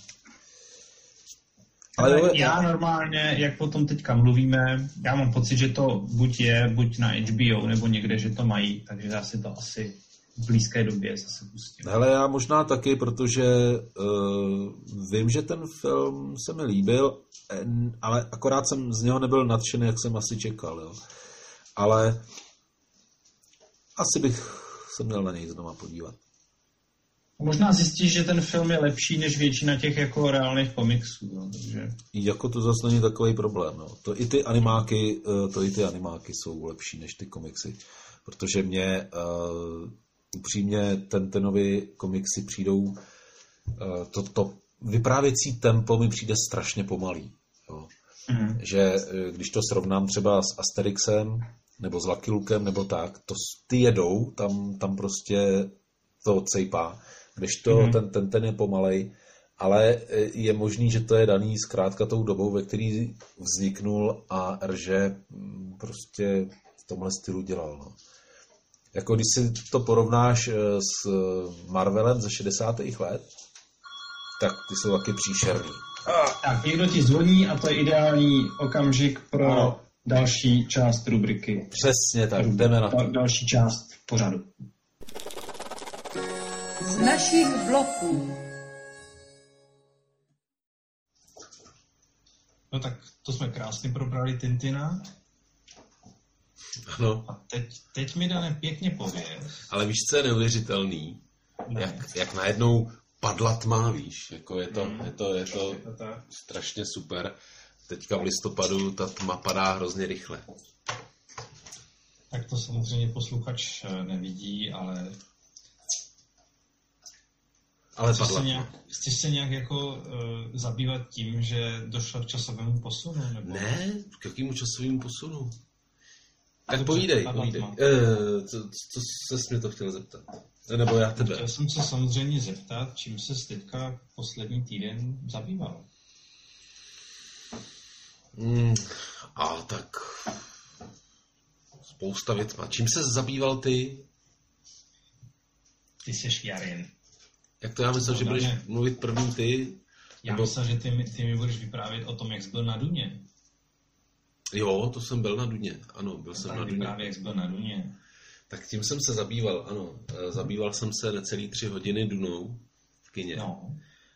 Ale já normálně, jak potom teďka mluvíme, já mám pocit, že to buď na HBO, nebo někde, že to mají, takže já si to asi v blízké době zase pustím. Hele, já možná taky, protože vím, že ten film se mi líbil, ale akorát jsem z něho nebyl nadšený, jak jsem asi čekal, jo. Ale asi bych se měl na něj znova podívat. Možná zjistíš, že ten film je lepší než většina těch jako reálných komiksů. No, takže... Jako to zase není takový problém. No. To i ty animáky jsou lepší než ty komiksy. Protože mě upřímně Tintinovy komiksy přijdou to vyprávěcí tempo mi přijde strašně pomalý. Jo. Že když to srovnám třeba s Asterixem nebo s Lucky Lukem nebo tak, to ty jedou, tam prostě to cejpá. Když to ten je pomalej, ale je možný, že to je daný zkrátka tou dobou, ve který vzniknul a Hergé prostě v tomhle stylu dělal. No. Jako když si to porovnáš s Marvelem ze 60. let, tak ty jsou taky příšerný. Tak, někdo ti zvoní a to je ideální okamžik pro další část rubriky. Přesně tak, jdeme na to. Další část pořadu. Z našich bloků. No tak to jsme krásně probrali Tintina. Ano. A teď mi Dané pěkně pověz. Ale víš, co je neuvěřitelný? Jak najednou padla tma, víš? Jako je to strašně super. Teďka v listopadu ta tma padá hrozně rychle. Tak to samozřejmě posluchač nevidí, ale chceš se nějak jako zabývat tím, že došlo k časovému posunu? Nebo... Ne, k jakému časovému posunu? Tak povídej. Co ses mě to chtěl zeptat? Nebo já tebe? Chtěl jsem se samozřejmě zeptat, čím ses teďka poslední týden zabýval. Tak spousta věcma. Čím ses zabýval ty? Ty seš Jarin. Jak to já myslel, že budeš mluvit první ty? Já myslel, že ty mi budeš vyprávět o tom, jak jsi byl na Duně. Jo, to jsem byl na Duně. Ano, byl jsem na Duně. Vyprávět, jak jsi byl na Duně. Tak tím jsem se zabýval, ano. Zabýval jsem se necelý 3 hodiny Dunou v kině. No.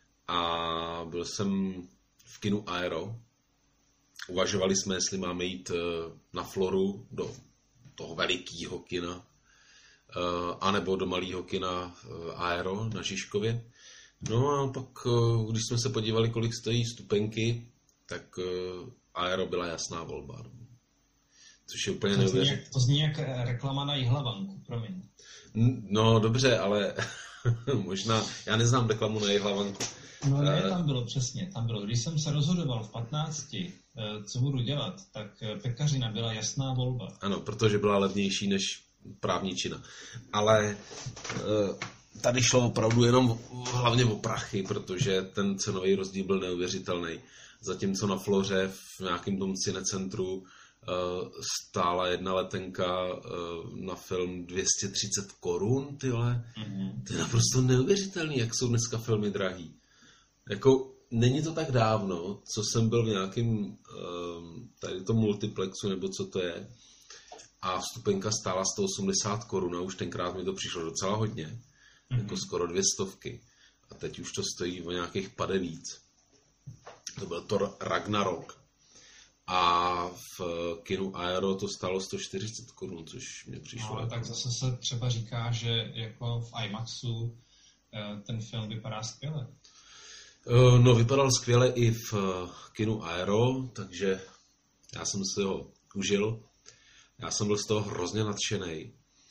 A byl jsem v kinu Aero. Uvažovali jsme, jestli máme jít na Floru do toho velikého kina, anebo do malého kina Aero na Žižkově. No a pak, když jsme se podívali, kolik stojí stupenky, tak Aero byla jasná volba. Což je úplně neuvěřitelné. To zní jak reklama na Jihlavanku, promiň. No dobře, ale možná, já neznám reklamu na Jihlavanku. No ne, tam bylo přesně, když jsem se rozhodoval v 15, co budu dělat, tak pekařina byla jasná volba. Ano, protože byla levnější než právničina. Ale tady šlo opravdu jenom hlavně o prachy, protože ten cenový rozdíl byl neuvěřitelný. Zatímco na Floře v nějakém tom cinecentru stála jedna letenka na film 230 korun, tyhle. To je naprosto neuvěřitelný, jak jsou dneska filmy drahý. Jako, není to tak dávno, co jsem byl v nějakém tady tom multiplexu, nebo co to je, a vstupenka stála 180 korun a už tenkrát mi to přišlo docela hodně, jako skoro 200. A teď už to stojí o nějakých pade víc. To byl Thor Ragnarok. A v kinu Aero to stálo 140 korun, což mě přišlo. No, ale tak zase se třeba říká, že jako v IMAXu ten film vypadá skvěle. No, vypadal skvěle i v kinu Aero, takže já jsem si ho užil. Já jsem byl z toho hrozně nadšenej.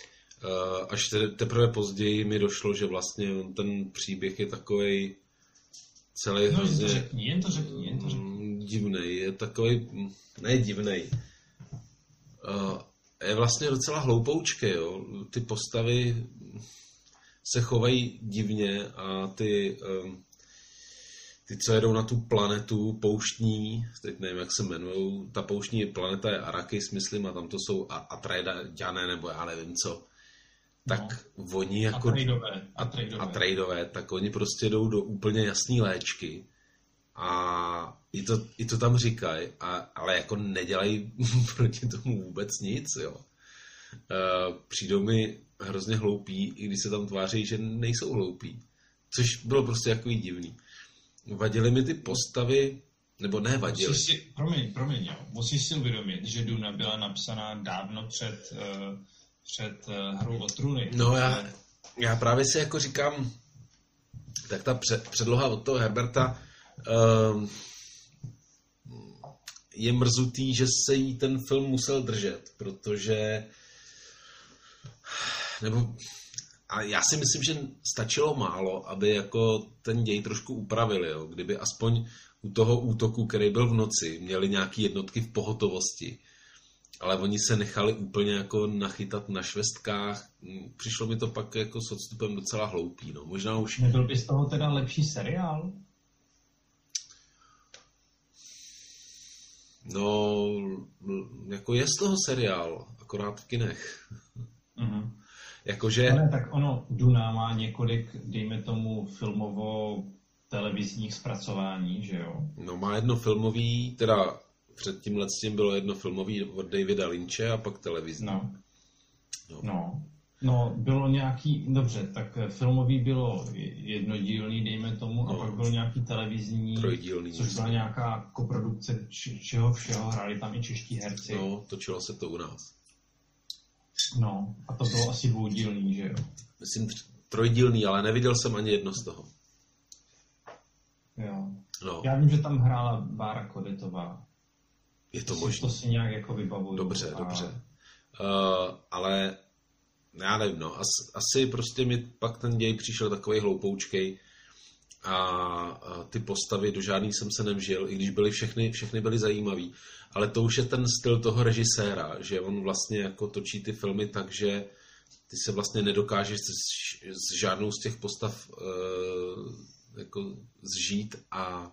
Až teprve později mi došlo, že vlastně ten příběh je takovej celý hrozně... Jen to řekni. Divnej, je takovej... Ne divnej. Je vlastně docela hloupoučkej, jo. Ty postavy se chovají divně a ty, co jedou na tu planetu pouštní, teď nevím, jak se jmenujou, ta pouštní planeta je Arrakis, myslím, a tam to jsou Atreidané, nebo já nevím co. Tak oni jako... Atreidové, tak oni prostě jdou do úplně jasný léčky a i to tam říkají, ale jako nedělají proti tomu vůbec nic, jo. Přijdou mi hrozně hloupí, i když se tam tváří, že nejsou hloupí. Což bylo prostě takový divný. Vadily mi ty postavy, nebo ne vadily. Promiň, jo. Musíš si uvědomit, že Duna byla napsaná dávno před Hrou o trůny. No já právě si jako říkám, tak ta předloha od toho Herberta je mrzutý, že se jí ten film musel držet, protože a já si myslím, že stačilo málo, aby jako ten děj trošku upravili, jo? Kdyby aspoň u toho útoku, který byl v noci, měli nějaký jednotky v pohotovosti, ale oni se nechali úplně jako nachytat na švestkách. Přišlo mi to pak jako s odstupem docela hloupý, no. Možná už... Nebyl by z toho teda lepší seriál? No, jako je z toho seriál, akorát v kinech. Mhm. Jakože... Ale tak ono, Duna má několik, dejme tomu, filmovo-televizních zpracování, že jo? No, má jedno filmový, teda před tímhle s tím bylo jedno filmový od Davida Lynche a pak televizní. No, bylo nějaký, dobře, tak filmový bylo jednodílný, dejme tomu, a pak byl nějaký televizní, trojdílný, což byla nějaká koprodukce čeho všeho, hráli tam i čeští herci. No, točilo se to u nás. No, a to bylo asi dvoudílný, že jo? Myslím trojdílný, ale neviděl jsem ani jedno z toho. Jo. No. Já vím, že tam hrála Bára Kodetová. Je to možné. To si nějak jako vybavuju. Dobře. Ale já nevím, no. Asi prostě mi pak ten děj přišel takovej hloupoučkej a ty postavy do žádných jsem se nevžil, i když byly všechny byly zajímavý. Ale to už je ten styl toho režiséra, že on vlastně jako točí ty filmy tak, že ty se vlastně nedokážeš s žádnou z těch postav jako zžít a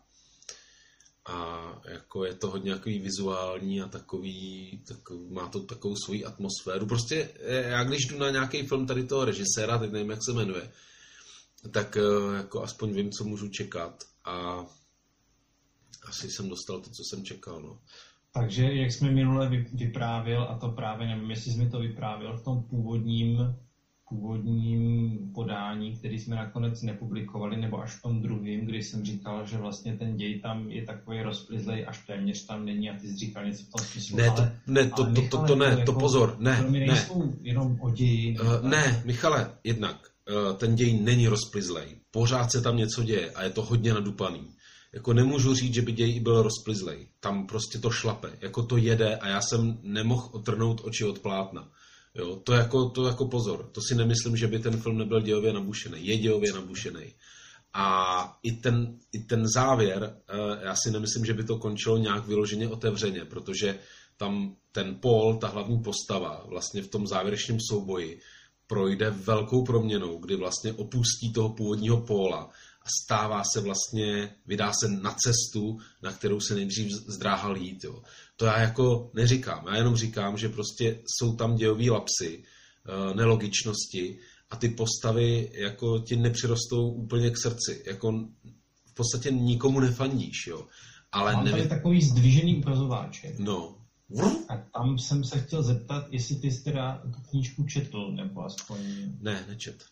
jako je to hodně takový vizuální a takový má to takovou svoji atmosféru. Prostě já když jdu na nějaký film tady toho režiséra, tak nevím, jak se jmenuje, tak jako aspoň vím, co můžu čekat a asi jsem dostal to, co jsem čekal, no. Takže, jak jsme minule vyprávěl, a to právě nevím, jestli jsi mi to vyprávěl v tom původním podání, který jsme nakonec nepublikovali, nebo až v tom druhém, kdy jsem říkal, že vlastně ten děj tam je takový rozplizlej, až téměř tam není, a ty jsi říkal něco v tom smyslu. To pozor, ne. Nejsou jenom o ději. Ne, Michale, jednak ten děj není rozplizlej. Pořád se tam něco děje a je to hodně nadupaný. Jako nemůžu říct, že by děj byl rozplizlej. Tam prostě to šlape. Jako to jede a já jsem nemohl otrhnout oči od plátna. Jo, to jako pozor. To si nemyslím, že by ten film nebyl dějově nabušený. Je dějově nabušený. A i ten závěr, já si nemyslím, že by to končilo nějak vyloženě otevřeně, protože tam ten Paul, ta hlavní postava, vlastně v tom závěrečném souboji projde velkou proměnou, kdy vlastně opustí toho původního Paula a vydá se na cestu, na kterou se nejdřív zdráhal jít. Jo. To já jako neříkám. Já jenom říkám, že prostě jsou tam dějový lapsy, nelogičnosti a ty postavy jako ti nepřirostou úplně k srdci. Jako v podstatě nikomu nefandíš. Jo. Ale mám tady takový zdvižený ukazováček. No. A tam jsem se chtěl zeptat, jestli ty jsi teda tu knížku četl, nebo aspoň... Ne, nečet.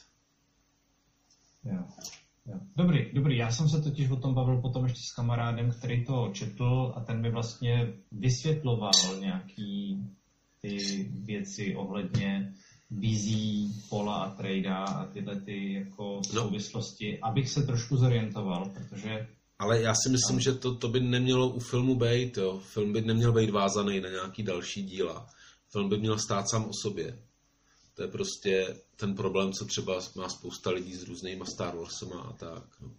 Jo. Dobrý. Já jsem se totiž o tom bavil potom ještě s kamarádem, který to četl a ten mi vlastně vysvětloval nějaký ty věci ohledně vizí Paula Atreida a tyhle ty jako souvislosti, abych se trošku zorientoval, protože... Ale já si myslím, že to by nemělo u filmu být, jo. Film by neměl být vázaný na nějaký další díla. Film by měl stát sám o sobě. To je prostě ten problém, co třeba má spousta lidí s různýma Star Warsama a tak. No.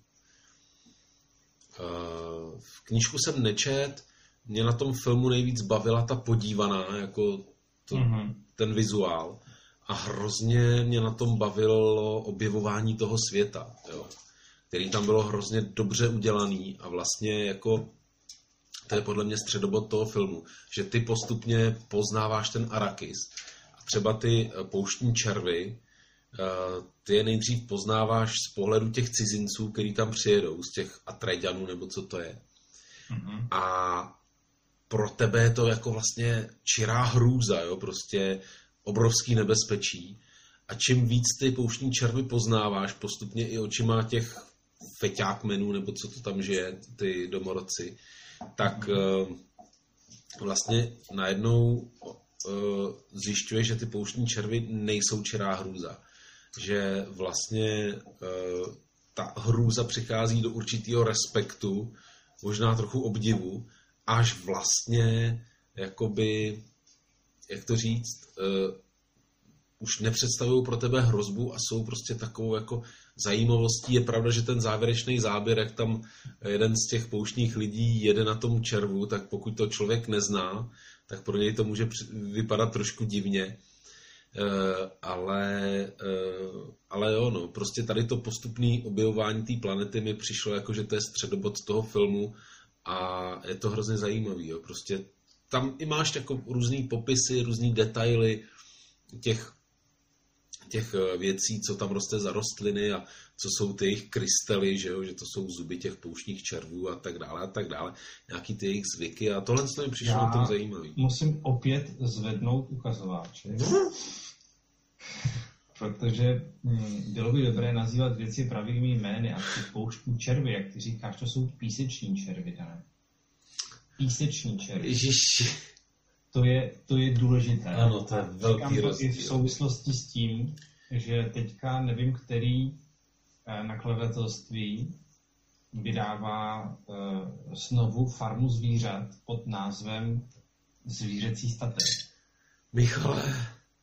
V knížku jsem nečet, mě na tom filmu nejvíc bavila ta podívaná, jako ten vizuál. A hrozně mě na tom bavilo objevování toho světa, jo, který tam bylo hrozně dobře udělaný a vlastně jako to je podle mě středobod toho filmu, že ty postupně poznáváš ten Arrakis. Třeba ty pouštní červy, ty je nejdřív poznáváš z pohledu těch cizinců, kteří tam přijedou, z těch Atreidanů, nebo co to je. Mm-hmm. A pro tebe je to jako vlastně čirá hrůza, jo? Prostě obrovský nebezpečí. A čím víc ty pouštní červy poznáváš, postupně i očima těch feťákmenů, nebo co to tam žije, ty domorodci, tak vlastně najednou zjišťuje, že ty pouštní červy nejsou čirá hrůza. Že vlastně ta hrůza přichází do určitého respektu, možná trochu obdivu, až vlastně jakoby, jak to říct, už nepředstavují pro tebe hrozbu a jsou prostě takovou jako zajímavostí. Je pravda, že ten závěrečný záběr, jak tam jeden z těch pouštních lidí jede na tom červu, tak pokud to člověk nezná, tak pro něj to může vypadat trošku divně. Ale jo, no, prostě tady to postupné objevování té planety mi přišlo jako, že to je středobod toho filmu a je to hrozně zajímavý, jo. Prostě tam i máš jako různý popisy, různý detaily těch věcí, co tam roste za rostliny a co jsou ty jejich krystaly, že jo, že to jsou zuby těch pouštních červů a tak dále, nějaký ty jejich zvyky a tohle mi přišlo na tom zajímavý. Musím opět zvednout ukazováček, protože bylo by dobré nazývat věci pravými jmény a ty pouštní červy, jak ty říkáš, to jsou píseční červy, ne? Píseční červy. Ježiši. To je důležité. Ano, to je velký rozdíl. I v souvislosti s tím, že teďka nevím, který nakladatelství vydává znovu farmu zvířat pod názvem Zvířecí statek. Michale.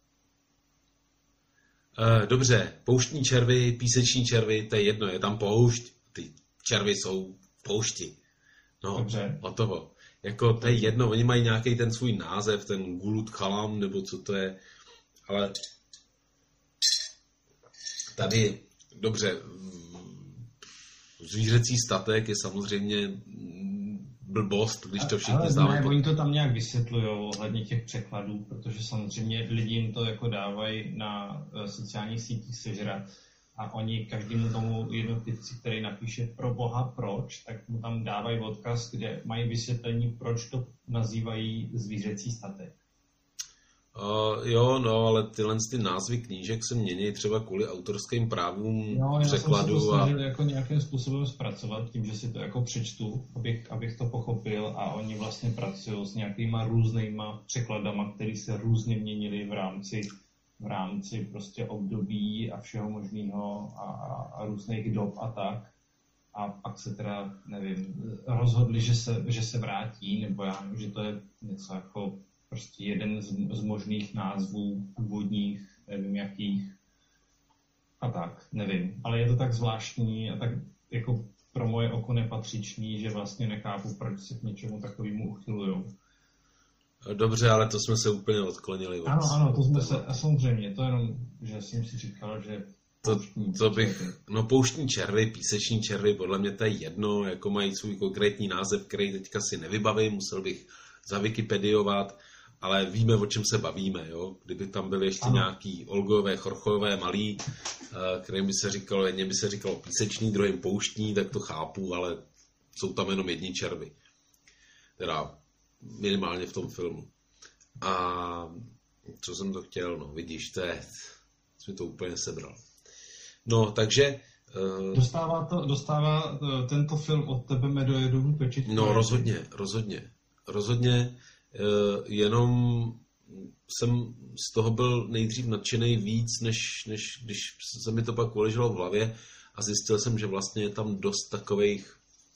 Dobře, pouštní červy, píseční červy, to je jedno, je tam poušť, ty červy jsou v poušti. No, dobře. Hotovo. Jako to je jedno, oni mají nějaký ten svůj název, ten Gulut Chalam, nebo co to je, ale tady, dobře, zvířecí statek je samozřejmě blbost, když to všichni známe. Ale oni to tam nějak vysvětlujou ohledně těch překladů, protože samozřejmě lidi jim to jako dávají na sociálních sítích sežrat a oni každému tomu jednotlivci, který napíše pro boha proč, tak mu tam dávají odkaz, kde mají vysvětlení, proč to nazývají zvířecí statek. Jo, no, ale tyhle ty názvy knížek se mění třeba kvůli autorským právům překladu. Já jsem se to snažil jako nějakým způsobem zpracovat, tím, že si to jako přečtu, abych to pochopil a oni vlastně pracují s nějakýma různýma překladama, které se různě měnily v rámci prostě období a všeho možného a různých dob a tak. A pak se teda, nevím, rozhodli, že se vrátí, nebo že to je něco jako prostě jeden z možných názvů původních, nevím jakých, a tak, nevím. Ale je to tak zvláštní a tak jako pro moje oko nepatřičný, že vlastně nechápu, proč se k něčemu takovému uchylujou. Dobře, ale to jsme se úplně odklonili. Ano, to jsme se, a samozřejmě, to jenom, že jsem si říkal, že pouštní červy, píseční červy, podle mě to je jedno, jako mají svůj konkrétní název, který teďka si nevybavím, musel bych zavikipediovat, ale víme, o čem se bavíme, jo? Kdyby tam byly ještě nějaký olgové, chorchové, malý, kterým by se říkalo, jedně by se říkalo píseční, druhým pouštní, tak to chápu, ale jsou tam jenom jedni červy. Teda minimálně v tom filmu. A co jsem to chtěl, no vidíš, jsi mi to úplně sebral. No, takže... Dostává tento film od tebe medailonu pečetku? No, rozhodně. Jenom jsem z toho byl nejdřív nadšenej víc, než když se mi to pak uleželo v hlavě a zjistil jsem, že vlastně je tam dost takových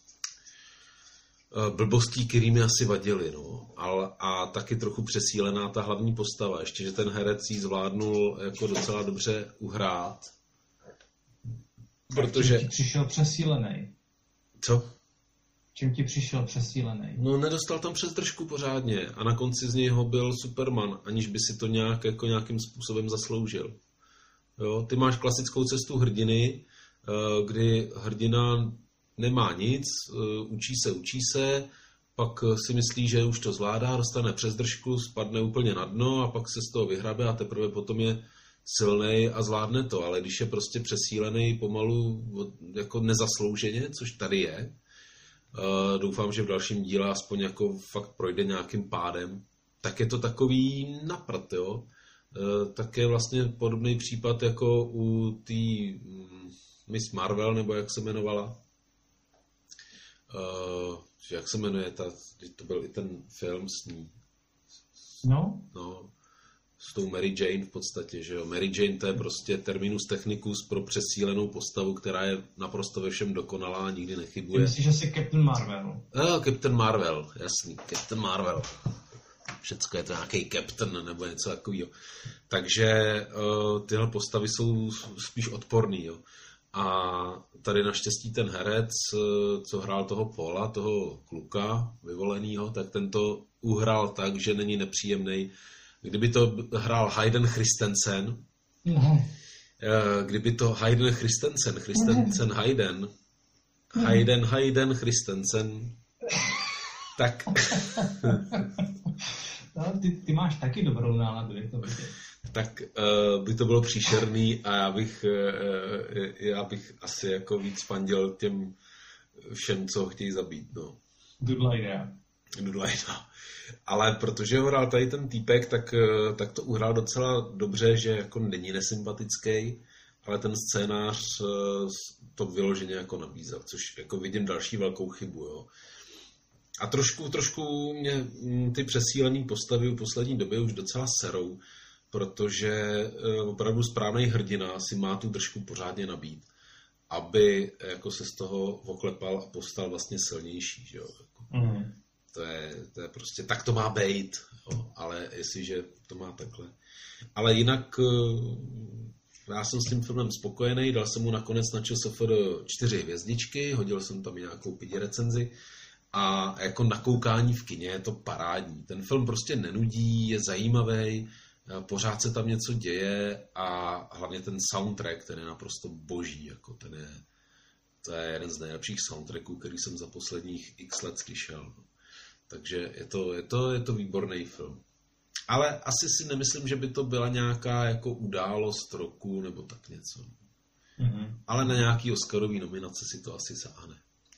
blbostí, který mi asi vadily, no. A taky trochu přesílená ta hlavní postava. Ještě, že ten herec jí zvládnul jako docela dobře uhrát. Protože... Čím ti přišel přesílený? Co? Čím ti přišel přesílený? No, nedostal tam přes držku pořádně a na konci z něho byl Superman, aniž by si to nějakým způsobem zasloužil. Jo? Ty máš klasickou cestu hrdiny, kdy hrdina nemá nic, učí se, pak si myslí, že už to zvládá, dostane přes držku, spadne úplně na dno a pak se z toho vyhrabe a teprve potom je silnej a zvládne to, ale když je prostě přesílený pomalu jako nezaslouženě, což tady je, doufám, že v dalším díle aspoň jako fakt projde nějakým pádem, tak je to takový naprt, jo. Tak je vlastně podobný případ jako u té Miss Marvel, nebo jak se jmenovala. Jak se jmenuje, to byl i ten film s ní. No. s tou Mary Jane v podstatě, že jo. Mary Jane to je prostě terminus technicus pro přesílenou postavu, která je naprosto ve všem dokonalá a nikdy nechybuje. Ty myslíš, že jsi Captain Marvel? Captain Marvel, jasný, Captain Marvel. Všecko je to nějaký Captain nebo něco takového. Takže tyhle postavy jsou spíš odporný, jo. A tady naštěstí ten herec, co hrál toho Paula, toho kluka vyvolenýho, tak ten to uhrál tak, že není nepříjemnej. Kdyby to hrál Hayden Christensen, Hayden Christensen, tak... No, ty máš taky dobrou náladu, jak to bude. Tak by to bylo příšerný a já bych asi jako víc fandil těm všem, co chtějí zabít, no. Dudlajda. Ale protože ho hrál tady ten týpek, tak to uhrál docela dobře, že jako není nesympatický, ale ten scénář to vyloženě jako nabízel, což jako vidím další velkou chybu, jo. A trošku mě ty přesílené postavy v poslední době už docela serou, protože opravdu správný hrdina si má tu držku pořádně nabít, aby jako se z toho oklepal a postal vlastně silnější, že jo. To je prostě, tak to má být, jo, ale jestliže to má takhle. Ale jinak já jsem s tím filmem spokojený, dal jsem mu nakonec na ČSFD 4 hvězdičky, hodil jsem tam nějakou pidi recenzi a jako na koukání v kině je to parádní. Ten film prostě nenudí, je zajímavý, pořád se tam něco děje a hlavně ten soundtrack, ten je naprosto boží, jako to je jeden z nejlepších soundtracků, který jsem za posledních x let slyšel. Takže je to výborný film. Ale asi si nemyslím, že by to byla nějaká jako událost roku nebo tak něco. Mm-hmm. Ale na nějaký Oscarový nominace si to asi sáhne.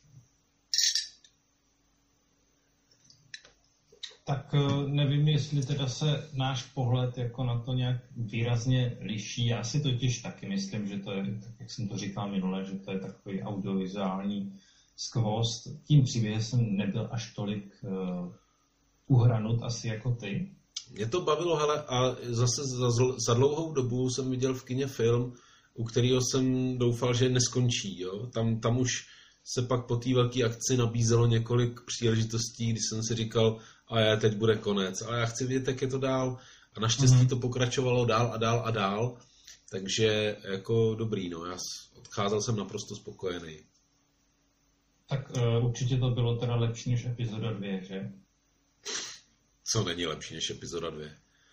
Tak nevím, jestli teda se náš pohled jako na to nějak výrazně liší. Já si totiž taky myslím, že to je, tak jak jsem to říkal minule, že to je takový audiovizuální skvost. Tím příběhem jsem nebyl až tolik uhranut asi jako ty. Mě to bavilo, hele, a zase za dlouhou dobu jsem viděl v kině film, u kterého jsem doufal, že neskončí. Jo? Tam už se pak po té velké akci nabízelo několik příležitostí, kdy jsem si říkal, a teď bude konec. Ale já chci vědět, jak je to dál. A naštěstí to pokračovalo dál a dál a dál. Takže jako dobrý, no. Já odcházel jsem naprosto spokojený. Tak určitě to bylo teda lepší než epizoda 2, že? Co není lepší než epizoda 2?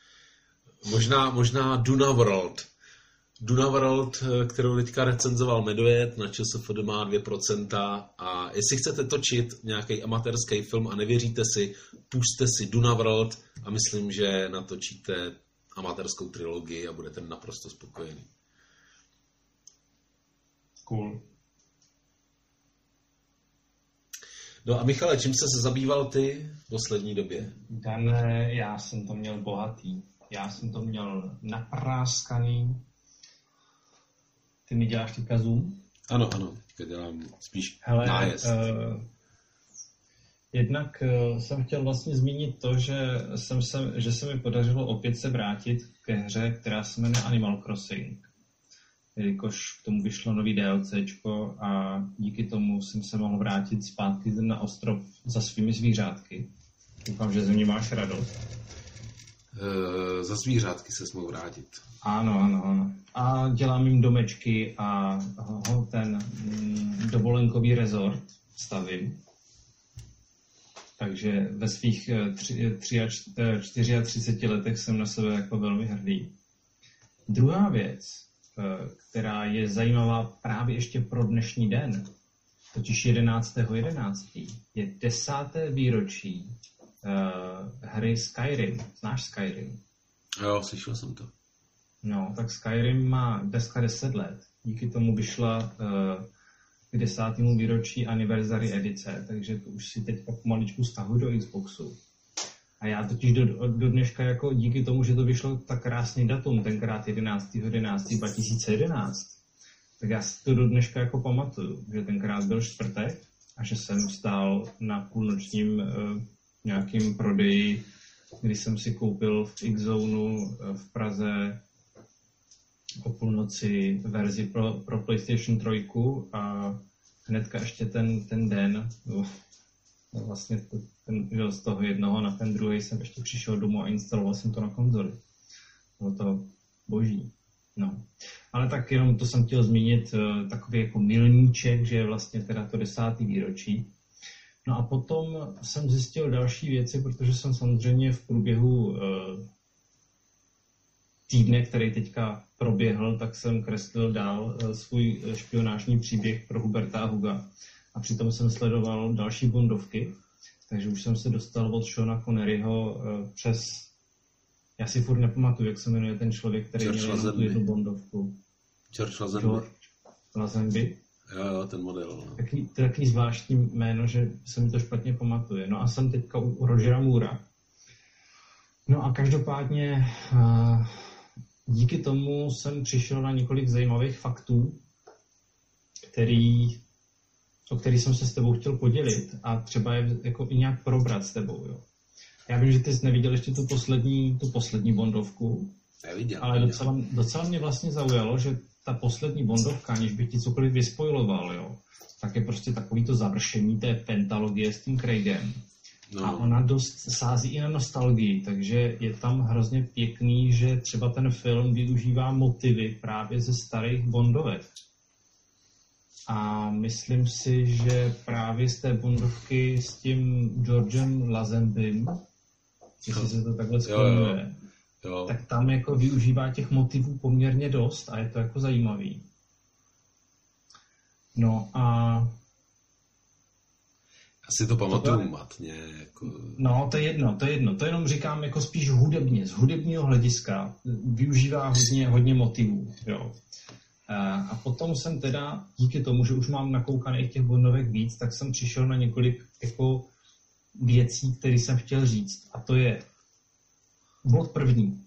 Možná Duna World, kterou teďka recenzoval Medvěd, na ČSFD má 2%. A jestli chcete točit nějaký amatérský film a nevěříte si, pusťte si Duna World a myslím, že natočíte amatérskou trilogii a budete naprosto spokojený. Cool. No a Michale, čím se zabýval ty v poslední době? Dané, já jsem to měl bohatý. Já jsem to měl napráskaný. Ty mi děláš teďka zoom? Ano, teďka dělám spíš nájezd. Jednak jsem chtěl vlastně zmínit to, že se mi podařilo opět se vrátit ke hře, která se jmenuje Animal Crossing. Jelikož k tomu vyšlo nový DLCčko a díky tomu jsem se mohl vrátit zpátky na ostrov za svými zvířátky. Doufám, že ze mě máš radost. Za zvířátky se mohl vrátit. Ano. A dělám jim domečky a ten dovolenkový rezort stavím. Takže ve svých 34 letech jsem na sebe jako velmi hrdý. Druhá věc, která je zajímavá právě ještě pro dnešní den, totiž 11.11. je 10. výročí hry Skyrim. Znáš Skyrim? Jo, slyšel jsem to. No, tak Skyrim má dneska 10 let. Díky tomu vyšla k 10. výročí anniversary edice, takže to už si teďka pomaličku stahuji do Xboxu. A já totiž do dneška jako díky tomu, že to vyšlo tak krásný datum, tenkrát 11.11.2011, tak já si to do dneška jako pamatuju, že tenkrát byl čtvrtek a že jsem stál na půlnočním nějakým prodeji kdy jsem si koupil v X-Zonu v Praze o půlnoci verzi pro PlayStation 3 a hnedka ještě ten den, vlastně z toho jednoho na ten druhý jsem ještě přišel domů a instaloval jsem to na konzoli. Bylo to boží. No. Ale tak jenom to jsem chtěl zmínit, takový jako milníček, že je vlastně teda to 10. výročí. No a potom jsem zjistil další věci, protože jsem samozřejmě v průběhu týdne, který teďka proběhl, tak jsem kreslil dál svůj špionážní příběh pro Huberta a Huga. A přitom jsem sledoval další bondovky, takže už jsem se dostal od Seana Conneryho přes... Já si furt nepamatuju, jak se jmenuje ten člověk, který měl tu jednu bondovku. George Lazenby. Lazenby. Jo, ten model. No. To je takový zvláštní jméno, že se mi to špatně pamatuje. No a jsem teďka u Rogera Moora. No a každopádně díky tomu jsem přišel na několik zajímavých faktů, o který jsem se s tebou chtěl podělit a třeba je jako i nějak probrat s tebou. Jo. Já vím, že ty jsi neviděl ještě tu poslední bondovku, ale docela mě vlastně zaujalo, že ta poslední bondovka, aniž bych ti cokoliv vyspoiloval, jo, tak je prostě takový to završení té pentalogie s tím Craigem. No. A ona dost sází i na nostalgii, takže je tam hrozně pěkný, že třeba ten film využívá motivy právě ze starých bondovek. A myslím si, že právě z té bondovky s tím Georgem Lazenbym, jestli se to takhle skloňuje, tak tam jako využívá těch motivů poměrně dost a je to jako zajímavý. No a... Asi to pamatuju matně. Jako... No, to je jedno. To jenom říkám jako spíš hudebně, z hudebního hlediska. Využívá hodně motivů, jo. A potom jsem teda, díky tomu, že už mám nakoukaných těch bondovek víc, tak jsem přišel na několik jako věcí, které jsem chtěl říct. A to je bod první.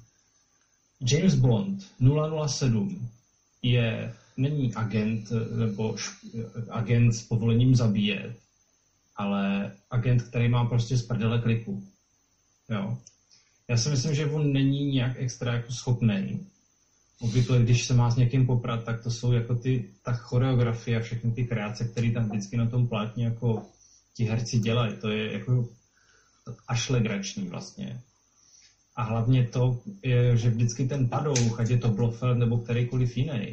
James Bond 007 není agent nebo agent s povolením zabíjet, ale agent, který má prostě z prdele kliku. Jo. Já si myslím, že on není nějak extra jako schopnej. Obvykle, když se má s někým poprat, tak to jsou jako ta choreografie a všechny ty kreace, které tam vždycky na tom plátně jako ti herci dělají. To je jako až legrační vlastně. A hlavně to je, že vždycky ten padouch, ať je to Blofeld nebo kterýkoliv jiný,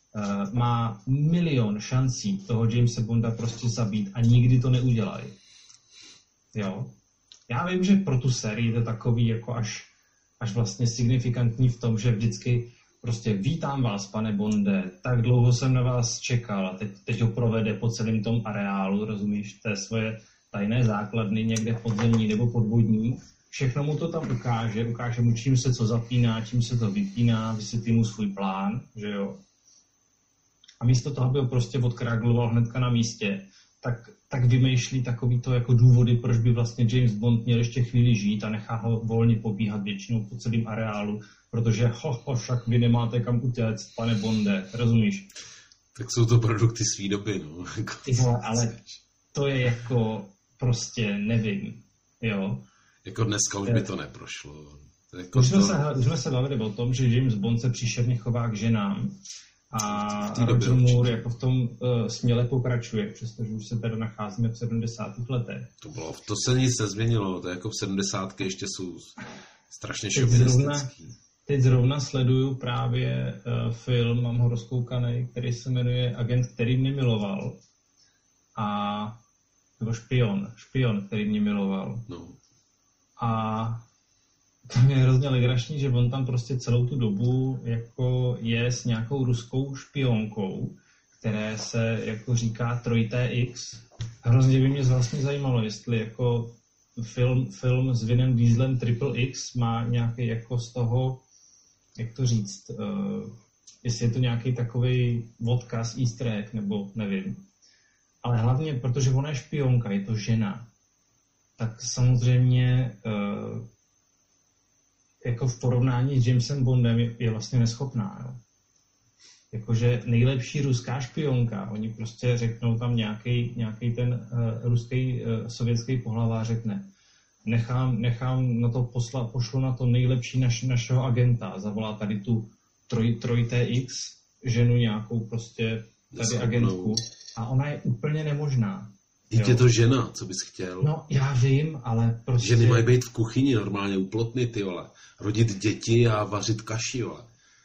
má milion šancí toho Jamesa Bonda prostě zabít a nikdy to neudělají. Jo? Já vím, že pro tu sérii to je takový jako až vlastně signifikantní v tom, že vždycky prostě vítám vás, pane Bonde, tak dlouho jsem na vás čekal a teď ho provede po celém tom areálu, rozumíš, té svoje tajné základny někde podzemní nebo podvodní. Všechno mu to tam ukáže mu, čím se co zapíná, čím se to vypíná, vysvětlí mu svůj plán, že jo. A místo toho, aby ho prostě odkragloval hnedka na místě, tak vymýšlí takovýto jako důvody, proč by vlastně James Bond měl ještě chvíli žít a nechá ho volně pobíhat většinou po celém areálu, protože však vy nemáte kam utéct, pane Bonde, rozumíš? Tak jsou to produkty svý doby, no. Ale to je jako prostě nevím, jo. Jako dneska už by to neprošlo. Jako už jsme se bavili o tom, že James Bond se příšerně chová k ženám a Roger Moore jako v tom směle pokračuje, přestože už se tady nacházíme v 70. letech. To se nic nezměnilo, to je jako v 70. ještě jsou strašně šovinistický. Teď zrovna sleduju právě film, mám ho rozkoukaný, který se jmenuje Agent, který mě miloval. Nebo špion, který mě miloval. No. A to je hrozně legrační, že on tam prostě celou tu dobu jako je s nějakou ruskou špionkou, které se jako říká 3TX. Hrozně by mě vlastně zajímalo, jestli jako film s Vinem Dieselem Triple X má nějaký jako z toho, jak to říct, jestli je to nějaký takovej odkaz, easter egg, nebo nevím. Ale hlavně, protože ona je špionka, je to žena, tak samozřejmě jako v porovnání s Jamesem Bondem je vlastně neschopná. Jo. Jakože nejlepší ruská špionka, oni prostě řeknou tam nějaký ten ruský sovětský pohlavář řekne, nechám na to pošlu na to nejlepší našeho agenta, zavolá tady tu 3TX, ženu nějakou prostě tady agentku a ona je úplně nemožná. Je to žena, co bys chtěl? No, já vím, ale prostě... Ženy mají být v kuchyni normálně u plotny, ty vole. Rodit děti a vařit kaši, vole.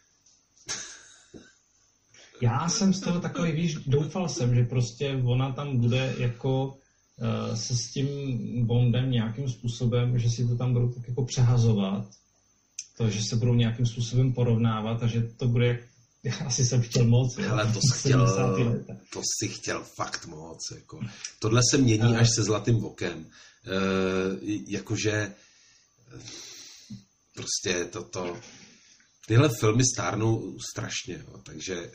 Já jsem z toho takový, víš, doufal jsem, že prostě ona tam bude jako se s tím Bondem nějakým způsobem, že si to tam budou tak jako přehazovat, to, že se budou nějakým způsobem porovnávat a že to bude jak... Asi jsem chtěl moc. Hele, to si chtěl fakt moc. Jako. Tohle se mění až se Zlatým okem. Jakože prostě toto... Tyhle filmy stárnou strašně, jo, takže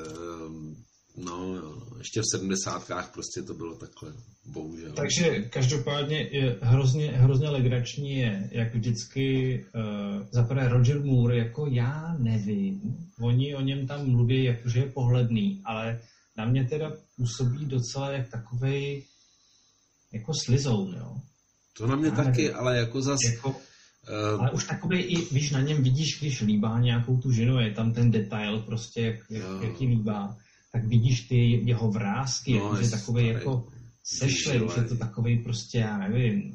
ještě v 70kách prostě to bylo takhle, bohužel. Takže každopádně je hrozně legrační je, jak vždycky zaprvé Roger Moore, jako já nevím, oni o něm tam mluví, jakože je pohledný, ale na mě teda působí docela jak takovej jako slizoun, jo. To na mě já taky, nevím. Ale jako zas... Ale už takový i, víš, na něm vidíš, když líbá nějakou tu ženu, je tam ten detail prostě, jak ji líbá, tak vidíš ty jeho vrásky, že takovej jako sešlej, už je to takovej prostě, já nevím.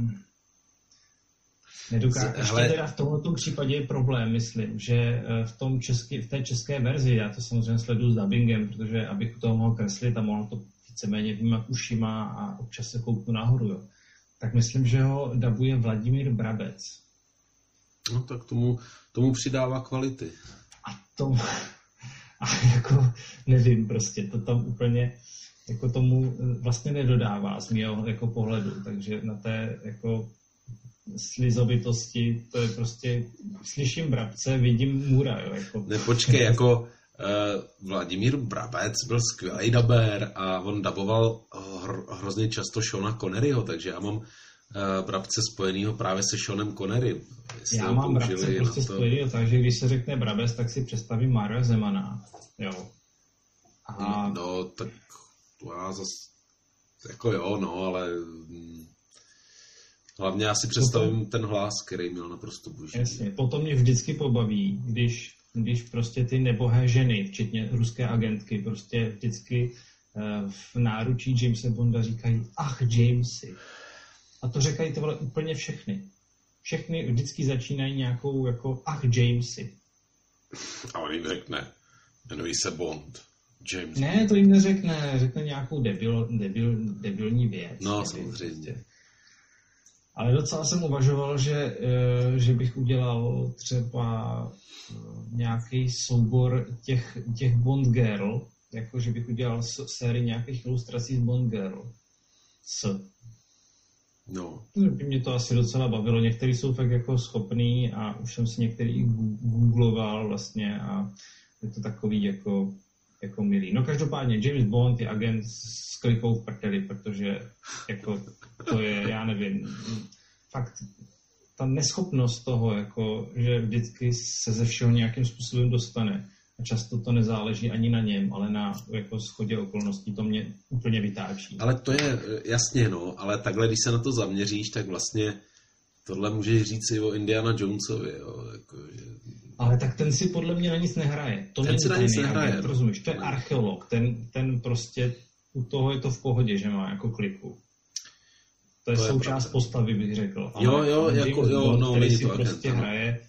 Ještě teda v tomto případě je problém, myslím, že v té české verzi, já to samozřejmě sleduju s dubbingem, protože abych u toho mohl kreslit a mohl to víceméně vnímat ušima a občas se kouknu nahoru, jo. Tak myslím, že ho dabuje Vladimír Brabec. No tak tomu přidává kvality. A jako nevím prostě, to tam úplně jako tomu vlastně nedodává z mého jako pohledu, takže na té jako slizovitosti to je prostě, slyším Brabce, vidím Můra, jo. Jako. Nepočkej, jako Vladimír Brabec byl skvělý dabér a on daboval hrozně často Seana Conneryho, takže já mám Brabce spojenýho právě se Seanem Connerym. Já mám Brabce prostě spojenýho, takže když se řekne Brabec, tak si představím Mária Zemana. Jo. A... No, tak to já zase jako jo, no, ale hlavně já si představím ten hlas, který měl naprosto boží. Jasně, potom mě vždycky pobaví, když prostě ty nebohé ženy, včetně ruské agentky, prostě vždycky v náručí Jamesa Bonda říkají ach, Jamesy. A to říkají to úplně všechny. Všechny vždycky začínají nějakou jako ach, Jamesy. A on jim řekne, jmenují se Bond. James ne, Bond. to jim neřekne, řekne nějakou debilní věc. No, samozřejmě. Ale docela jsem uvažoval, že bych udělal třeba nějaký soubor těch Bond Girl, jako že bych udělal sérii nějakých ilustrací z Bond Girl. No. Mě to asi docela bavilo. Některý jsou fakt jako schopný a už jsem si některý googloval vlastně a je to takový jako milý. No každopádně James Bond je agent s klikou v prdeli, protože jako to je, já nevím, fakt ta neschopnost toho, jako, že vždycky se ze všeho nějakým způsobem dostane. A často to nezáleží ani na něm, ale na jako shodě okolností, to mě úplně vytáčí. Ale to je jasně, no, ale takhle, když se na to zaměříš, tak vlastně tohle můžeš říct i o Indiana Jonesovi, jo, jako, že... Ale tak ten si podle mě na nic nehraje. Ten si na nic nehraje. Rozumíš, to je archeolog, ten prostě u toho je to v pohodě, že má jako kliku. To je součást postavy, bych řekl. Ale jo, jako, jo, no, který si to prostě hraje.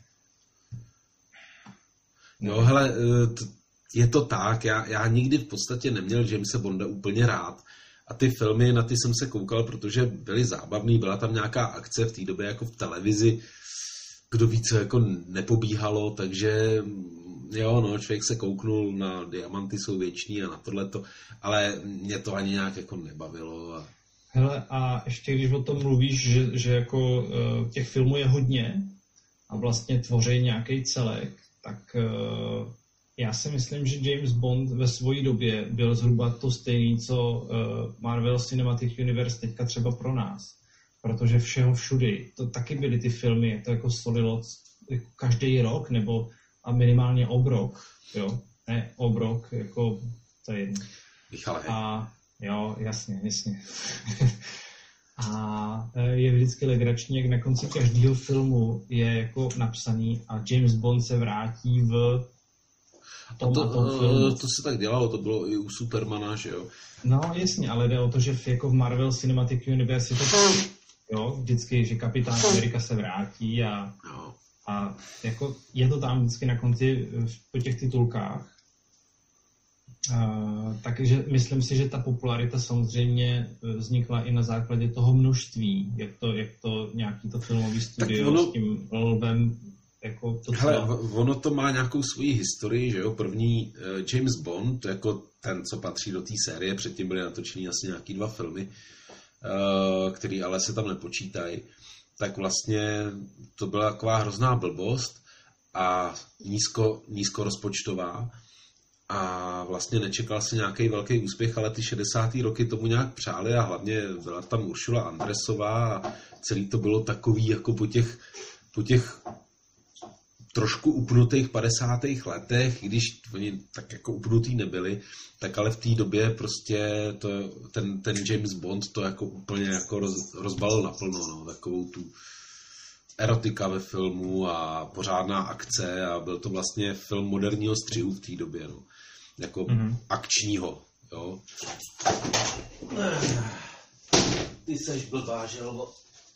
No, hele, je to tak, já nikdy v podstatě neměl Jamesa Bonda úplně rád. A ty filmy, na ty jsem se koukal, protože byly zábavný, byla tam nějaká akce v té době jako v televizi, kdo ví, co jako nepobíhalo, takže jo, no, člověk se kouknul na Diamanty jsou věční a na tohleto, ale mě to ani nějak jako nebavilo. A... Hele, a ještě když o tom mluvíš, že jako těch filmů je hodně a vlastně tvoří nějaký celek, tak já si myslím, že James Bond ve své době byl zhruba to stejný, co Marvel Cinematic Universe teďka třeba pro nás. Protože všeho všudy, to taky byly ty filmy, to jako solilo jako každý rok, nebo a minimálně obrok, jo, ne obrok, jako to je jedno. Michale. A jo, jasně. A je vždycky legrační, jak na konci každého filmu je jako napsaný a James Bond se vrátí v tom filmu. To se tak dělalo, to bylo i u Supermana, že jo? No jasně, ale jde o to, že jako v Marvel Cinematic Universe je to jo, vždycky, že Kapitán Amerika se vrátí a jako je to tam vždycky na konci po těch titulkách. Takže myslím si, že ta popularita samozřejmě vznikla i na základě toho množství, jak to nějaký to filmový studio s tím Lvem jako to hele, ono to má nějakou svoji historii, že jo, první James Bond, jako ten, co patří do té série, předtím byly natočený asi nějaký 2 filmy, který ale se tam nepočítají, tak vlastně to byla taková hrozná blbost a nízko rozpočtová a vlastně nečekal se nějaký velký úspěch, ale ty 60. roky tomu nějak přáli a hlavně byla tam Ursula Andresová a celý to bylo takový jako po těch trošku upnutých 50. letech, i když oni tak jako upnutý nebyli, tak ale v té době prostě ten James Bond to jako úplně jako rozbalil naplno, no, takovou tu erotika ve filmu a pořádná akce a byl to vlastně film moderního střihu v té době, no. Jako akčního, jo. Ty seš blbá, želvo.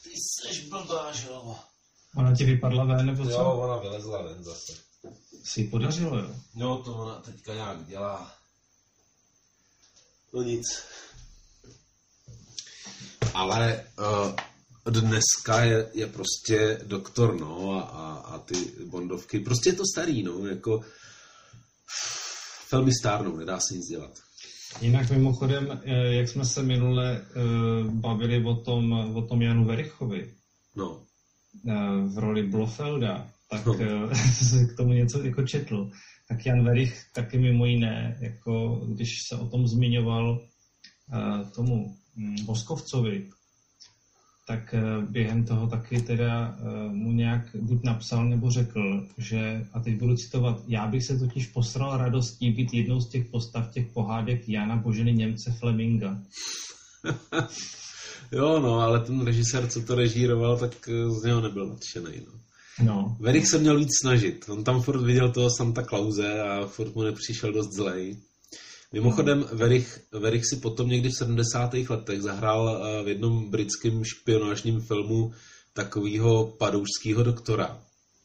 Ona ti vypadla ven, nebo co? Jo, ona vylezla ven zase. Si ji podařilo, jo? No, to ona teďka nějak dělá. No nic. Ale dneska je prostě doktor, no, a ty bondovky. Prostě je to starý, no, jako filmy stárnou, nedá se nic dělat. Jinak mimochodem, jak jsme se minule bavili o tom Janu Verichovi, no. V roli Blofelda, tak k tomu něco jako četl. Tak Jan Werich taky mimo jiné, jako když se o tom zmiňoval tomu Voskovcovi, tak během toho taky teda mu nějak buď napsal nebo řekl, že, a teď budu citovat, já bych se totiž posral radostí být jednou z těch postav těch pohádek Jana Boženy Němce Fleminga. Jo, no, ale ten režisér, co to režíroval, tak z něho nebyl nadšenej, no. No. Werich se měl víc snažit. On tam furt viděl toho Santa Clause a furt mu nepřišel dost zlej. Mimochodem, Werich si potom někdy v 70. letech zahrál v jednom britském špionážním filmu takovýho padoušského doktora.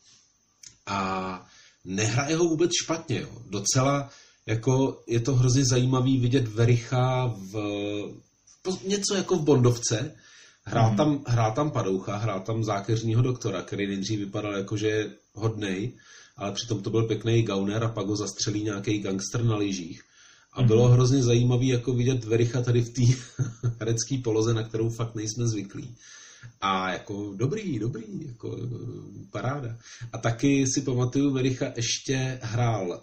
A nehraje ho vůbec špatně, jo. Docela jako je to hrozně zajímavý vidět Wericha něco jako v Bondovce. Hrál tam padoucha, hrál tam zákeřního doktora, který nejdřív vypadal jako, že je hodnej, ale přitom to byl pěkný gauner a pak ho zastřelí nějaký gangster na lyžích. A bylo hrozně zajímavý jako vidět Wericha tady v té herecké poloze, na kterou fakt nejsme zvyklí. A jako dobrý, jako paráda. A taky si pamatuju, Wericha ještě hrál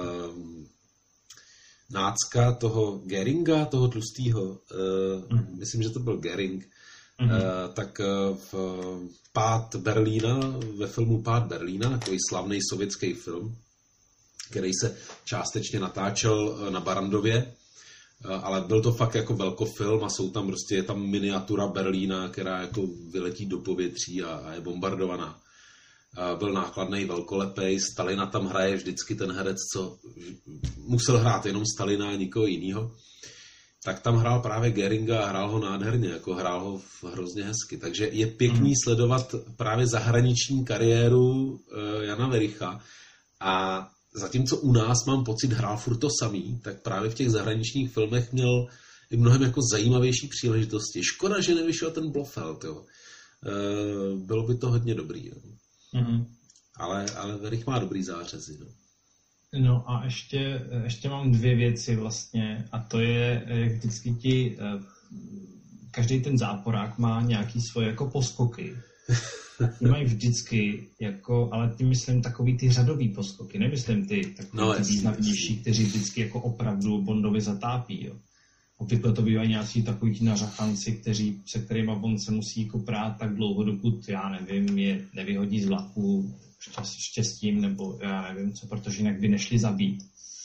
nácka toho Geringa, toho tlustýho, myslím, že to byl Gering, tak v Pád Berlína, ve filmu Pád Berlína, takový slavný sovětský film, který se částečně natáčel na Barandově, ale byl to fakt jako velkofilm a je tam miniatura Berlína, která jako vyletí do povětří a je bombardovaná. Byl nákladný, velkolepej, Stalina tam hraje vždycky ten herec, co musel hrát jenom Stalina a nikoho jinýho. Tak tam hrál právě Geringa a hrál ho nádherně, jako hrál ho hrozně hezky. Takže je pěkný sledovat právě zahraniční kariéru Jana Wericha a zatímco u nás mám pocit, hrál furt to samý, tak právě v těch zahraničních filmech měl i mnohem jako zajímavější příležitosti. Škoda, že nevyšel ten Blofeld, jo. Bylo by to hodně dobrý, jo. Ale Werich má dobrý zářezy, no. No a ještě mám 2 věci vlastně a to je, jak vždycky každý ten záporák má nějaký svoje jako poskoky. Ty mají vždycky, jako, ale ty myslím takový ty řadový poskoky, nemyslím ty takový ty významnější, kteří vždycky jako opravdu Bondovi zatápí, jo. Obvykle to bývají nějací takový ti nařachanci, se kterýma Bond se musí jako prát tak dlouho, dokud, já nevím, je nevyhodí z vlaku štěstím, nebo já nevím co, protože jinak by nešli zabít.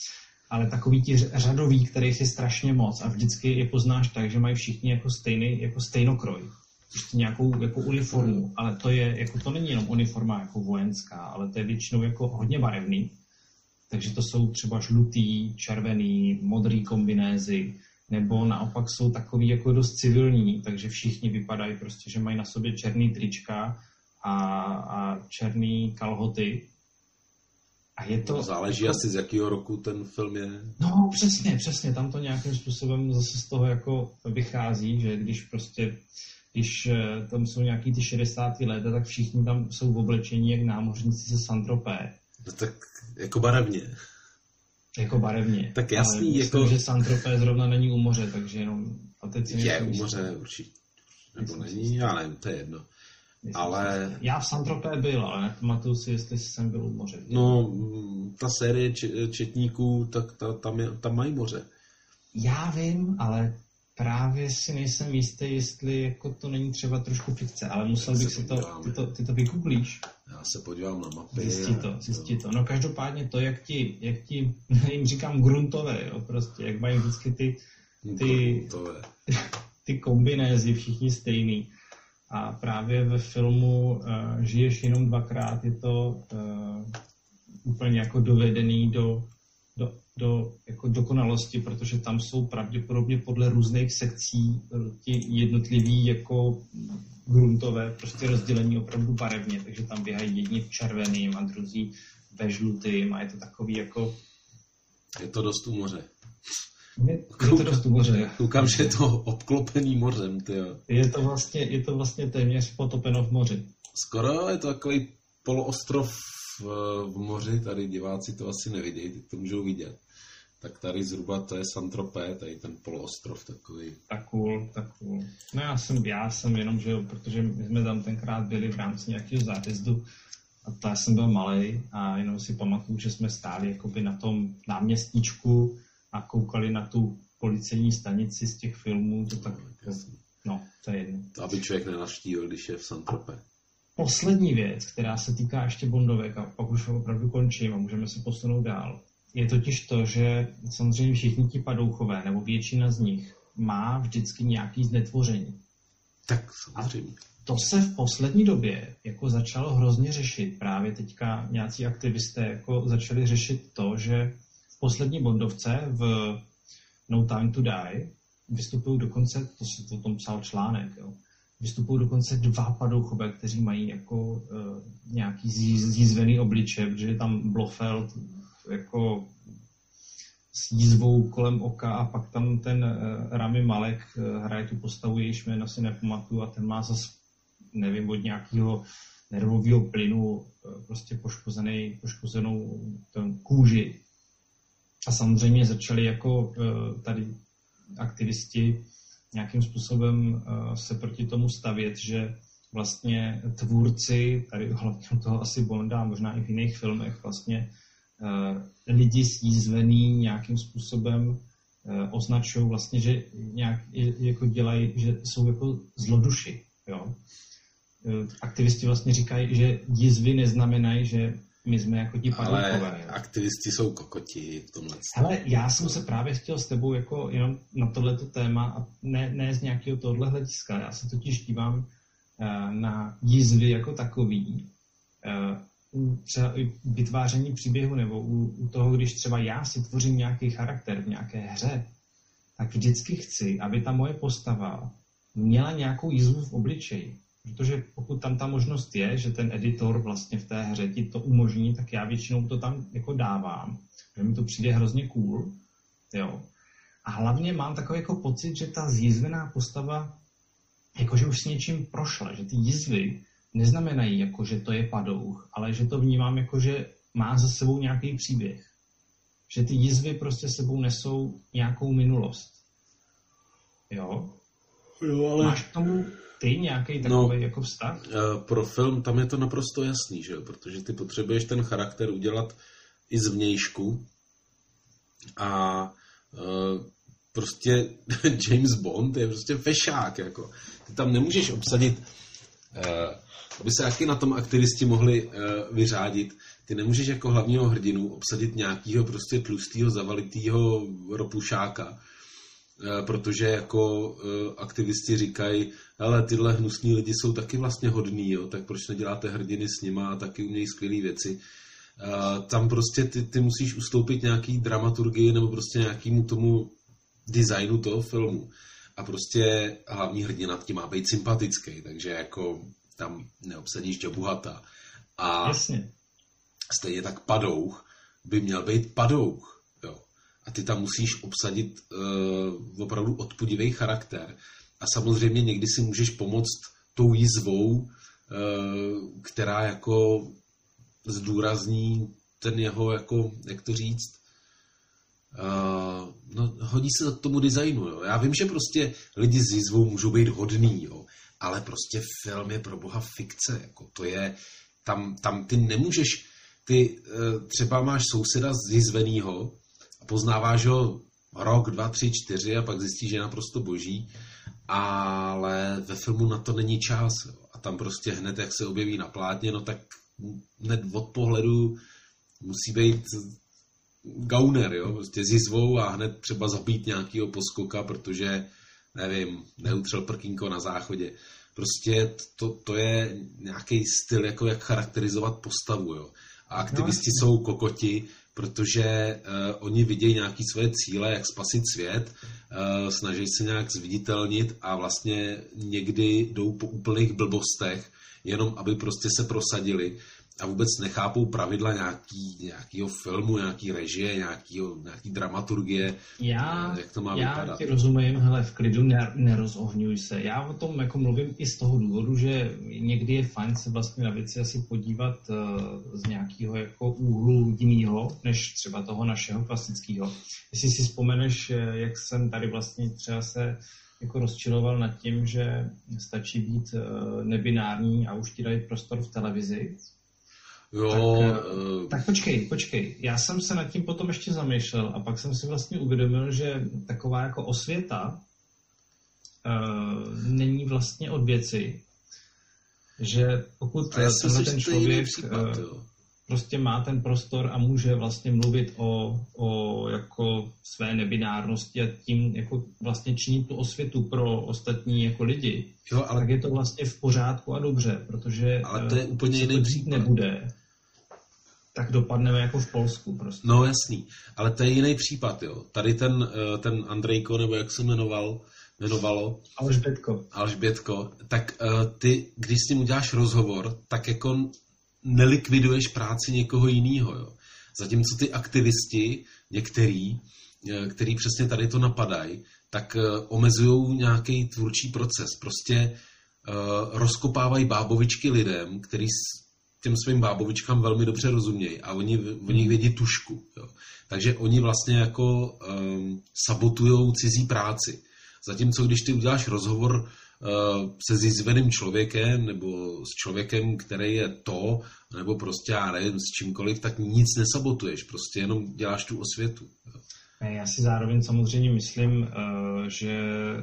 ale takový ti řadoví, kterých je strašně moc a vždycky je poznáš tak, že mají všichni jako stejnokroj. Ještě nějakou jako uniformu, ale to je, jako to není jenom uniforma jako vojenská, ale to je většinou jako hodně barevný. Takže to jsou třeba žlutý, červený, modrý kombinézy, nebo naopak jsou takový jako dost civilní, takže všichni vypadají prostě, že mají na sobě černý trička a černý kalhoty. A je to... Záleží jako... asi z jakého roku ten film je. No přesně, tam to nějakým způsobem zase z toho jako vychází, že když tam jsou nějaký ty 60. léta, tak všichni tam jsou v oblečení jak námořníci ze Saint-Tropez. No tak jako barevně. Jako barevně. Tak jasný, ale myslím, jako... že Saint-Tropez zrovna není u moře, takže jenom... A teď je u moře určitě. Nebo není, já nevím, to je jedno. Ale... Já v Saint-Tropez byl, ale nepamatuju si, jestli jsem byl u moře. No, ta série četníků, tak tam mají moře. Já vím, ale právě si nejsem jistý, jestli jako to není třeba trošku fikce, ale musel bych si to... Ty to vygooglíš. Já se podívám na mapy. Zjistí to. No každopádně to, jak ti jim říkám gruntové, jo, prostě, jak mají vždycky ty kombinézy všichni stejný. A právě ve filmu Žiješ jenom dvakrát je to úplně jako dovedený do jako dokonalosti, protože tam jsou pravděpodobně podle různých sekcí ti jednotliví jako gruntové prostě rozdělení opravdu barevně, takže tam běhají jedni v červeným a druzí ve žlutým a je to takový jako... Je to dost u moře. Je to dost u moře. Koukám, že je to obklopený mořem, tyjo. Je to vlastně téměř potopeno v moři. Skoro je to takový poloostrov v moři, tady diváci to asi nevidějí, teď to můžou vidět. Tak tady zhruba to je Saint-Tropez, tady ten poloostrov takový. Tak cool. No já jsem jenom, že protože my jsme tam tenkrát byli v rámci nějakého zájezdu a já jsem byl malej a jenom si pamatuju, že jsme stáli jakoby na tom náměstníčku a koukali na tu policejní stanici z těch filmů, to tak, no, to je jedno. To aby člověk nenavštívil, když je v Saint-Tropez. Poslední věc, která se týká ještě Bondovek a pak už opravdu končím a můžeme se posunout dál, je totiž to, že samozřejmě všichni ti padouchové, nebo většina z nich, má vždycky nějaký znetvoření. Tak samozřejmě. A to se v poslední době jako začalo hrozně řešit. Právě teďka nějací aktivisté jako začali řešit to, že v poslední Bondovce v No Time to Die vystupují dokonce, to se o tom psal článek, jo, vystupují dokonce 2 padouchové, kteří mají jako nějaký zjízvený obliče, protože je tam Blofeld jako s jízvou kolem oka a pak tam ten Rami Malek hraje tu postavu, jejíž jméno si nepamatuju a ten má zase, nevím, od nějakého nervového plynu prostě poškozenou ten kůži. A samozřejmě začali jako tady aktivisti nějakým způsobem se proti tomu stavět, že vlastně tvůrci, tady hlavně toho asi Bonda, možná i v jiných filmech, vlastně lidi sjízvený nějakým způsobem označují vlastně, že nějak jako dělají, že jsou jako zloduši. Jo? Aktivisti vlastně říkají, že jizvy neznamenají, že my jsme jako ti padouchové. Ale aktivisti jsou kokoti v tomhle. Hele, já jsem se právě chtěl s tebou jako jenom na tohleto téma a ne z nějakého tohle hlediska. Já se totiž dívám na jizvy jako takový. Třeba vytváření příběhu nebo u toho, když třeba já si tvořím nějaký charakter v nějaké hře, tak vždycky chci, aby ta moje postava měla nějakou jizvu v obličeji. Protože pokud tam ta možnost je, že ten editor vlastně v té hře ti to umožní, tak já většinou to tam jako dávám. Že mi to přijde hrozně cool. Jo. A hlavně mám takový jako pocit, že ta zjizvená postava jakože už s něčím prošla, že ty jizvy neznamenají, jako, že to je padouch, ale že to vnímám jako, že má za sebou nějaký příběh. Že ty jizvy prostě sebou nesou nějakou minulost. Jo? Ale... Máš k tomu ty nějaký takový jako vztah? Pro film tam je to naprosto jasný, že jo? Protože ty potřebuješ ten charakter udělat i zvnějšku a prostě James Bond je prostě fešák, jako. Ty tam nemůžeš obsadit, aby se taky na tom aktivisti mohli vyřádit, ty nemůžeš jako hlavního hrdinu obsadit nějakýho prostě tlustýho, zavalitýho ropušáka, protože jako aktivisti říkají, ale tyhle hnusní lidi jsou taky vlastně hodný, jo, tak proč neděláte hrdiny s nima a taky umějí skvělé věci. Tam prostě ty musíš ustoupit nějaký dramaturgii nebo prostě nějakému tomu designu toho filmu. A prostě hlavní hrdina tím má být sympatický, takže jako tam neobsadíš Jabbu Hutta. A jasně. Stejně tak padouch by měl být padouch. Jo. A ty tam musíš obsadit opravdu odpudivý charakter. A samozřejmě někdy si můžeš pomoct tou jizvou, která jako zdůrazní ten jeho, jako, jak to říct, no, hodí se k tomu designu. Jo. Já vím, že prostě lidi s jizvou můžou být hodný, jo, ale prostě film je pro boha fikce. Jako to je, tam ty nemůžeš, ty třeba máš souseda zjizvenýho a poznáváš ho rok, 2, 3, 4 a pak zjistíš, že je naprosto boží, ale ve filmu na to není čas. Jo. A tam prostě hned, jak se objeví na plátně, no tak hned od pohledu musí být gauner, jo, prostě s jizvou a hned třeba zabít nějakýho poskoka, protože, nevím, neutřel prkínko na záchodě. Prostě to je nějaký styl, jako jak charakterizovat postavu, jo. A aktivisti jsou kokoti, protože oni vidějí nějaké svoje cíle, jak spasit svět, snaží se nějak zviditelnit a vlastně někdy jdou po úplných blbostech, jenom aby prostě se prosadili a vůbec nechápou pravidla nějakého filmu, nějaký režie, nějaký dramaturgie, jak to má vypadat. Já ti rozumím, hele, v klidu nerozohňuj se. Já o tom jako mluvím i z toho důvodu, že někdy je fajn se vlastně na věci asi podívat z nějakého jako úhlu jinýho, než třeba toho našeho klasického. Jestli si vzpomeneš, jak jsem tady vlastně třeba se jako rozčiloval nad tím, že stačí být nebinární a už ti dají prostor v televizi. Jo, tak počkej. Já jsem se nad tím potom ještě zamýšlel a pak jsem si vlastně uvědomil, že taková jako osvěta není vlastně od věci, že pokud ten člověk prostě má ten prostor a může vlastně mluvit o jako své nebinárnosti a tím jako vlastně činit tu osvětu pro ostatní jako lidi, jo, ale tak je to vlastně v pořádku a dobře, protože ale to je úplně jiný případ. Nebude, tak dopadneme jako v Polsku prostě. No jasný, ale to je jiný případ, jo. Tady ten Andrejko, nebo jak se jmenovalo? Alžbětko, tak ty, když s ním uděláš rozhovor, tak jako nelikviduješ práci někoho jiného, jo. Zatímco ty aktivisti, který přesně tady to napadají, tak omezují nějaký tvůrčí proces. Prostě rozkopávají bábovičky lidem, který těm svým bábovičkám velmi dobře rozumějí a oni v nich vědí tušku. Jo. Takže oni vlastně jako sabotujou cizí práci. Zatímco když ty uděláš rozhovor se zjizveným člověkem nebo s člověkem, který je to, nebo prostě já nevím, s čímkoliv, tak nic nesabotuješ, prostě jenom děláš tu osvětu. Jo. Já si zároveň samozřejmě myslím, že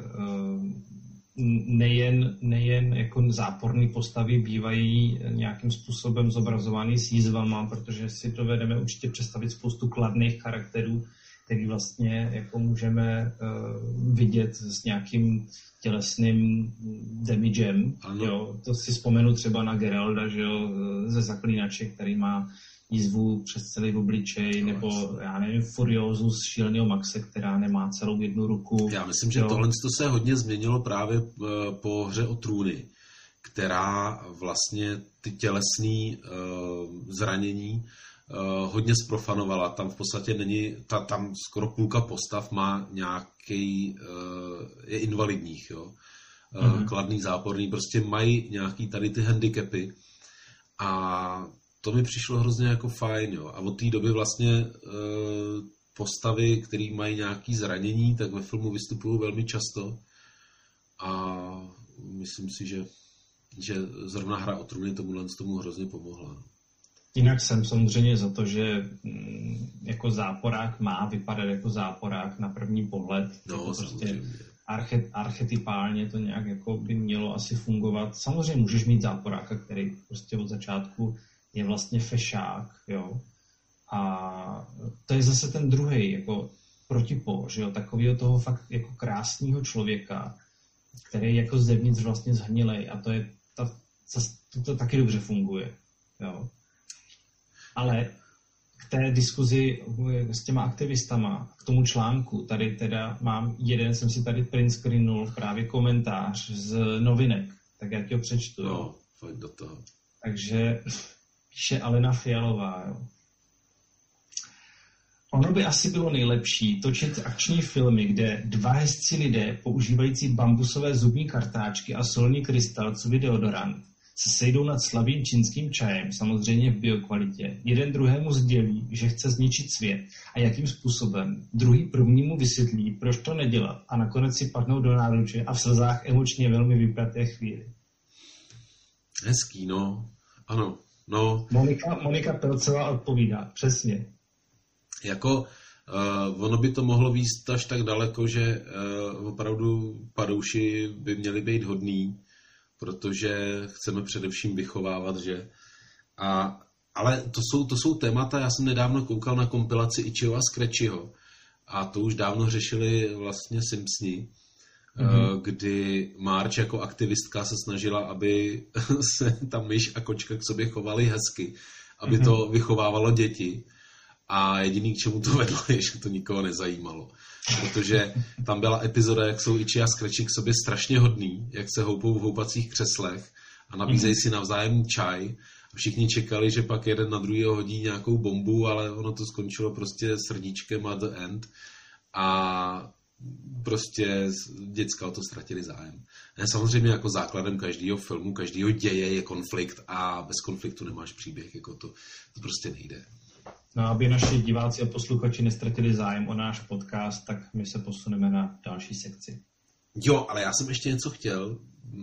nejen jako záporné postavy bývají nějakým způsobem zobrazovány s jízvama, protože si to vedeme určitě představit spoustu kladných charakterů, který vlastně jako můžeme vidět s nějakým tělesným damagem. Jo? To si vzpomenu třeba na Geralda, že jo, ze Zaklínače, který má jízvu přes celý obličej, nebo já nevím, Furiozu z Šíleného Maxe, která nemá celou jednu ruku. Já myslím, že tohle se hodně změnilo právě po Hře o trůny, která vlastně ty tělesné zranění hodně zprofanovala. Tam v podstatě není, tam skoro půlka postav má nějaký, je invalidních, jo. Kladný, záporný, prostě mají nějaký tady ty handicapy a to mi přišlo hrozně jako fajn, jo. A od té doby vlastně postavy, které mají nějaké zranění, tak ve filmu vystupují velmi často a myslím si, že zrovna Hra o trůny tomu hrozně pomohla. Jinak jsem samozřejmě za to, že jako záporák má vypadat jako záporák na první pohled. No, jako prostě archetypálně to nějak jako by mělo asi fungovat. Samozřejmě můžeš mít záporáka, který prostě od začátku je vlastně fešák, jo. A to je zase ten druhej, jako protipol, že jo, takovýho toho fakt jako krásného člověka, který jako zevnitř vlastně zhnilej a to taky dobře funguje, jo. Ale k té diskuzi s těma aktivistama, k tomu článku, tady teda mám jsem si tady print screenul právě komentář z novinek, tak já ti ho přečtu. No, pojď do toho. Takže píše Alena Fialová, jo. Ono by asi bylo nejlepší točit akční filmy, kde dva hezcí lidé používající bambusové zubní kartáčky a solný krystal co deodorant se sejdou nad slabým čínským čajem, samozřejmě v biokvalitě. Jeden druhému sdělí, že chce zničit svět a jakým způsobem. Druhý prvnímu vysvětlí, proč to nedělat a nakonec si padnou do náruče a v slzách emočně velmi vypjaté chvíli. Hezký, no. Ano, no. Monika Pelcová odpovídá, přesně. Jako ono by to mohlo výst až tak daleko, že opravdu padouši by měli být hodný, protože chceme především vychovávat, že? Ale to jsou témata, já jsem nedávno koukal na kompilaci Ichiho a Scratchyho a to už dávno řešili vlastně Simpsoni, kdy Marge jako aktivistka se snažila, aby se ta myš a kočka k sobě chovaly hezky, aby to vychovávalo děti. A jediný, k čemu to vedlo, je, že to nikoho nezajímalo. Protože tam byla epizoda, jak jsou Ichi a Scratchy k sobě strašně hodný, jak se houpou v houpacích křeslech a nabízejí si navzájem čaj. A všichni čekali, že pak jeden na druhýho hodí nějakou bombu, ale ono to skončilo prostě srdíčkem a the end. A prostě děcka o to ztratili zájem. Samozřejmě jako základem každého filmu, každého děje je konflikt a bez konfliktu nemáš příběh. Jako to prostě nejde. No, aby naši diváci a posluchači nestratili zájem o náš podcast, tak my se posuneme na další sekci. Jo, ale já jsem ještě něco chtěl.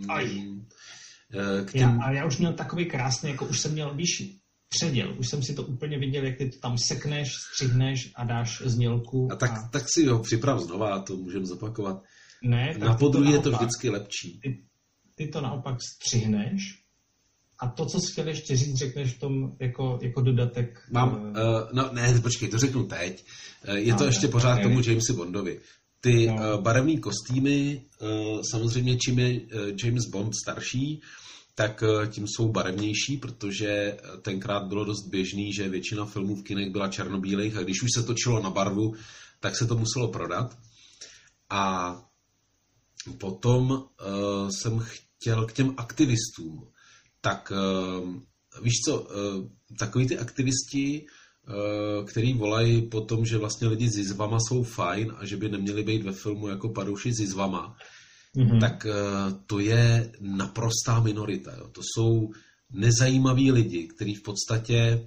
Já už měl takový krásný, jako už jsem měl, víš, předěl. Už jsem si to úplně viděl, jak ty to tam sekneš, střihneš a dáš znělku. A tak si ho připrav znova, to můžeme zopakovat. Ne, na podruhé je to vždycky lepší. Ty to naopak střihneš a to, co jsi chtěl ještě říct, řekneš v tom jako dodatek. Počkej, to řeknu teď. Je to ještě pořád tomu Jamesi Bondovi. Ty barevné kostýmy, samozřejmě čím je James Bond starší, tak tím jsou barevnější, protože tenkrát bylo dost běžný, že většina filmů v kinech byla černobílých a když už se točilo na barvu, tak se to muselo prodat. A potom jsem chtěl k těm aktivistům. Tak víš co, takový ty aktivisti, který volají po tom, že vlastně lidi s jizvama jsou fajn a že by neměli být ve filmu jako padouši s jizvama, tak to je naprostá minorita. Jo. To jsou nezajímaví lidi, kteří v podstatě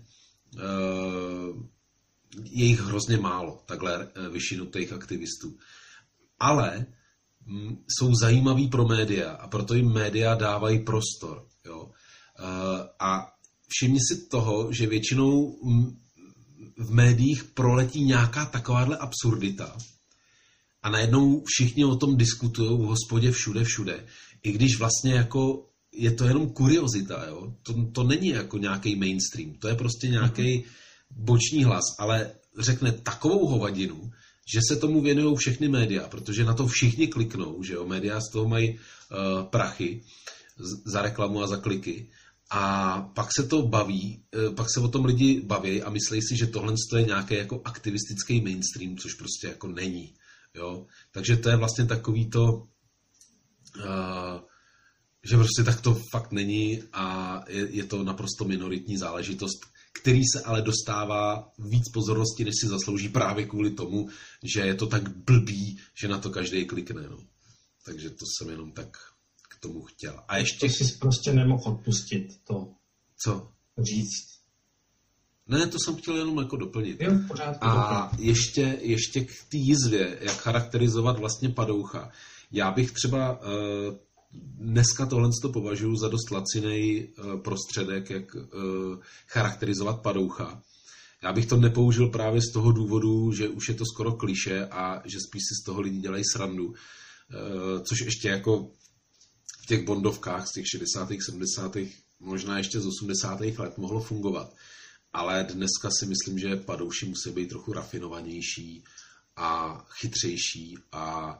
je jich hrozně málo, takhle vyšinutých aktivistů. Ale jsou zajímaví pro média a proto jim média dávají prostor. Jo. A všimni si toho, že většinou v médiích proletí nějaká takováhle absurdita a najednou všichni o tom diskutují v hospodě všude. I když vlastně jako je to jenom kuriozita, jo? To není jako nějaký mainstream, to je prostě nějaký boční hlas, ale řekne takovou hovadinu, že se tomu věnují všechny média, protože na to všichni kliknou, že jo, média z toho mají prachy za reklamu a za kliky. A pak se to baví, pak se o tom lidi baví a myslí si, že tohle je nějaký jako aktivistický mainstream, což prostě jako není. Jo? Takže to je vlastně takový to, že prostě tak to fakt není a je to naprosto minoritní záležitost, který se ale dostává víc pozornosti, než si zaslouží právě kvůli tomu, že je to tak blbý, že na to každý klikne. No. Takže to jsem jenom tak k tomu chtěl. A ještě... To jsi prostě nemohl odpustit to. Co? Říct. Ne, to jsem chtěl jenom jako doplnit. Jo, v pořádku. A ještě k té jizvě, jak charakterizovat vlastně padoucha. Já bych třeba dneska tohle to považuji za dost lacinej prostředek, jak charakterizovat padoucha. Já bych to nepoužil právě z toho důvodu, že už je to skoro kliše a že spíš si z toho lidi dělají srandu. Což ještě jako v těch bondovkách z těch 60. 70. možná ještě z 80. let mohlo fungovat. Ale dneska si myslím, že padouši musí být trochu rafinovanější a chytřejší a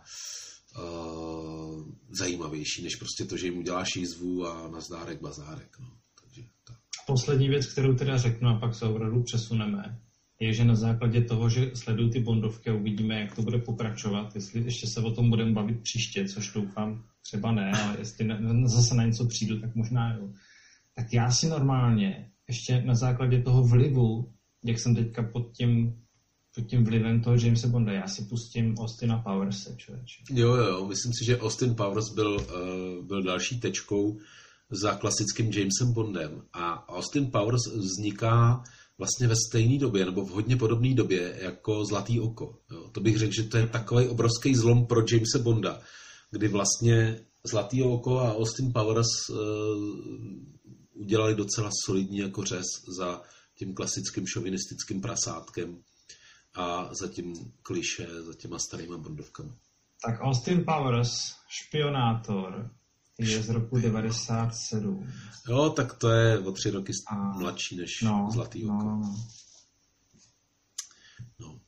zajímavější, než prostě to, že jim uděláš jízvu a nazdárek bazárek. No. Takže, tak. Poslední věc, kterou teda řeknu a pak se opravdu přesuneme, je, že na základě toho, že sleduju ty bondovky a uvidíme, jak to bude pokračovat, jestli ještě se o tom budeme bavit příště, což doufám třeba ne, ale jestli zase na něco přijdu, tak možná jo. Tak já si normálně ještě na základě toho vlivu, jak jsem teďka pod tím vlivem toho Jamesa Bonda, já si pustím Austina Powerse, člověče. Jo, myslím si, že Austin Powers byl další tečkou za klasickým Jamesem Bondem a Austin Powers vzniká vlastně ve stejné době, nebo v hodně podobné době jako Zlatý oko. Jo, to bych řekl, že to je takový obrovský zlom pro Jamesa Bonda, kdy vlastně Zlatý oko a Austin Powers udělali docela solidní jako řez za tím klasickým šovinistickým prasátkem a za tím klišé, za těma starýma bondovkami. Tak Austin Powers, špionátor, je z roku 97. Jo, tak to je o 3 roky mladší než Zlatý oko. No.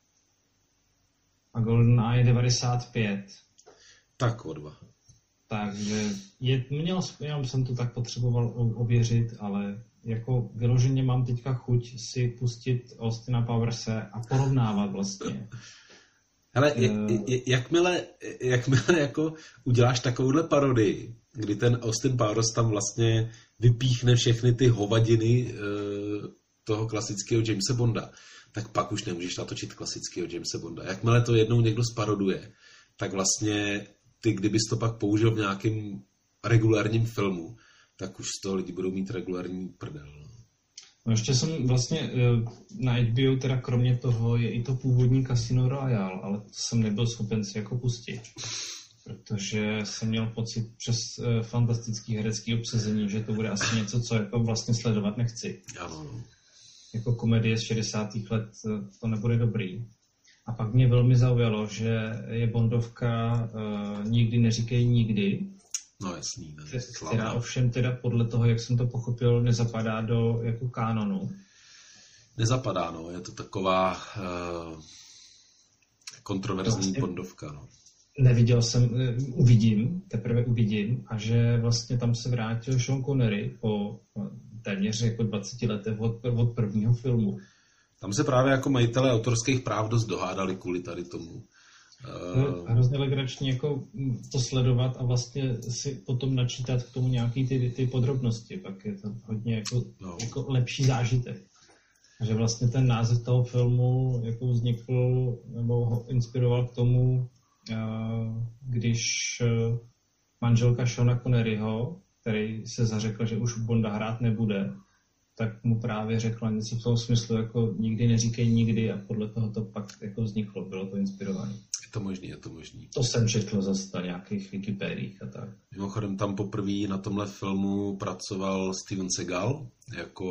A GoldenEye 95. Tak o 2. Takže jenom jsem to tak potřeboval ověřit, ale jako vyloženě mám teďka chuť si pustit Austina Powerse a porovnávat vlastně. Hele, jakmile jako uděláš takovouhle parodii, kdy ten Austin Powers tam vlastně vypíchne všechny ty hovadiny toho klasického Jamesa Bonda, tak pak už nemůžeš natočit klasického Jamesa Bonda. Jakmile to jednou někdo sparoduje, tak vlastně ty, kdybys to pak použil v nějakém regulárním filmu, tak už z toho lidi budou mít regulární prdel. No ještě jsem vlastně na HBO, teda kromě toho, je i to původní Casino Royale, ale to jsem nebyl schopen si jako pustit. Protože jsem měl pocit přes fantastický herecký obsazení, že to bude asi něco, co jako vlastně sledovat nechci. Ano. Jako komedie z 60. let to nebude dobrý. A pak mě velmi zaujalo, že je bondovka Nikdy neříkej nikdy. No jasný. Která ovšem teda podle toho, jak jsem to pochopil, nezapadá do jako kánonu. Nezapadá, no. Je to taková kontroverzní vlastně bondovka, no. Neviděl jsem, teprve uvidím, a že vlastně tam se vrátil Sean Connery po téměř jako 20 letech od prvního filmu. Tam se právě jako majitelé autorských práv dost dohádali kvůli tady tomu. Hrozně legrační jako to sledovat a vlastně si potom načítat k tomu nějaký ty podrobnosti, pak je to hodně jako lepší zážitek. A že vlastně ten název toho filmu jako vznikl nebo ho inspiroval k tomu, když manželka Seana Conneryho, který se zařekl, že už Bonda hrát nebude, tak mu právě řekla něco v tom smyslu, jako nikdy neříkej nikdy, a podle toho to pak jako vzniklo, bylo to inspirované. Je to možný. To jsem četl zase na nějakých Wikipediích a tak. Mimochodem tam poprvé na tomhle filmu pracoval Steven Seagal jako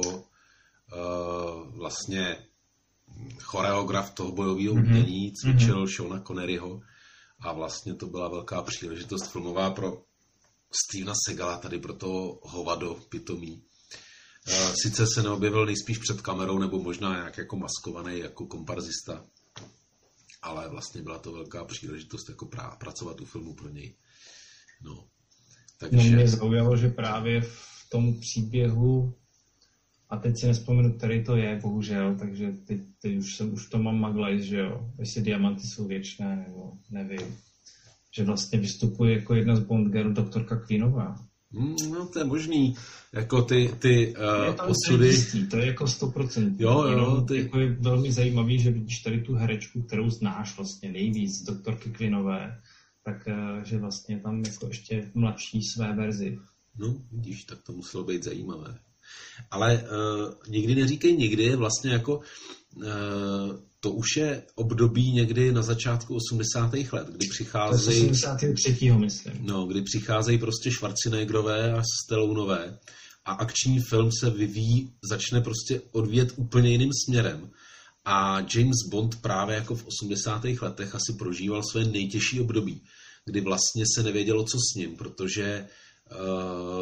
vlastně choreograf toho bojového umění, cvičil Seana Conneryho a vlastně to byla velká příležitost filmová pro Stevena Seagala, tady pro to hovado pitomí. Sice se neobjevil nejspíš před kamerou, nebo možná nějak jako maskovaný jako komparzista, ale vlastně byla to velká příležitost jako pracovat u filmu pro něj. No. Takže... Mě zaujalo, že právě v tom příběhu, a teď si nespomenu, který to je, bohužel, takže teď už to mám maglajs, že jo, jestli diamanty jsou věčné, nebo nevím, že vlastně vystupuje jako jedna z Bond girl doktorka Queenová. No, to je možný. Jako ty osudy... Jistý, to je jako 100%. Jo, jako je velmi zajímavý, že vidíš tady tu herečku, kterou znáš vlastně nejvíc, doktorky Queenové, tak že vlastně tam jako ještě mladší své verzi. No, vidíš, tak to muselo být zajímavé. Ale nikdy neříkej nikdy, vlastně jako to už je období někdy na začátku 80. let, kdy přicházejí... 83. myslím. No, kdy přicházejí prostě Schwarzeneggerové a Stalloneové a akční film se začne prostě odvíjet úplně jiným směrem. A James Bond právě jako v 80. letech asi prožíval své nejtěžší období, kdy vlastně se nevědělo, co s ním, protože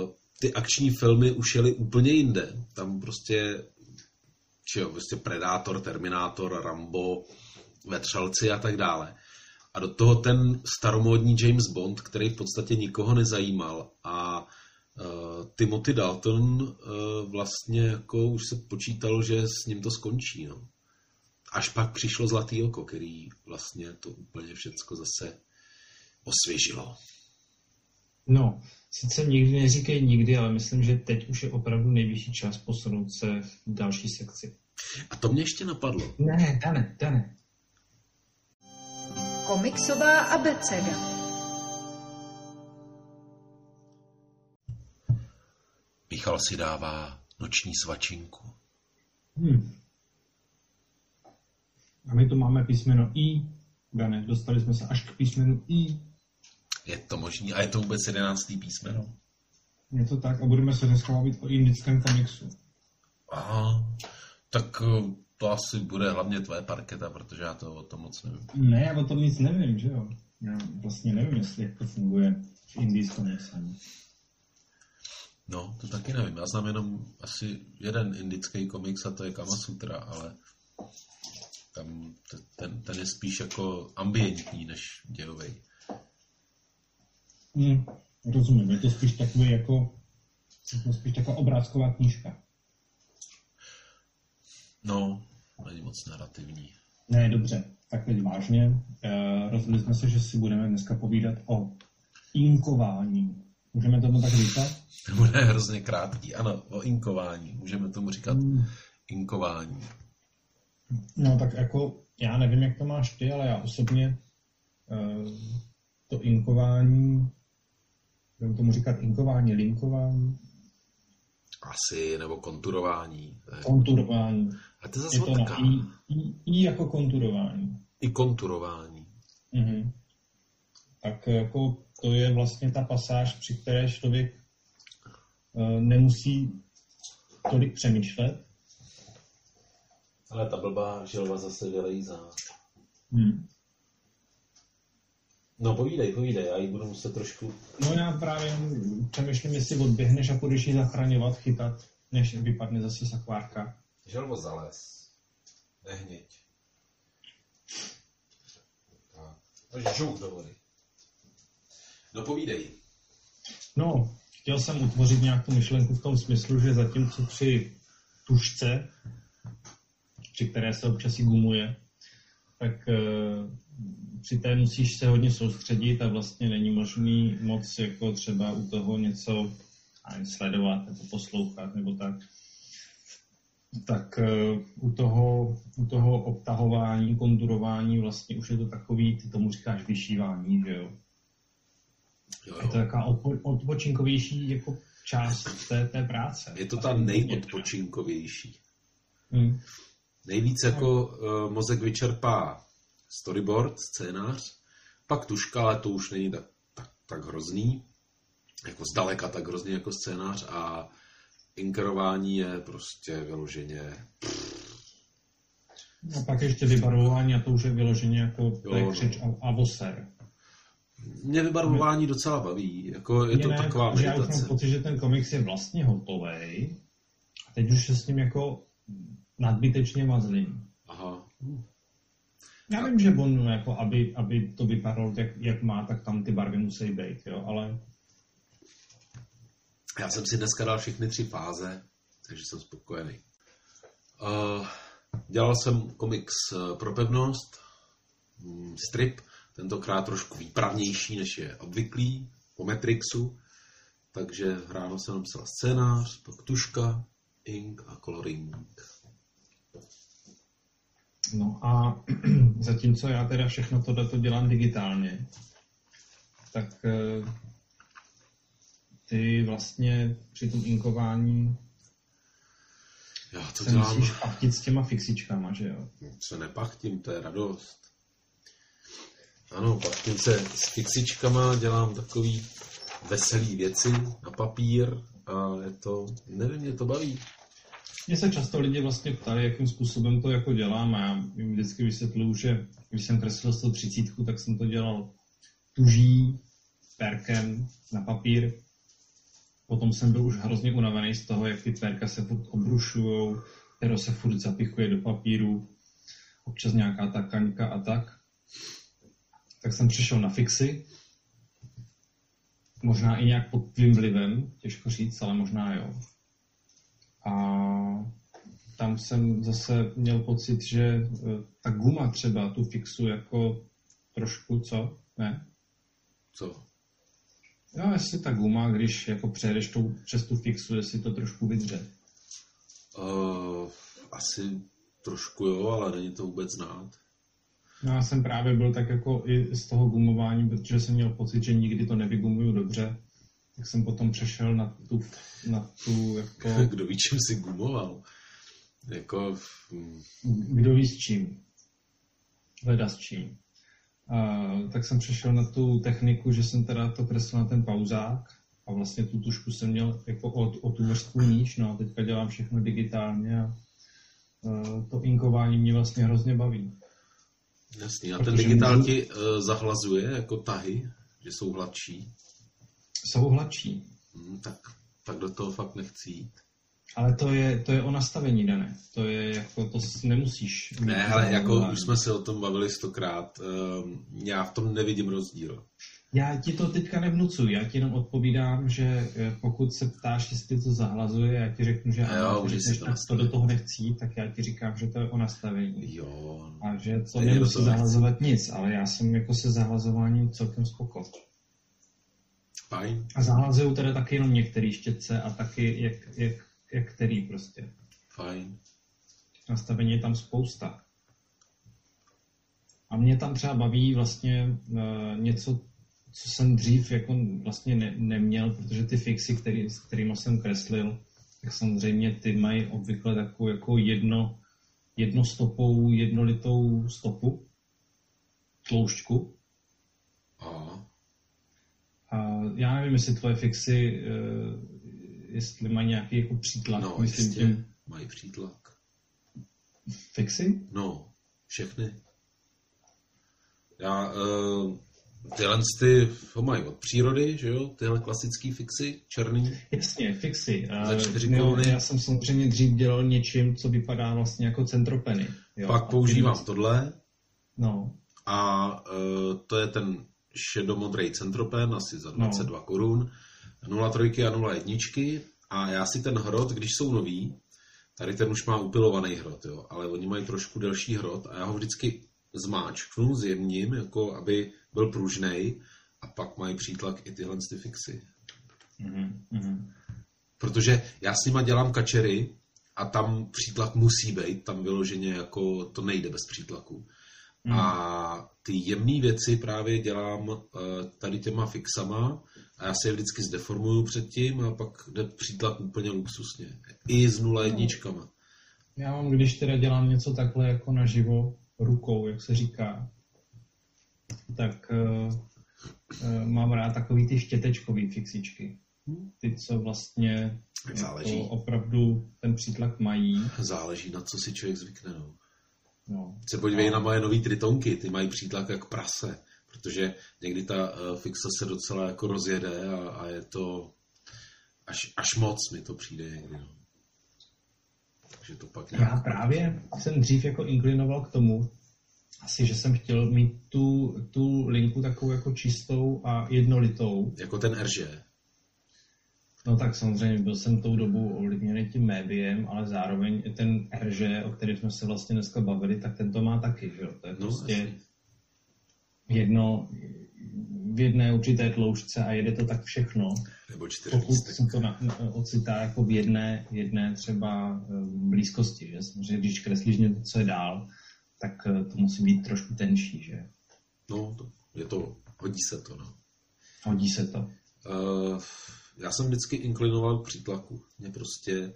ty akční filmy už jeli úplně jinde. Tam prostě Predátor, Terminátor, Rambo, Vetřelci a tak dále. A do toho ten staromódní James Bond, který v podstatě nikoho nezajímal. A Timothy Dalton vlastně jako už se počítalo, že s ním to skončí. No. Až pak přišlo Zlatý oko, který vlastně to úplně všecko zase osvěžilo. No, sice nikdy neříkej nikdy, ale myslím, že teď už je opravdu nejvyšší čas posunout se v další sekci. A to mě ještě napadlo. Ne. Komiksová abeceda. Michal si dává noční svačinku. A my tu máme písmeno I. Dane, dostali jsme se až k písmenu I. Je to možný? A je to vůbec 11. písmeno? Je to tak a budeme se dneska bavit o indickém komiksu. Aha, tak to asi bude hlavně tvoje parketa, protože já to o tom moc nevím. Ne, já o tom nic nevím, že jo? Já vlastně nevím, jak to funguje v indijském komiksu. No, to taky nevím. Já znám jenom asi jeden indický komiks a to je Kama Sutra, ale tam ten je spíš jako ambientní než dějový. Rozumím, je to spíš takový jako taková obrázková knížka. No, není moc narrativní. Ne, dobře, tak teď vážně. Rozhodli jsme se, že si budeme dneska povídat o inkování. Můžeme tomu tak říkat? To bude hrozně krátký. Ano, o inkování. Můžeme tomu říkat inkování. No tak jako, já nevím, jak to máš ty, ale já osobně to inkování, budeme tomu říkat inkování, linkování? Asi, nebo konturování. Konturování. A to zase je to taká. I jako konturování. I konturování. Mhm. Tak jako to je vlastně ta pasáž, při které člověk nemusí tolik přemýšlet. Ale ta blbá želva zase vylejzá. No povídej, já ji budu muset trošku... No já právě přemýšlím, jestli odběhneš a půjdeš ji zachraňovat, chytat, než vypadne zase z akvárka. Želvo zales. Nehněď. Tak. Žouk do vody. No povídej. No, chtěl jsem utvořit nějakou myšlenku v tom smyslu, že zatímco při tužce, při které se občas i gumuje, tak při té musíš se hodně soustředit a vlastně není možný moc jako třeba u toho něco sledovat nebo poslouchat nebo tak. Tak u toho obtahování, konturování vlastně už je to takový, ty tomu říkáš vyšívání, že jo? Je to taková odpočinkovější jako část té práce. Je to ta nejodpočinkovější. Nejvíc jako mozek vyčerpá storyboard, scénář, pak tuška, ale to už není tak hrozný, jako zdaleka tak hrozný jako scénář a inkerování je prostě vyloženě... A pak ještě vybarvování a to už je vyloženě jako křeč a voser. Mě vybarvování docela baví, jako je to taková meditace. Já už mám pocit, že ten komiks je vlastně hotovej a teď už se s ním jako nadbytečně mazlím. Aha. Já vím, že Bond, jako aby to vypadalo jak má, tak tam ty barvy musí být, jo, ale... Já jsem si dneska dal všechny 3 fáze, takže jsem spokojený. Dělal jsem komiks pro pevnost, strip, tentokrát trošku výpravnější, než je obvyklý, po Matrixu, takže ráno jsem napsal scénář, pak tuška, ink a coloring. No a zatímco já teda všechno tohleto dělám digitálně, tak ty vlastně při tom inkování se musíš pachtit s těma fixičkama, že jo? Se nepachtím, to je radost. Ano, pachtím se s fixičkama, dělám takový veselý věci na papír a je to, nevím, mě to baví. Mně se často lidi vlastně ptali, jakým způsobem to jako dělám a já jim vždycky vysvětluju, že když jsem kreslil 130, tak jsem to dělal tuží, perkem na papír, potom jsem byl už hrozně unavený z toho, jak ty pérka se furt obrušujou, pero se furt zapichuje do papíru, občas nějaká ta kaňka a tak. Tak jsem přišel na fixy, možná i nějak pod tvým vlivem, těžko říct, ale možná jo. A tam jsem zase měl pocit, že ta guma třeba tu fixu jako trošku, co? Ne? Co? Jo, jestli ta guma, když jako přejedeš přes tu fixu, jestli to trošku vydře. Asi trošku jo, ale není to vůbec znát. No, já jsem právě byl tak jako i z toho gumování, protože jsem měl pocit, že nikdy to nevygumuju dobře. Tak jsem potom přešel na tu jako... Kdo ví, čím si gumoval? Jako... Kdo ví s čím? Leda s čím. Tak jsem přešel na tu techniku, že jsem teda to kreslil na ten pauzák a vlastně tu tušku jsem měl jako o tu vrstvu níž, no a teďka dělám všechno digitálně a to inkování mě vlastně hrozně baví. Jasný, a ten digitál ti zahlazuje jako tahy, že jsou hladší? Jsou hladší. Tak do toho fakt nechci jít. Ale to je o nastavení, Dané. To je jako, to nemusíš... Ne, ale jako už jsme se o tom bavili 100krát. Já v tom nevidím rozdíl. Já ti to teďka nevnucuji, já ti jenom odpovídám, že pokud se ptáš, jestli to zahlazuje, já ti řeknu, že ano, to do toho nechci, tak já ti říkám, že to je o nastavení. Jo. A že to nemusí zahlazovat nic, ale já jsem jako se zahlazováním celkem spoko. Fajn. A zahlazují teda taky jenom některé štětce a taky jak který prostě. Fajn. Nastavení je tam spousta. A mě tam třeba baví vlastně něco, co jsem dřív jako vlastně neměl, protože ty fixy, s kterými jsem kreslil, tak samozřejmě ty mají obvykle takovou jako jednostopou, jednolitou stopu, tloušťku. A já nevím, jestli tvoje fixy, jestli mají nějaký jako přítlak. No, jistě, mají přítlak. Fixy? No, všechny. Tyhle ty mají od přírody, že jo? Tyhle klasický fixy, černý. Jasně, fixy. Za 4 koruny. Já jsem samozřejmě dřív dělal něčím, co vypadá vlastně jako centropeny. Jo? Pak používám tohle. No. A to je ten šedomodrý centropen, asi za 22 korun. 0,3 a 0,1. A já si ten hrot, když jsou nový, tady ten už má upilovaný hrot, jo? Ale oni mají trošku delší hrot a já ho vždycky zmáčknu, zjemním, jako aby byl pružnej a pak mají přítlak i tyhle fixy. Mm-hmm. Protože já s nima dělám kačery a tam přítlak musí být, tam vyloženě jako to nejde bez přítlaku. A ty jemné věci právě dělám tady těma fixama a já si je vždycky zdeformuju předtím a pak jde přítlak úplně luxusně. I s 0,1. Já mám, když teda dělám něco takhle jako naživo, rukou, jak se říká, tak mám rád takový ty štětečkový fixičky. Ty, co vlastně jako opravdu ten přítlak mají. Záleží, na co si člověk zvykne. No. Se podívej na moje nový tritonky, ty mají přítlak jak prase, protože někdy ta fixa se docela jako rozjede a je to až moc mi to přijde někdy. No. Takže to pak Já právě jsem dřív jako inklinoval k tomu, asi, že jsem chtěl mít tu linku takovou jako čistou a jednolitou. Jako ten RŽ. No tak samozřejmě byl jsem tou dobu ovlivněný tím médiem, ale zároveň ten RŽ, o kterém jsme se vlastně dneska bavili, tak ten to má taky, že jo? To je prostě v jedné určité tloušťce a jede to tak všechno. Nebo 4 pokud se to ocitá jako v jedné třeba blízkosti, že? Samozřejmě, když kreslíš něco, co je dál, tak to musí být trošku tenčí, že? No, hodí se to, no. Hodí se to. Já jsem vždycky inklinoval k přítlaku. Mě prostě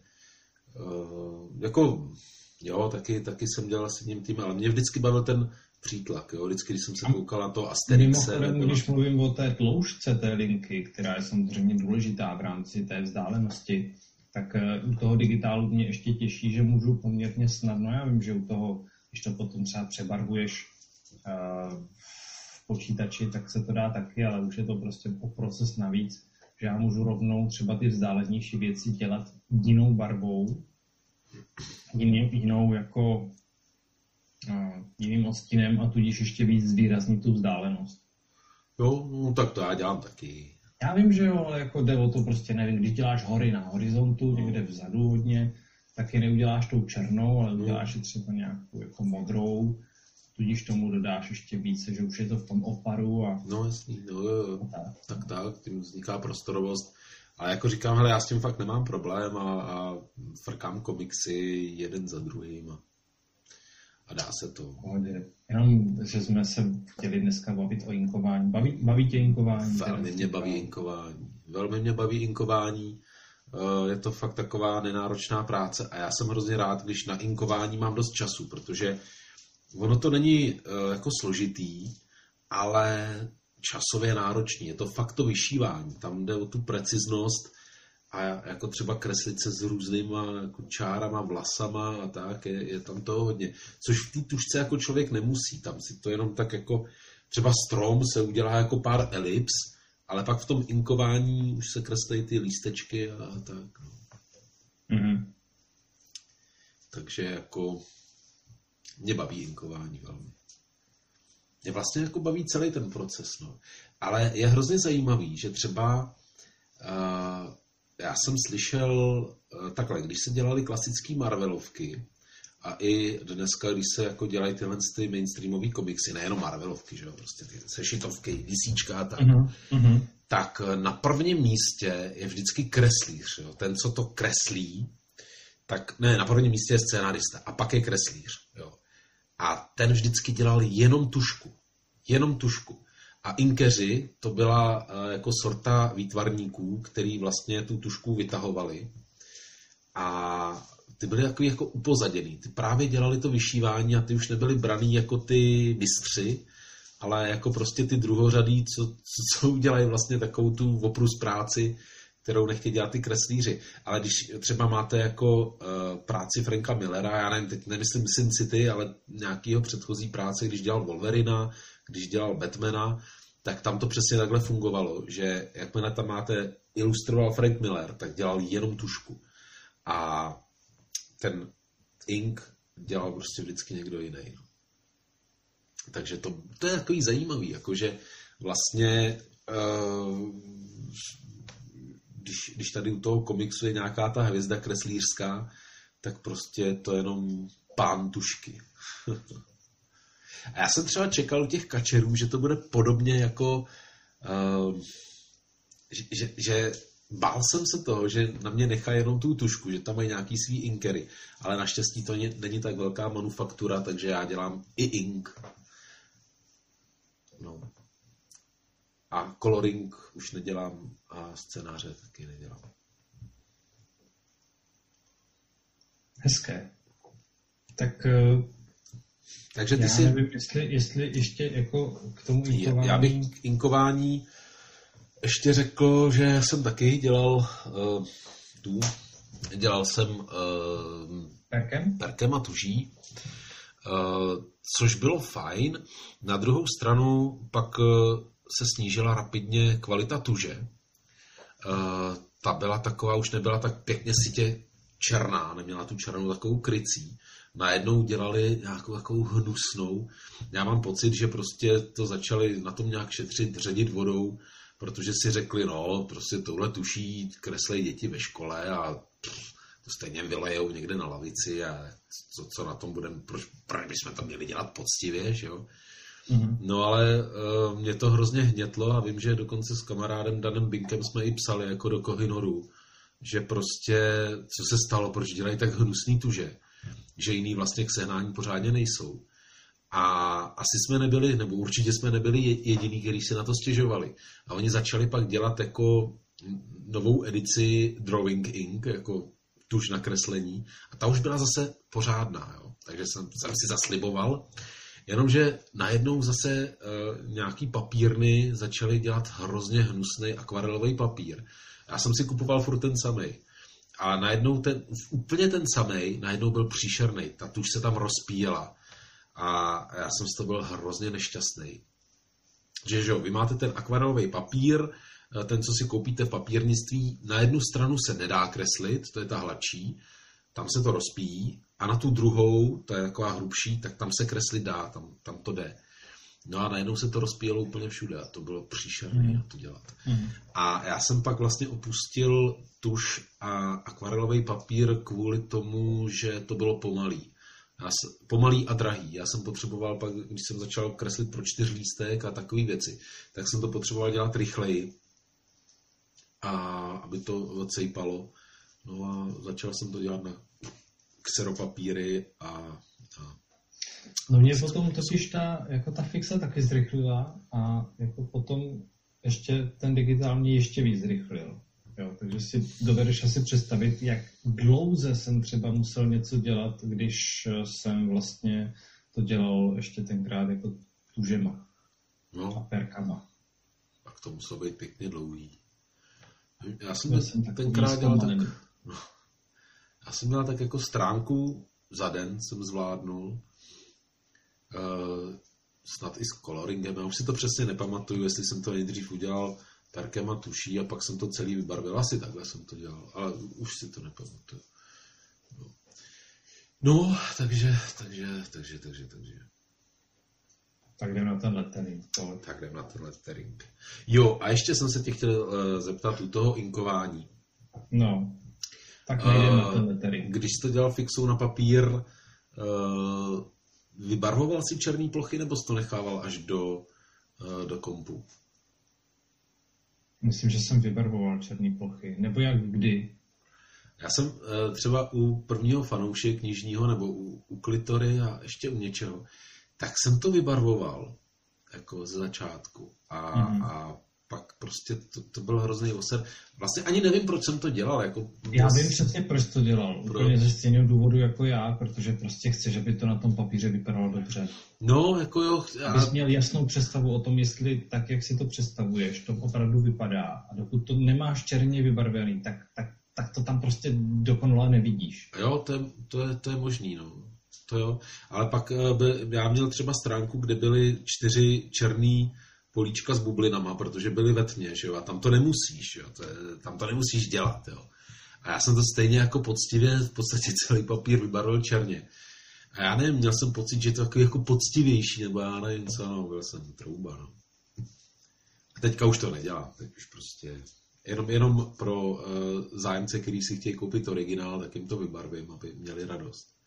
jako jo, taky jsem dělal s jedním tým, ale mě vždycky bavil ten přítlak, jo. Vždycky, když jsem se koukal na to Asterixe. Mimochodem, když mluvím o té tloušťce té linky, která je samozřejmě důležitá v rámci té vzdálenosti, tak u toho digitálu mě ještě těší, že můžu poměrně snadno, já vím, že u toho, když to potom třeba přebarvuješ v počítači, tak se to dá taky, ale už je to prostě o proces navíc. že já můžu rovnou třeba ty vzdálenější věci dělat jinou barvou, jinou jako jiným odstínem a tudíž ještě víc zvýraznit tu vzdálenost. Jo, no tak to já dělám taky. Já vím, že jo, ale jako jde o to prostě, nevím, když děláš hory na horizontu, někde vzadu hodně, tak je neuděláš tou černou, ale uděláš je třeba nějakou jako modrou, tudíž tomu dodáš ještě více, že už je to v tom oparu a... No jasný, no jo. Tak, tím vzniká prostorovost. Ale jako říkám, hele, já s tím fakt nemám problém a frkám komiksy jeden za druhým a dá se to. Pohodě. Jenom, že jsme se chtěli dneska bavit o inkování. Baví tě inkování? Velmi mě baví inkování. Velmi mě baví inkování. Je to fakt taková nenáročná práce a já jsem hrozně rád, když na inkování mám dost času, protože ono to není jako složitý, ale časově náročný. Je to fakt to vyšívání. Tam jde o tu preciznost a jako třeba kreslit se s různýma jako čárama, vlasama a tak, je tam toho hodně. Což v té tužce jako člověk nemusí. Tam si to jenom tak jako třeba strom se udělá jako pár elips, ale pak v tom inkování už se kreslí ty lístečky a tak. No. Mm-hmm. Takže jako mě baví inkování velmi. Mě vlastně jako baví celý ten proces, no. Ale je hrozně zajímavý, že třeba já jsem slyšel takhle, když se dělaly klasické Marvelovky a i dneska, když se jako dělají tyhle ty mainstreamové komiksy, nejenom Marvelovky, že jo, prostě ty sešitovky, DCčka a tak, tak na prvním místě je vždycky kreslíř, jo. Ten, co to kreslí, tak ne, na prvním místě je scénárista a pak je kreslíř, jo. A ten vždycky dělal jenom tušku. A inkeři, to byla jako sorta výtvarníků, který vlastně tu tušku vytahovali. A ty byly takový jako upozaděný. Ty právě dělali to vyšívání a ty už nebyli braný jako ty mistři, ale jako prostě ty druhořadí, co udělají vlastně takovou tu oprus práci, kterou nechtějí dělat ty kreslíři. Ale když třeba máte jako práci Franka Millera, já nevím, teď nemyslím Sin City, ale nějakýho předchozí práce, když dělal Wolverina, když dělal Batmana, tak tam to přesně takhle fungovalo, že jakmile tam máte ilustroval Frank Miller, tak dělal jenom tušku. A ten ink dělal prostě vždycky někdo jiný. No. Takže to je takový zajímavý, jakože vlastně když tady u toho komiksu je nějaká ta hvězda kreslířská, tak prostě to je jenom pán tušky. A já jsem třeba čekal u těch kačerů, že to bude podobně jako že bál jsem se toho, že na mě nechají jenom tu tušku, že tam mají nějaký svý inkery, ale naštěstí to není tak velká manufaktura, takže já dělám i ink. No. A coloring už nedělám a scénáře taky nedělám. Hezké. Tak takže ty já si... nevím, jestli ještě jako k tomu inkování... Já bych k inkování ještě řekl, že jsem taky dělal dělal jsem perkem a tuží, což bylo fajn. Na druhou stranu pak se snížila rapidně kvalita tuže. Ta byla taková, už nebyla tak pěkně sitě černá, neměla tu černou takovou krycí. Najednou dělali nějakou takovou hnusnou. Já mám pocit, že prostě to začali na tom nějak šetřit, ředit vodou, protože si řekli, no, prostě touhle tuší kreslej děti ve škole a to stejně vylejou někde na lavici a co na tom budeme, proč bychom to měli dělat poctivě, že jo? Mm-hmm. No ale mě to hrozně hnětlo a vím, že dokonce s kamarádem Danem Binkem jsme i psali jako do Kohinoru, že prostě, co se stalo, proč dělají tak hnusný tuže, že jiný vlastně k sehnání pořádně nejsou. A asi jsme nebyli, nebo určitě jsme nebyli jediní, kteří si na to stěžovali. A oni začali pak dělat jako novou edici Drawing Ink, jako tuž na kreslení. A ta už byla zase pořádná, jo. Takže jsem si zasliboval. Jenomže najednou zase nějaký papírny začaly dělat hrozně hnusný akvarelový papír. Já jsem si kupoval furt ten samej. A najednou úplně ten samej, najednou byl příšerný. Ta tuž se tam rozpíjela. A já jsem z toho byl hrozně nešťastný. Že jo, vy máte ten akvarelový papír ten, co si koupíte v papírnictví, na jednu stranu se nedá kreslit, to je ta hladší, tam se to rozpíjí, a na tu druhou, to je taková hrubší, tak tam se kreslit dá, tam to jde. No a najednou se to rozpíjelo úplně všude a to bylo příšerné to dělat. A já jsem pak vlastně opustil tuš a akvarelový papír kvůli tomu, že to bylo pomalý. Pomalý a drahý. Já jsem potřeboval pak, když jsem začal kreslit pro 4lístek a takové věci, tak jsem to potřeboval dělat rychleji, a aby to odsejpalo. No a začal jsem to dělat na kseropapíry a no mě potom totiž ta fixa taky zrychlila a jako potom ještě ten digitální ještě víc zrychlil. Jo, takže si dovedeš asi představit, jak dlouze jsem třeba musel něco dělat, když jsem vlastně to dělal ještě tenkrát jako tužema a perkama. Tak to muselo být pěkně dlouhý. Já jsem tenkrát dělal tak... Já jsem dělal tak jako stránku za den jsem zvládnul. Snad i s coloringem. Já už si to přesně nepamatuju, jestli jsem to nejdřív udělal perkem a tuší a pak jsem to celý vybarvil. Asi takhle jsem to dělal, ale už si to nepamatuju. No, takže. Tak jdem na ten lettering. Jo, a ještě jsem se tě chtěl zeptat u toho inkování. No, tak nejdem na ten lettering. Když jsi to dělal fixou na papír, vybarvoval si černý plochy, nebo jsi to nechával až do kompu? Myslím, že jsem vybarvoval černý plochy. Nebo jak kdy? Já jsem třeba u prvního fanouše knižního, nebo u Klitory a ještě u něčeho, tak jsem to vybarvoval jako ze začátku. A pak prostě to byl hrozný oser. Vlastně ani nevím, proč jsem to dělal. Já vím přesně, proč to dělal. Úplně ze stejného důvodu jako já, protože prostě chceš, aby to na tom papíře vypadalo dobře. No, jako jo. Abys měl jasnou představu o tom, jestli tak, jak si to představuješ, to opravdu vypadá. A dokud to nemáš černě vybarvený, tak to tam prostě dokonale nevidíš. Jo, to je možný, no. To jo. Ale pak já měl třeba stránku, kde byly 4 černý políčka s bublinama, protože byly ve tmě, že jo, a tam to nemusíš, jo, tam to nemusíš dělat, jo. A já jsem to stejně jako poctivě, v podstatě celý papír vybarvil černě. A já nevím, měl jsem pocit, že to takový jako poctivější, nebo já nevím co, no, byl jsem trouba, no. A teďka už to nedělám, teď už prostě, jenom pro zájemce, který si chtějí koupit originál, tak jim to vybarvím, aby měli radost.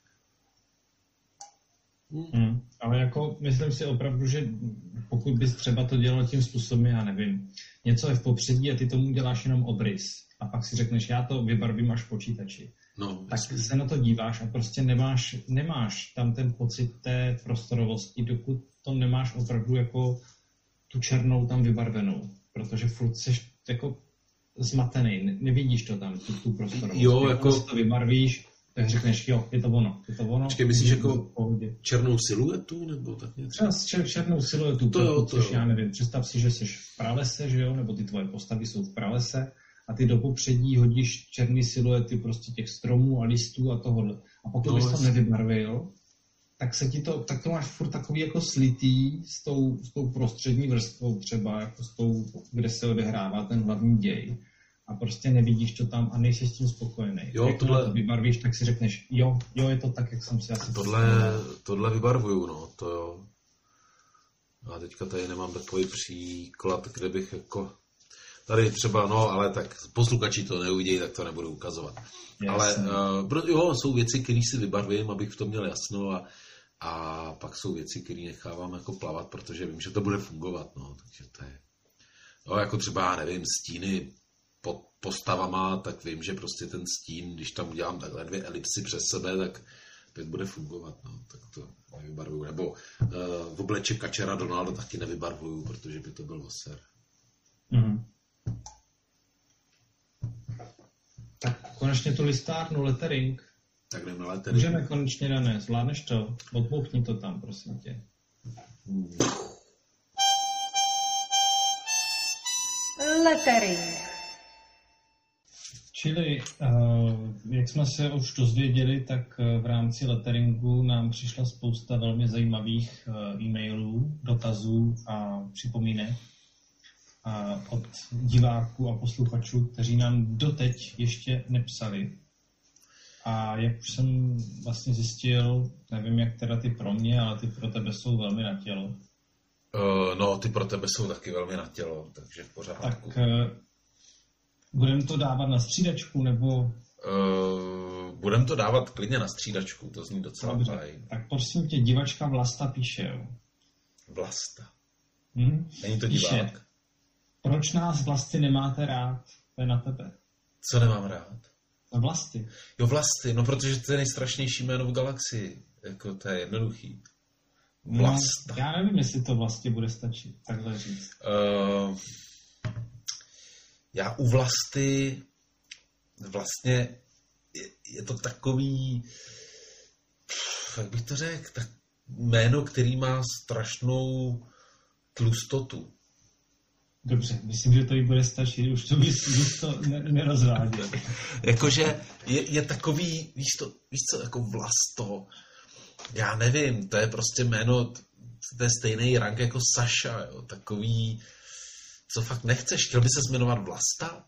Ale jako myslím si opravdu, že pokud bys třeba to dělal tím způsobem, já nevím, něco je v popředí a ty tomu děláš jenom obrys a pak si řekneš, já to vybarvím až v počítači. No, tak se na to díváš a prostě nemáš tam ten pocit té prostorovosti, dokud to nemáš opravdu jako tu černou tam vybarvenou, protože furt seš jako zmatený, nevidíš to tam, tu prostorovost. Jo, jako to vybarvíš, tak řekneš, jo, je to ono. Počkej, myslíš jako černou siluetu, nebo tak něco? Třeba černou siluetu, to já nevím, představ si, že jsi v pralese, že jo, nebo ty tvoje postavy jsou v pralese a ty do popředí hodíš černý siluety prostě těch stromů a listů a tohohle. A pokud bys to nevybarvil, tak to máš furt takový jako slitý s tou prostřední vrstvou třeba, jako s tou, kde se odehrává ten hlavní děj. A prostě nevidíš to tam a nejsi s tím spokojený. Jo, jak to vybarvíš, tak si řekneš, jo, je to tak, jak jsem si asi tohle vybarvuju, no, to jo. A teďka tady nemám takový příklad, kde bych jako... Tady třeba, no, ale tak posluchači to neuvidějí, tak to nebudu ukazovat. Jasně. Ale jo, jsou věci, které si vybarvím, abych v tom měl jasno a pak jsou věci, které nechávám jako plavat, protože vím, že to bude fungovat, no, takže to je... No, jako třeba, já nevím, stíny pod postavama, tak vím, že prostě ten stín, když tam udělám takhle 2 elipsy přes sebe, tak bude fungovat, no, tak to nevybarvuju. Nebo v obleček Kačera Donalda taky nevybarvuju, protože by to byl oser. Mm. Tak konečně tu listárnu, lettering. Tak jdeme na lettering. Můžeme konečně, Dané, zvládneš to? Odbouchni to tam, prosím tě. Lettering. Čili, jak jsme se už dozvěděli, tak v rámci letteringu nám přišla spousta velmi zajímavých e-mailů, dotazů a připomínek. od diváků a posluchačů, kteří nám doteď ještě nepsali. A jak už jsem vlastně zjistil, nevím, jak teda ty pro mě, ale ty pro tebe jsou velmi na tělo. No, ty pro tebe jsou taky velmi na tělo, takže v pořádku. Tak budeme to dávat na střídačku, nebo... Budeme to dávat klidně na střídačku, to zní docela fajn. Tak prosím tě, divačka Vlasta píše, jo. Vlasta. Není to divák. Píše, proč nás Vlasty nemáte rád? To je na tebe. Co nemám rád? No Vlasty. Jo, Vlasty, no protože to je nejstrašnější jméno v galaxii. Jako to je jednoduchý. Vlasta. No, já nevím, jestli to vlastně bude stačit, takhle říct. Já u Vlasty vlastně je to takový, jak bych to řekl, tak jméno, který má strašnou tlustotu. Dobře, myslím, že to jí bude stačit, už to bys to nerozváděl. Jakože je takový, víš co, jako Vlasto, já nevím, to je prostě jméno, to je stejný rank jako Saša, jo, takový, co fakt nechceš, chtěl by se jmenovat Vlasta?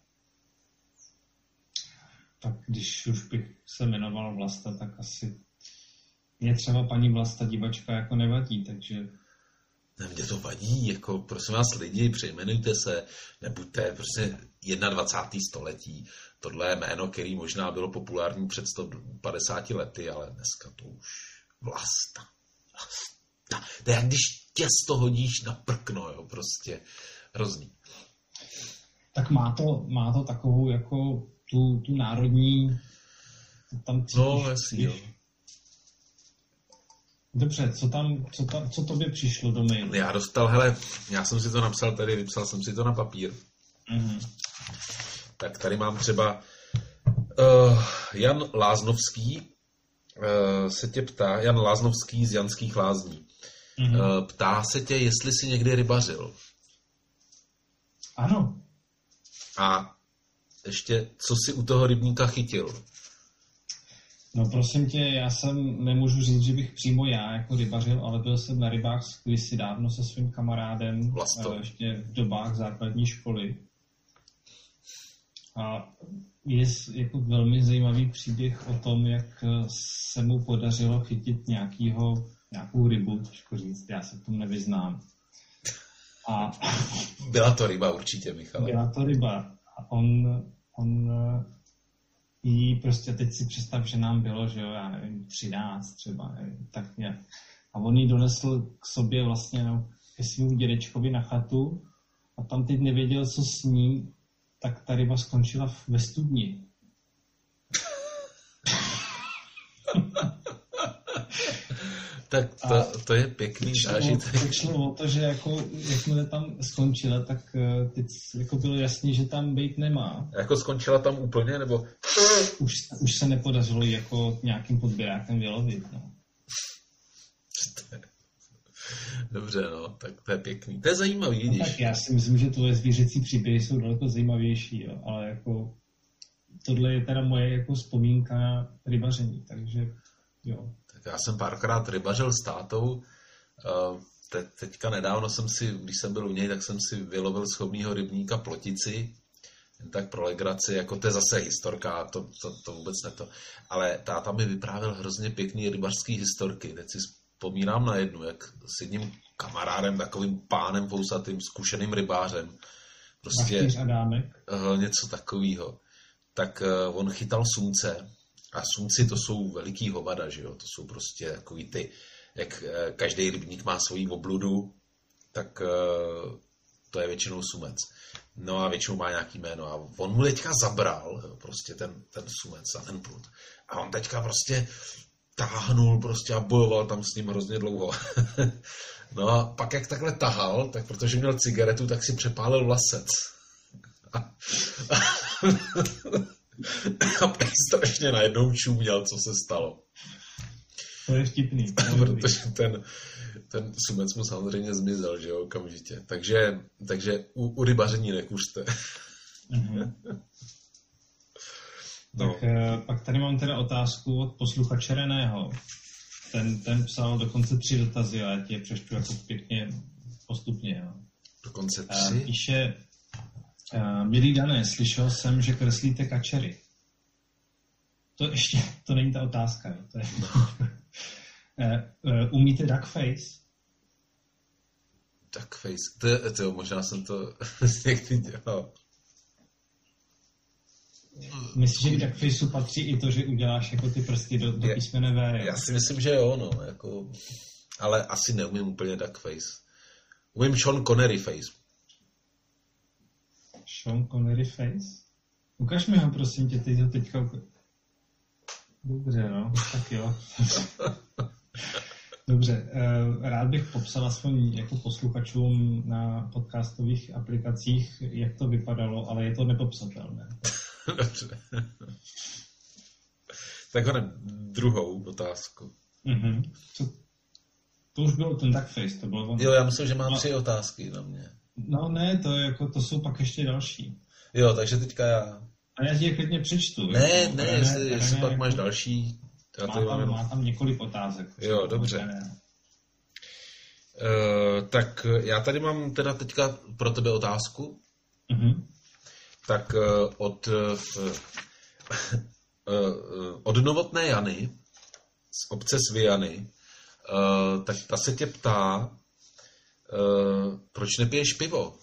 Tak když už bych se jmenoval Vlasta, tak asi mě třeba paní Vlasta divačka jako nevadí, takže... Ne, mě to vadí, jako prosím vás lidi, přejmenujte se, nebuďte prostě 21. století. Tohle je jméno, který možná bylo populární před 150 lety, ale dneska to už Vlasta. To je jak když těsto hodíš na prkno, jo, prostě hrozný. Tak má to takovou jako tu národní... Tam cítíš, no, jasný, jo. Dobře, co tobě přišlo do mailu? Já dostal, hele, já jsem si to napsal tady, vypsal jsem si to na papír. Tak tady mám třeba Jan Láznovský se tě ptá, Jan Láznovský z Janských Lázní. Ptá se tě, jestli jsi někdy rybařil. Ano. A ještě, co jsi u toho rybníka chytil? No prosím tě, já nemůžu říct, že bych přímo já jako rybařil, ale byl jsem na rybách kdysi dávno se svým kamarádem, ještě v dobách základní školy. A je jako velmi zajímavý příběh o tom, jak se mu podařilo chytit nějakou rybu, těžko říct, já se v tom nevyznám. A byla to ryba určitě, Michale. Byla to ryba. A on jí prostě, teď si představ, že nám bylo, že jo, já nevím, 13 třeba, nevím, tak nějak. A on jí donesl k sobě vlastně, no, ke svému dědečkovi na chatu a tam teď nevěděl, co s ní, tak ta ryba skončila ve studni. Tak to je pěkný zážitek. Tak šlo o to, že jako, jakmile tam skončila, tak teď jako bylo jasný, že tam být nemá. Jako skončila tam úplně, nebo? Už se nepodařilo jako nějakým podběrákem vylovit, no. Dobře, no, tak to je pěkný. To je zajímavý, vidíš. No, tak já si myslím, že tvoje zvířecí příběhy jsou daleko zajímavější, jo, ale jako tohle je teda moje jako vzpomínka na rybaření, takže jo. Tak já jsem párkrát rybařil s tátou. Teďka nedávno když jsem byl u něj, tak jsem si vylovil schopnýho rybníka plotici. Jen tak pro legraci, jako to je zase historka, to vůbec ne to. Ale táta mi vyprávěl hrozně pěkný rybařský historky. Teď si vzpomínám na jednu, jak s jedním kamarádem, takovým pánem fousatým, zkušeným rybářem. Prostě něco takového. Tak on chytal sumce. A sumci to jsou veliký hovada, že jo? To jsou prostě takový ty, jak každý rybník má svoji obludu, tak to je většinou sumec. No a většinou má nějaký jméno. A on mu teďka zabral prostě ten sumec a ten prut. A on teďka prostě táhnul prostě a bojoval tam s ním hrozně dlouho. No a pak jak takhle tahal, tak protože měl cigaretu, tak si přepálil vlasec. A prý strašně najednou čuměl, co se stalo. To je vtipný. Protože ten sumec mu samozřejmě zmizel, že jo, okamžitě. Takže u rybaření nekuřte. No. Tak pak tady mám teda otázku od posluchače Reného. Ten psal dokonce 3 dotazy, ale já ti je přečtu jako pěkně postupně. Jo. Dokonce 3. Píše, milý Dané, slyšel jsem, že kreslíte kačery. To není ta otázka. Jo. To je, umíte duckface? Duckface, to možná jsem to někdy dělal. Myslíš, že k duckfaceu patří i to, že uděláš jako ty prsty do písmene V? Jo? Já si myslím, že jo, no, jako, ale asi neumím úplně duckface. Umím Sean Connery face. Sean Connery face? Ukaž mi ho, prosím tě, ty to teďka... Dobře, no, tak jo. Dobře, rád bych popsal aspoň jako posluchačům na podcastových aplikacích, jak to vypadalo, ale je to nepopsatelné. Dobře. Tak hned druhou otázku. Mm-hmm. To už bylo ten duckface, to bylo ono. Jo, já myslím, že mám 3 otázky na mě. No ne, to jsou pak ještě další. Jo, takže teďka já. A já ti je klidně přečtu. Ne, jestli pak máš další. Má tam několik otázek. Jo, dobře. Tak já tady mám teda teďka pro tebe otázku. Mm-hmm. Tak od Novotné Jany z obce Sviany, tak ta se tě ptá, proč nepiješ pivo?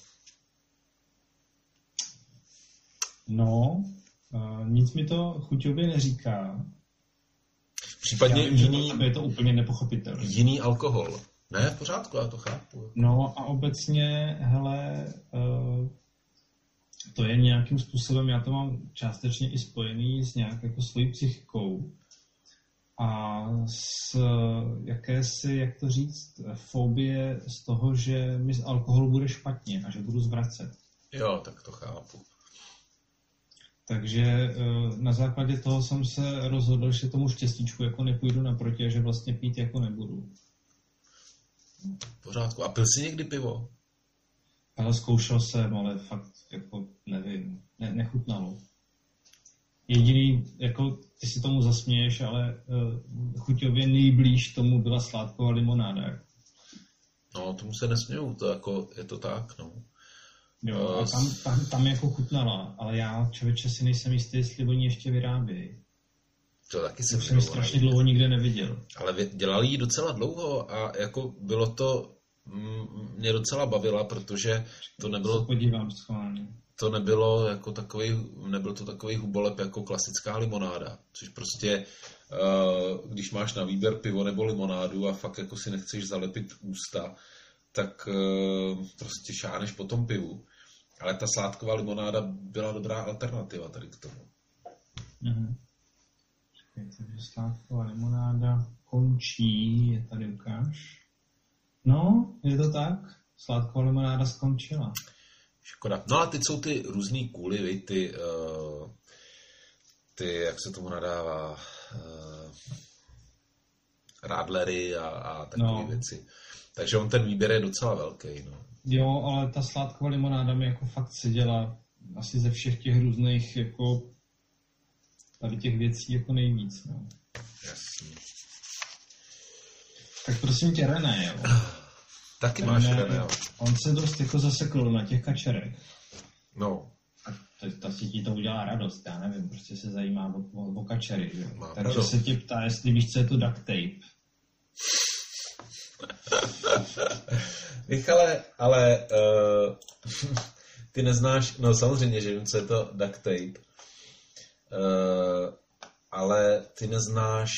No, nic mi to chuťově neříká. Případně je to úplně nepochopitelné. Jiný alkohol. Ne, v pořádku, já to chápu. No a obecně, hele, to je nějakým způsobem, já to mám částečně i spojený s nějak jako svojí psychikou a s jakési, jak to říct, fobie z toho, že mi z alkoholu bude špatně a že budu zvracet. Jo, tak to chápu. Takže na základě toho jsem se rozhodl, že tomu štěstíčku jako nepůjdu naproti a že vlastně pít jako nebudu. V pořádku. A pil jsi někdy pivo? Ale zkoušel jsem, ale fakt jako nevím, nechutnalo. Jediný, jako ty si tomu zasměješ, ale chuťově nejblíž tomu byla sládková limonáda. No, tomu se nesměju, to jako, je to tak, no. Jo, a tam jako chutnala, ale já, člověče, si nejsem jistý, jestli oni ještě vyrábějí. To taky jsem strašně dlouho nikde neviděl. Ale dělali ji docela dlouho a jako bylo to, mě docela bavila, protože to nebylo... Podívám schválně. To nebylo jako nebyl to takový hubolep jako klasická limonáda, což prostě, když máš na výběr pivo nebo limonádu a fakt jako si nechceš zalepit ústa, tak prostě šáneš po tom pivu. Ale ta sládková limonáda byla dobrá alternativa tady k tomu. Mhm. Takže sládková limonáda končí, je tady ukáž. No, je to tak. Sládková limonáda skončila. Škoda. No a teď jsou ty různý kůly, ty jak se tomu nadává, rádlery a takové věci. Takže on ten výběr je docela velký. No. Jo, ale ta sládková limonáda mi jako fakt seděla asi ze všech těch různých jako tady těch věcí jako nejvíc. No. Jasně. Tak prosím tě, René, jo. Taky máš René, jo. On se dost jako zasekl na těch kačerech. No. Ta si ti to udělá radost, já nevím, prostě se zajímá o kačery, jo. Takže radost. Se tě ptá, jestli víš, co je to duct tape. Michale, ale ty neznáš, no samozřejmě, že vím, co je to duct tape, ale ty neznáš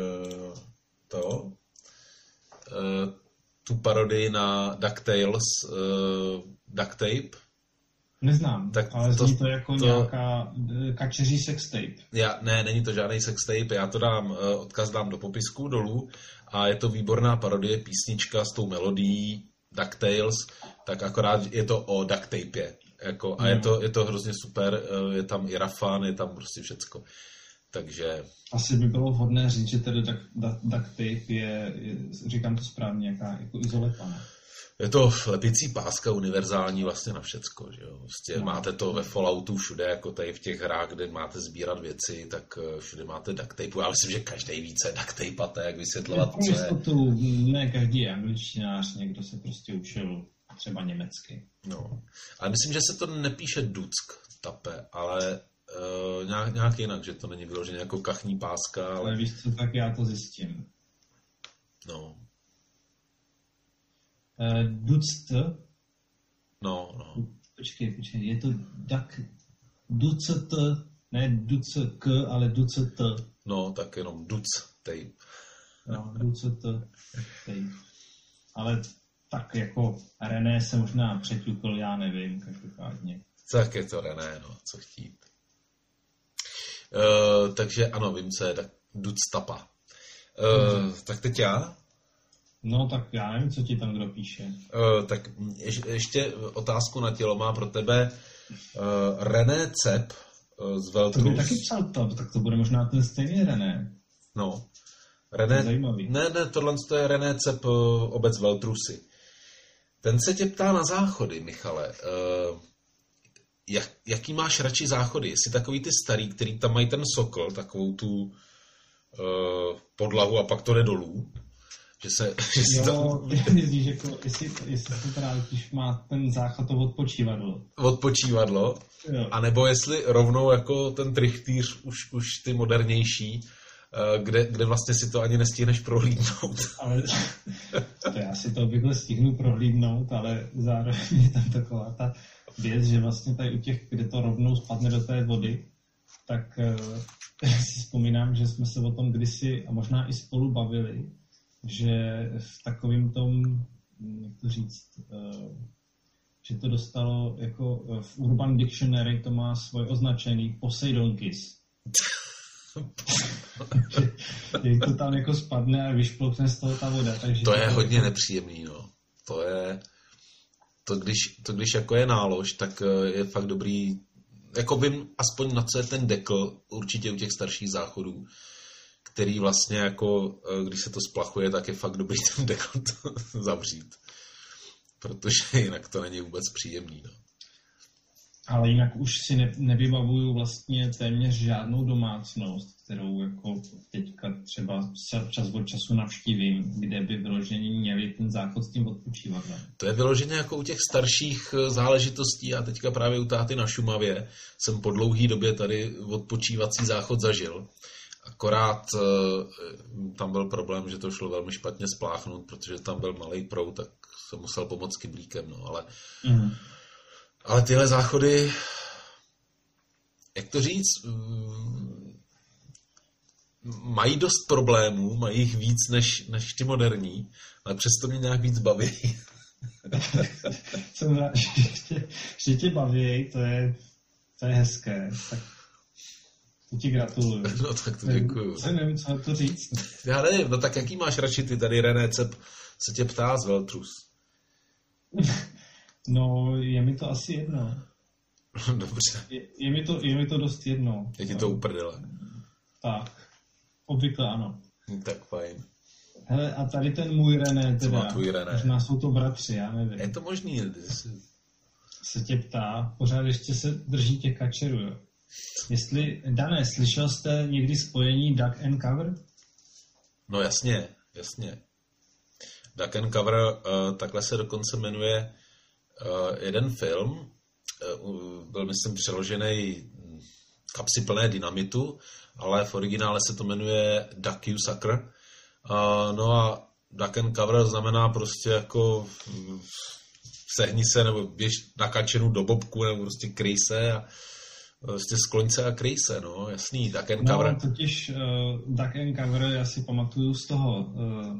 tu parodii na DuckTales duct tape. Neznám, ale zní to jako nějaká kačeří sextape. Ne, není to žádný sextape, já to odkaz dám do popisku dolů a je to výborná parodie, písnička s tou melodií DuckTales, tak akorát je to o duct tape. Jako, a je to hrozně super, je tam i rafán, je tam prostě všecko. Takže... Asi by bylo vhodné říct, že tedy duct tape je, říkám to správně, nějaká jako izoleta, ne? Je to lepicí páska univerzální vlastně na všecko, že jo. Vlastně máte to ve Falloutu všude, jako tady v těch hrách, kde máte sbírat věci, tak všude máte duct tape. Já myslím, že každý ví, co je duct tape a jak vysvětlovat, co je. Ne každý je angličtinář, někdo se prostě učil třeba německy. No. Ale myslím, že se to nepíše Duck tape, ale nějak jinak, že to není vyloženě jako kachní páska, Ale víš co, tak já to zjistím. No. Duct. No. Počkej, je to Duct, ne Duck, ale Duct. No, tak jenom Duc tape. No, Duct tape. Ale tak jako René se možná přeťukl, já nevím, každopádně. Tak je to René, no, co chtít. Takže ano, vím, co je tak Duc tapa. Tak teď já? No tak já nevím, co ti tam kdo píše. Tak ještě otázku na tělo má pro tebe René Cep z Veltrus. To by taky psal to, tak to bude možná ten stejný René. No. René, zajímavý. Ne, tohle je René Cep, obec Veltrusy. Ten se tě ptá na záchody, Michale. Jaký máš radši záchody? Jestli takový ty starý, který tam mají ten sokl, takovou tu podlahu a pak to jde dolů. Jezdíš, jako, jestli to teda, když má ten záchod to odpočívadlo. Odpočívadlo? Jo. A nebo jestli rovnou jako ten trichtýř už ty modernější, kde vlastně si to ani nestihneš prohlídnout. Ale to já si to obvykle stihnu prohlídnout, ale zároveň je tam taková ta věc, že vlastně tady u těch, kde to rovnou spadne do té vody, tak si vzpomínám, že jsme se o tom kdysi a možná i spolu bavili, že v takovým tom, jak to říct, že to dostalo jako v Urban Dictionary to má svoje označený Poseidon Kiss. Jak to tam jako spadne a vyšplokne z toho ta voda. Takže to je hodně nepříjemný, no. To když jako je nálož, tak je fakt dobrý, jako vím aspoň na co je ten dekl, určitě u těch starších záchodů, který vlastně jako, když se to splachuje, tak je fakt dobrý ten dekl zavřít. Protože jinak to není vůbec příjemný, no. Ale jinak už si nevybavuju vlastně téměř žádnou domácnost, kterou jako teďka třeba čas od času navštívím, kde by vyloženě měli ten záchod s tím odpočívadlem. To je vyloženě jako u těch starších záležitostí a teďka právě u táty na Šumavě jsem po dlouhý době tady odpočívací záchod zažil. Akorát tam byl problém, že to šlo velmi špatně spláchnout, protože tam byl malej proud, tak jsem musel pomoct kyblíkem, no, ale... Ale tyhle záchody, jak to říct, mají dost problémů, mají jich víc než ty moderní, ale přesto mě nějak víc baví. Jsem rád, že tě baví, to je hezké. Tak to ti gratuluju. No tak to děkuju. Já nevím, co to říct. Já nevím, no tak jaký máš radši ty tady, René Cep, se tě ptá z Veltrus. No, je mi to asi jedno. Dobře. Je mi to dost jedno. Je ti to uprdele. Tak, obvykle ano. Tak fajn. Hele, a tady ten můj René, teda, tvůj René? Možná jsou to bratři, já nevím. Je to možný. Se tě ptá, pořád ještě se drží těch kačerů, jo. Dané, slyšel jste někdy spojení Duck and Cover? No jasně. Duck and Cover, takhle se dokonce jmenuje jeden film, byl myslím přeložený Kapsy plné dynamitu, ale v originále se to jmenuje Duck You Sucker. No a Duck and Cover znamená prostě jako sehni se nebo běž na kačenu do bobku nebo prostě kryj se a prostě skloň se a kryj se, no jasný, Duck and Cover. No totiž Duck and Cover já si pamatuju z toho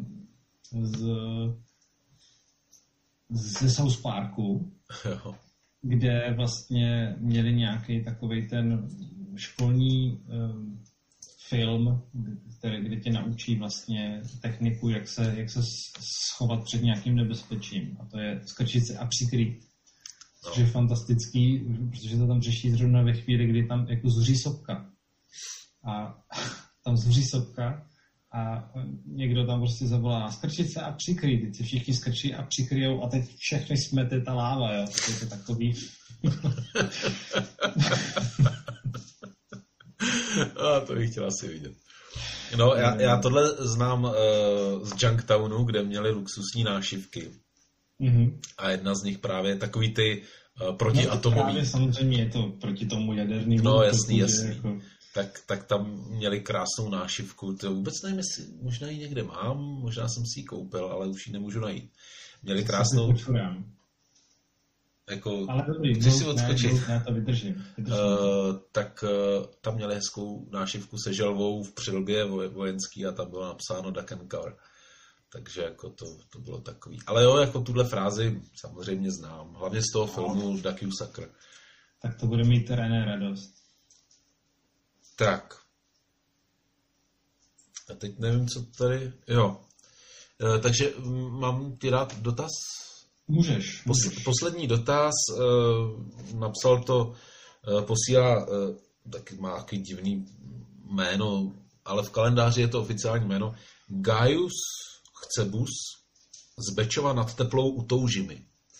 ze South Parku, jo. Kde vlastně měli nějaký takovej ten školní film, kde tě naučí vlastně techniku, jak se schovat před nějakým nebezpečím. A to je skrčit se a přikrýt. Což je fantastický, protože to tam řeší zrovna ve chvíli, kdy tam jako zuří sopka. A tam zuří sopka a někdo tam prostě zavolá skrčit se a přikrýt. Teď se všichni skrčí a přikryjou a teď všechny smete ta láva, jo. To je takový... A to bych chtěl asi vidět. No, já tohle znám z Junktownu, kde měli luxusní nášivky. A jedna z nich právě je takový ty protiatomový. Právě samozřejmě je to proti tomu jadernému. No jasný. Jako... Tak tam měli krásnou nášivku. To vůbec nevím, jestli možná ji někde mám, možná jsem si ji koupil, ale už ji nemůžu najít. Měli krásnou... Jako, ale dobrý, chci si odskočit. Já to vydržím. Tak tam měli hezkou nášivku se želvou v přilbě vojenský a tam bylo napsáno Duck and Cover. Takže jako to bylo takový. Ale jo, jako tuhle frázi samozřejmě znám. Hlavně z toho filmu Duck You Sucker. Tak to bude mít René radost. Tak. A teď nevím, co tady... Jo. Takže mám ti dát dotaz? Můžeš. Poslední dotaz. Napsal to, posílá, taky má takový divný jméno, ale v kalendáři je to oficiální jméno. Gaius Chcebus z Bečova nad Teplou u Toužimy.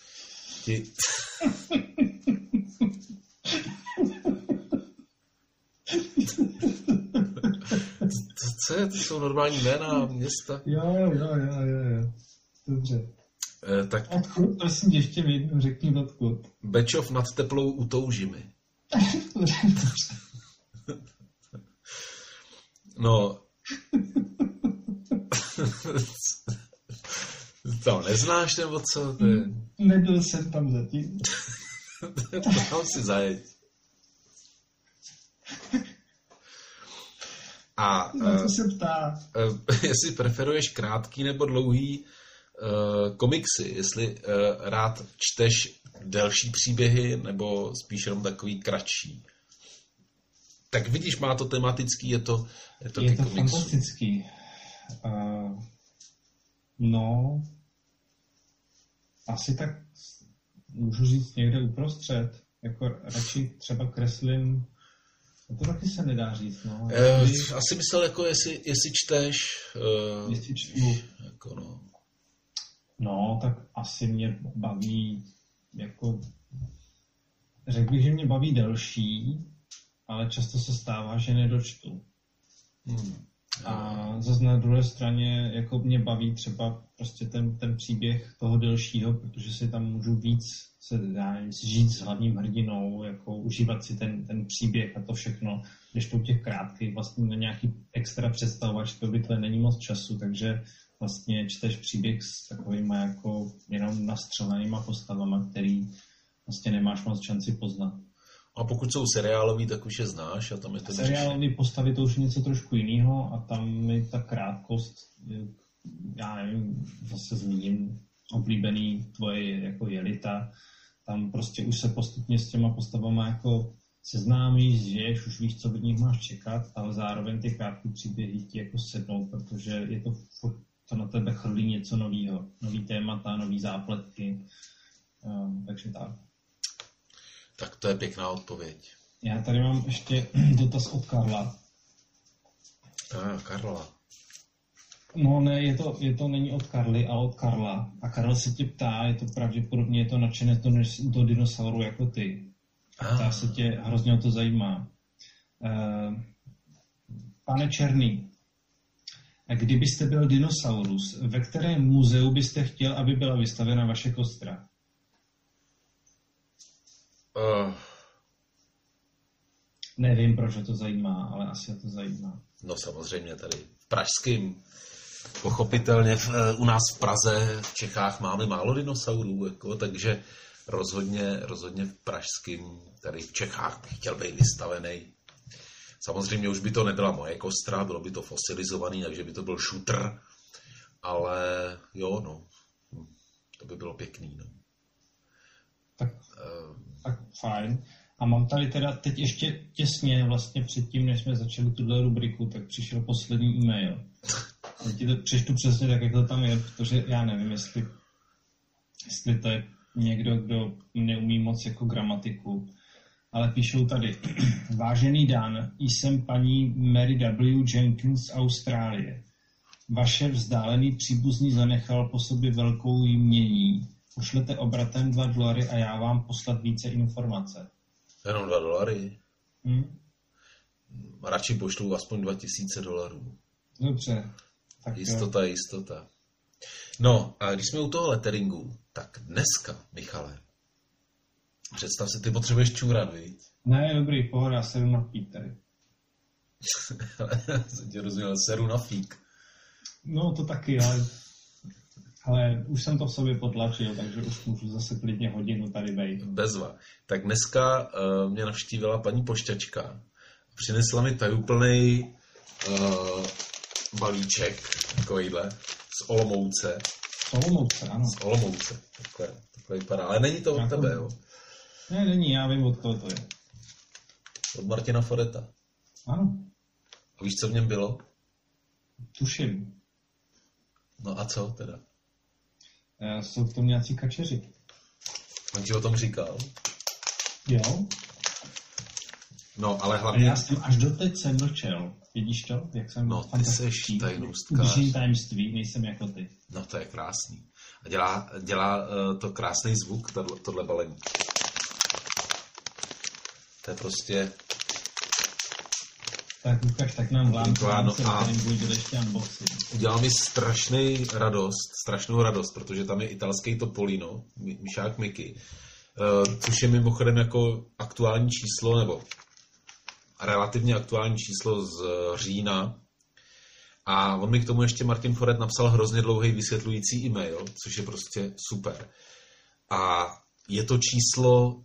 Co je? To jsou normální jména města? Jo. Dobře. Tak... Odkud? Prosím, ještě jednou řekni odkud. Bečov nad Teplou u Toužimy. No. To neznáš, nebo co? Nebyl jsem tam zatím. Tam si zajeď. A na co se ptá? Jestli preferuješ krátký nebo dlouhý komiksy, jestli rád čteš delší příběhy nebo spíš jenom takový kratší. Tak vidíš, má to tematický, je to fantastický. No, asi tak můžu říct někde uprostřed. Jako radši třeba kreslím. To taky se nedá říct, no. Asi myslel, jako jestli čteš. Jestli čtu. Jako no. No, tak asi mě baví, jako... Řekl bych, že mě baví delší, ale často se stává, že nedočtu. A zase na druhé straně, jako mě baví třeba prostě ten příběh toho delšího, protože si tam můžu víc žít s hlavním hrdinou, jako užívat si ten příběh a to všechno, když to u těch krátkých vlastně na nějaký extra představovač, to obvykle není moc času, takže vlastně čteš příběh s takovýma jako jenom nastřelenýma postavama, který vlastně nemáš moc šanci poznat. A pokud jsou seriálový, tak už je znáš a tam je to seriálový postavy to už je něco trošku jiného a tam je ta krátkost, já nevím, zase zmíním oblíbený tvoje jako Jelita, tam prostě už se postupně s těma postavama jako seznámíš, žiješ, už víš, co od nich máš čekat, ale zároveň ty krátké příběhy ti jako sednou, protože je to furt, to na tebe chrlí něco nového, nový témata, nový zápletky, takže tak. Tak to je pěkná odpověď. Já tady mám ještě dotaz od Karla. Karla. No ne, je to není od Karly, ale od Karla. A Karel se tě ptá, je to pravděpodobně, je to nadšenec do dinosaurů jako ty. Ptá se tě, hrozně o to zajímá. Pane Černý, kdybyste byl dinosaurus, ve kterém muzeu byste chtěl, aby byla vystavena vaše kostra? Nevím, proč to zajímá, ale asi to zajímá. No samozřejmě tady v pražském, pochopitelně u nás v Praze, v Čechách máme málo dinosaurů, jako, takže rozhodně v pražském, tady v Čechách bych chtěl být vystavený. Samozřejmě už by to nebyla moje kostra, bylo by to fosilizovaný, takže by to byl šutr, ale jo, no, to by bylo pěkný, no. Tak fajn. A mám tady teda teď ještě těsně vlastně předtím, než jsme začali tuhle rubriku, tak přišel poslední e-mail. Já ti to přečtu přesně tak, jak to tam je, protože já nevím, jestli to je někdo, kdo neumí moc jako gramatiku. Ale píšou tady, vážený Dan, jsem paní Mary W. Jenkins z Austrálie. Vaše vzdálený příbuzný zanechal po sobě velkou jmění. Pošlete obratem $2 a já vám poslat více informace. Jenom $2? Radši pošlu aspoň $2000. Dobře. Tak jistota. No, a když jsme u toho letteringu, tak dneska, Michale, představ si, ty potřebuješ čůrat, viď? Ne, dobrý, pohoda, seru na pít tady. Já jsem tě rozuměl, seru na fík. No, to taky, ale už jsem to v sobě potlačil, takže už můžu zase klidně hodinu tady bejt. Bezva. Tak dneska mě navštívila paní pošťačka. Přinesla mi tajuplnej balíček, takovýhle, z Olomouce. Olomouce, ano. Z Olomouce, takhle vypadá. Ale není to od tebe, jo? Ne, není, já vím, od koho to je. Od Martina Foreta. Ano. A víš, co v něm bylo? Tuším. No a co teda? Jsou v tom nějací kačeři. On ti o tom říkal? Jo. No, ale A hlavně... já jsem až doteď jsem mlčel. Vidíš to? Jak jsem No, ty seš tajnůstkář. Udržím tajemství, nejsem jako ty. No, to je krásný. A dělá to krásný zvuk, tohle balení. To je prostě... Tak ukaž, tak nám Ano, kterým bude ještě unboxing. Udělal mi strašnou radost, protože tam je italský Topolino, Mišák Mickey, což je mimochodem jako aktuální číslo, nebo relativně aktuální číslo z října. A on mi k tomu ještě Martin Foret napsal hrozně dlouhý vysvětlující e-mail, což je prostě super. A je to číslo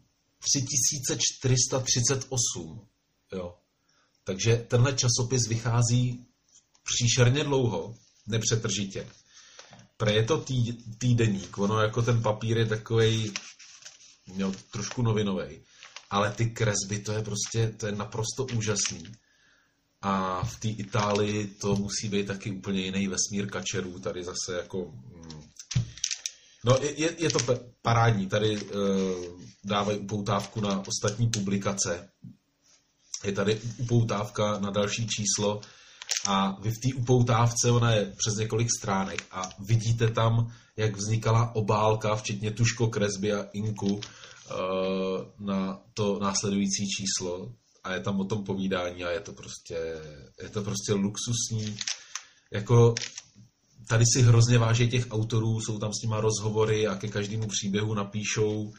3438, jo. Takže tenhle časopis vychází příšerně dlouho, nepřetržitě. Pre je to týdeník, ono jako ten papír je takovej, měl trošku novinovej, ale ty kresby, to je naprosto úžasný. A v té Itálii to musí být taky úplně jiný vesmír kačerů, tady zase jako... No, je to parádní, tady dávají upoutávku na ostatní publikace. Je tady upoutávka na další číslo a vy v té upoutávce, ona je přes několik stránek a vidíte tam, jak vznikala obálka, včetně tužkokresby a inku na to následující číslo a je tam o tom povídání a je to prostě luxusní. Jako tady si hrozně váží těch autorů, jsou tam s nima rozhovory a ke každému příběhu napíšou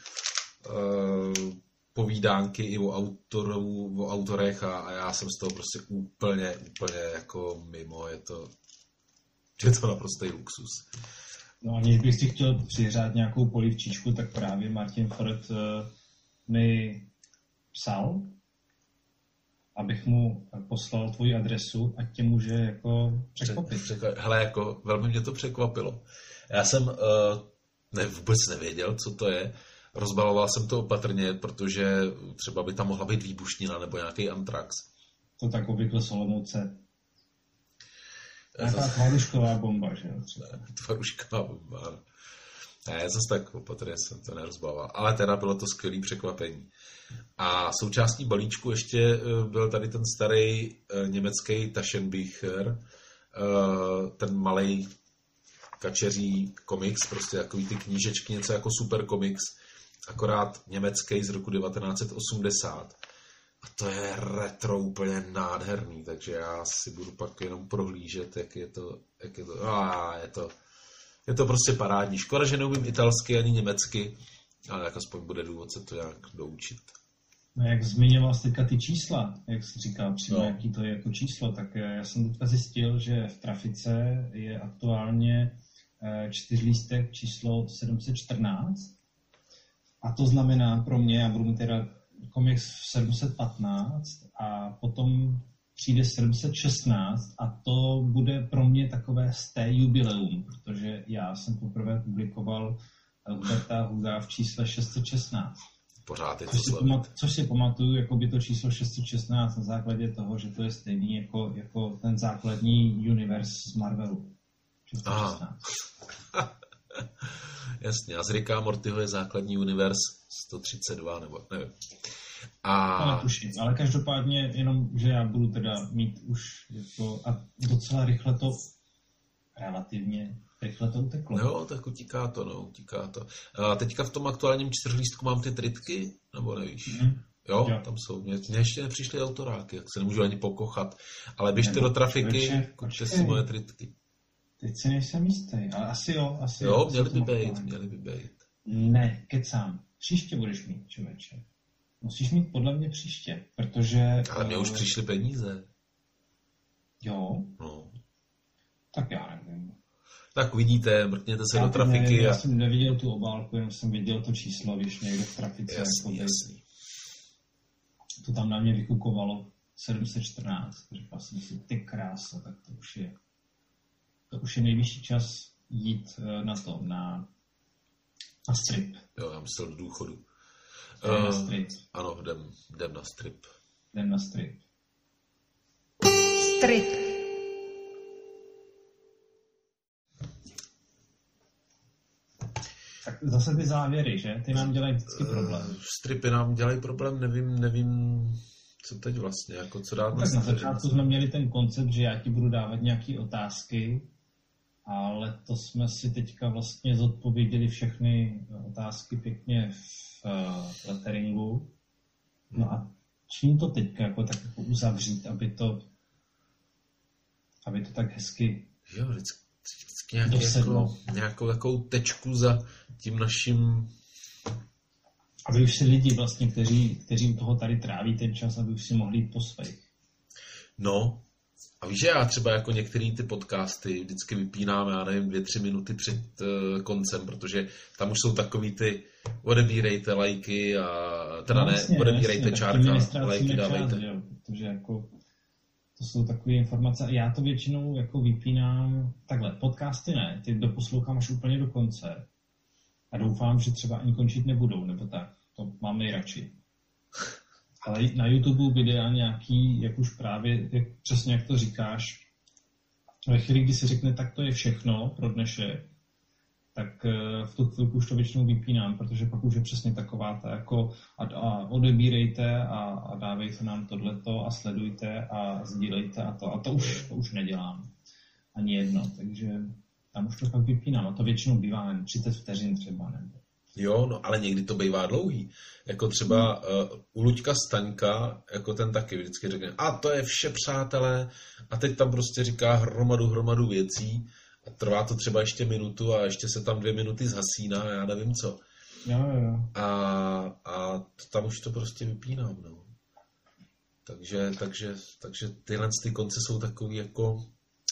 povídánky i o autorech a já jsem z toho prostě úplně jako mimo, je to naprostý luxus. No aniž bych si chtěl přihrát nějakou polivčičku, tak právě Martin Foret mi psal, abych mu poslal tvoji adresu, ať tě může jako překvapit. Hele, jako velmi mě to překvapilo. Já jsem vůbec nevěděl, co to je. Rozbaloval jsem to opatrně, protože třeba by tam mohla být výbušnina nebo nějaký antrax. To tak obvykle z Olomouce. Nějaká tvarušková bomba, že jo? Tvarušková bomba. Ne, zase tak opatrně jsem to nerozbaloval. Ale teda bylo to skvělý překvapení. A součástí balíčku ještě byl tady ten starý německý Taschenbücher, ten malej kačeří komiks, prostě takový ty knížečky, něco jako super komiks, akorát německý z roku 1980. A to je retro úplně nádherný, takže já si budu pak jenom prohlížet, jak je to. Je to prostě parádní. Škoda, že neumím italsky ani německy, ale jak aspoň bude důvod se to nějak doučit. No jak zmiňoval jsi teďka ty čísla, jak jsi říkal přímo, jaký to je jako číslo, tak já jsem teďka zjistil, že v Trafice je aktuálně čtyřlístek číslo 714 a to znamená pro mě, já budu mít teda komiks 715 a potom přijde 716 a to bude pro mě takové jubileum, protože já jsem poprvé publikoval Huberta Huga v čísle 616. Pořád je to slavit. Což si pamatuju, jako by to číslo 616 na základě toho, že to je stejný jako ten základní univerz z Marvelu. 616. Jasně, a z Ricka Mortyho je základní univerz 132, nebo nevím. To netuším, ale každopádně jenom, že já budu teda mít už jako, a docela relativně rychle to uteklo. Jo, tak utíká to. A teďka v tom aktuálním čtyřlístku mám ty tritky, nebo nevíš? Jo, tam jsou. Mně ještě nepřišly autoráky, jak se nemůžu ani pokochat. Ale běžte do Trafiky, kuďte si moje tritky. Teď si nejsem jistý, ale asi jo. Jo, měli by být. Ne, kecám. Příště budeš mít, člověče. Musíš mít podle mě příště, protože... Ale mě už přišly peníze. Jo? No. Tak já nevím. Tak vidíte, mrkněte se do trafiky. Já jsem neviděl tu obálku, jenom jsem viděl to číslo, víš, někde v trafice. Jasný. To tam na mě vykukovalo 714. Říkal jsem si, ty krása, tak to už je nejvyšší čas jít na strip. Jo, já myslel do důchodu. Na strip. Ano, jdem na strip. Jdem na strip. Strip. Tak zase ty závěry, že? Ty nám dělají vždycky problém. Stripy nám dělají problém, nevím, co teď vlastně, jako co dát na tak na začátku jsme měli ten koncept, že já ti budu dávat nějaké otázky, ale to jsme si teďka vlastně zodpověděli všechny otázky pěkně v letteringu. No a čím to teďka jako tak jako uzavřít, aby to tak hezky jo, vždycky nějakou takovou tečku za tím naším... Aby už si lidi vlastně, kteří u toho tady tráví ten čas, aby už si mohli jít po svých. No, a víš, že já třeba jako některé ty podcasty vždycky vypínám, já nevím, 2-3 minuty před koncem, protože tam už jsou takový ty odebírejte lajky a teda no, jasně, odebírejte jasně, čárka, lajky dávejte. Čas, jo, protože jako to jsou takové informace. Já to většinou jako vypínám takhle. Podcasty ne, ty doposlouchám až úplně do konce. A doufám, že třeba ani končit nebudou, nebo tak. To mám nejradši. Ale na YouTube videa nějaký, jak už právě, přesně jak to říkáš, ve chvíli, kdy si řekne, tak to je všechno pro dnešek, tak v tu chvilku už to většinou vypínám, protože pak už je přesně taková ta jako a odebírejte a dávejte nám tohleto a sledujte a sdílejte a to už nedělám. Ani jedno, takže tam už to pak vypínám a to většinou bývá 30 vteřin třeba, nebo. Jo, no ale někdy to bývá dlouhý. Jako třeba u Luďka Staňka, jako ten taky vždycky řekne, a to je vše, přátelé, a teď tam prostě říká hromadu věcí a trvá to třeba ještě minutu a ještě se tam 2 minuty zhasíná, já nevím co. Jo. A tam už to prostě vypínám, no. Takže tyhle ty konce jsou takový jako...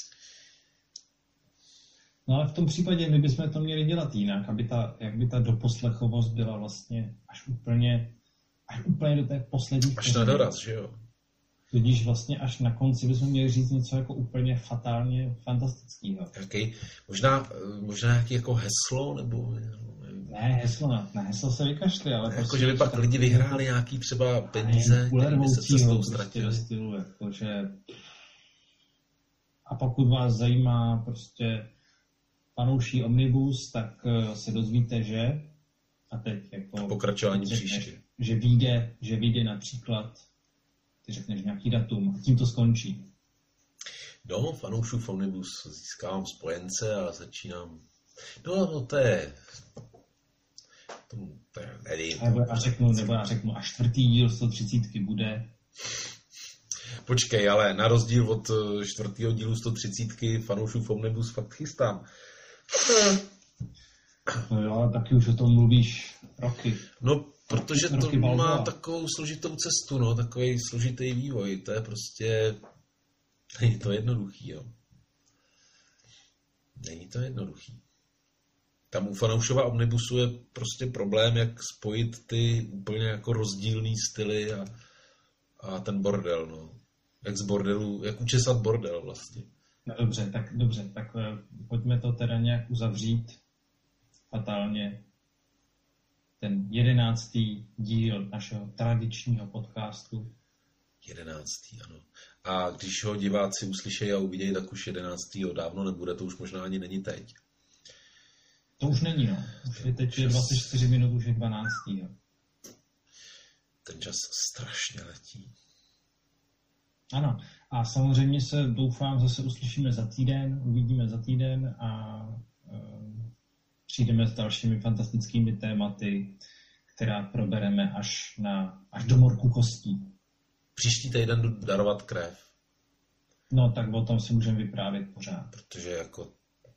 No ale v tom případě my bychom to měli dělat jinak, jak by ta doposlechovost byla vlastně až úplně do té poslední... Až na doraz, že jo? Tudíž vlastně až na konci bychom měli říct něco jako úplně fatálně fantastického. Okay. Možná nějaký jako heslo, nebo... Ne, heslo se vykašli, ale... Jako, že by pak lidi vyhráli nějaký třeba peníze, které by se cestou ztratili. Stylu, jakože... A pokud vás zajímá prostě fanouší Omnibus, tak se dozvíte, že... A teď jako... Pokračování příště. Že vyjde například, ty řekneš nějaký datum a tím to skončí. No, fanoušů Omnibus získávám spojence a začínám... No, to je... To je nevím. Nebo já řeknu, až 4. díl 130 bude... Počkej, ale na rozdíl od 4. dílu 130 fanoušů Omnibus fakt chystám. No jo, ale taky už o tom mluvíš roky. No, protože roky to Balboa. má takovou složitou cestu, no, takový složitý vývoj. To je prostě... Není to jednoduchý, jo. Není to jednoduchý. Tam u fanoušova Omnibusu je prostě problém, jak spojit ty úplně jako rozdílný styly a ten bordel, no. Jak učesat bordel vlastně. No dobře, tak pojďme to teda nějak uzavřít fatálně. Ten 11. díl našeho tradičního podcastu. 11. ano. A když ho diváci uslyšejí a uvidějí, tak už 11. dávno nebude, to už možná ani není teď. To už není, no. Už je teď 24 minut, už je 12. Jo. Ten čas strašně letí. Ano. A samozřejmě se, doufám, zase uslyšíme uvidíme za týden a přijdeme s dalšími fantastickými tématy, která probereme až do morku kostí. Příští týden jdu darovat krev. No, tak o tom si můžeme vyprávět pořád. Protože jako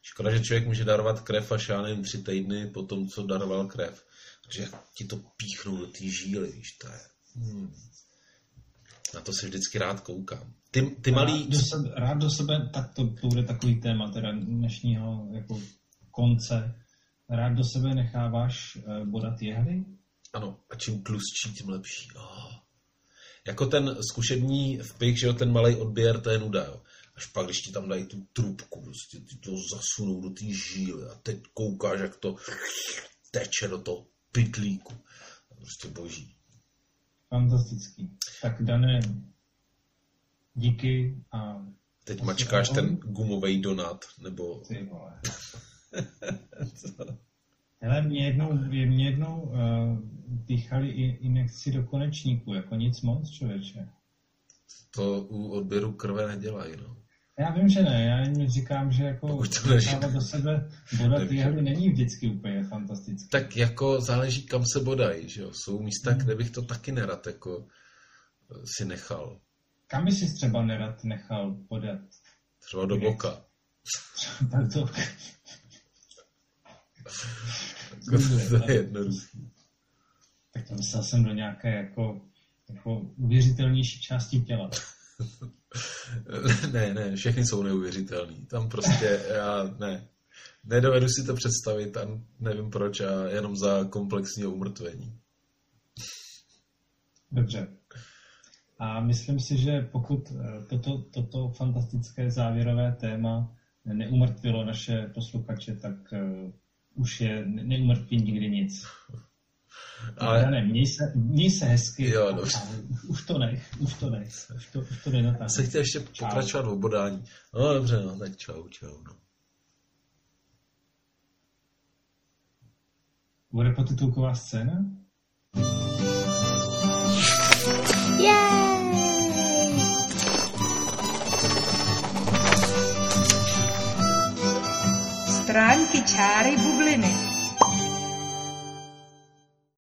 Škoda, že člověk může darovat krev až, já nevím, 3 týdny po tom, co daroval krev. Takže jak ti to píchnou do té žíly, víš, to je... Na to se vždycky rád koukám. Ty malý... Rád do sebe, tak to bude takový téma teda dnešního jako konce. Rád do sebe necháváš bodat jehly? Ano, a čím tlustší, tím lepší. Jako ten zkušební vpich, že jo, ten malej odběr, to je nuda, jo. Až pak, když ti tam dají tu trubku, prostě ty to zasunou do té žíly a teď koukáš, jak to teče do toho pytlíku. Prostě boží. Fantastický. Tak Dané, díky a... Teď mačkáš ten gumovej donát, nebo... Ty vole. Hele, mě jednou dýchali injekci do konečníku, jako nic moc, člověče. To u odběru krve nedělají, no. Já vím, že ne, já jen říkám, že jako nechávat do sebe bodat jehly není vždycky úplně fantastické. Tak jako záleží, kam se bodají, že jo. Jsou místa, kde bych to taky nerad jako si nechal. Kam by si třeba nerad nechal bodat? Třeba do boka. Tak to... To je jednoduchý. Tak to myslel jsem do nějaké jako uvěřitelnější části těla. Ne, všechny jsou neuvěřitelný. Tam prostě nedovedu si to představit a nevím proč a jenom za komplexního umrtvení. Dobře. A myslím si, že pokud toto fantastické závěrové téma neumrtvilo naše posluchače, tak už je neumrtví nikdy nic. Ale ne, měj se hezky. Jo, dobře. Už to nech. Už to nenatáhne. Já se chtěl ještě pokračovat v obodání. No dobře, no, tak čau. No. Bude potitulková scéna? Yay! Stránky čáry bubliny.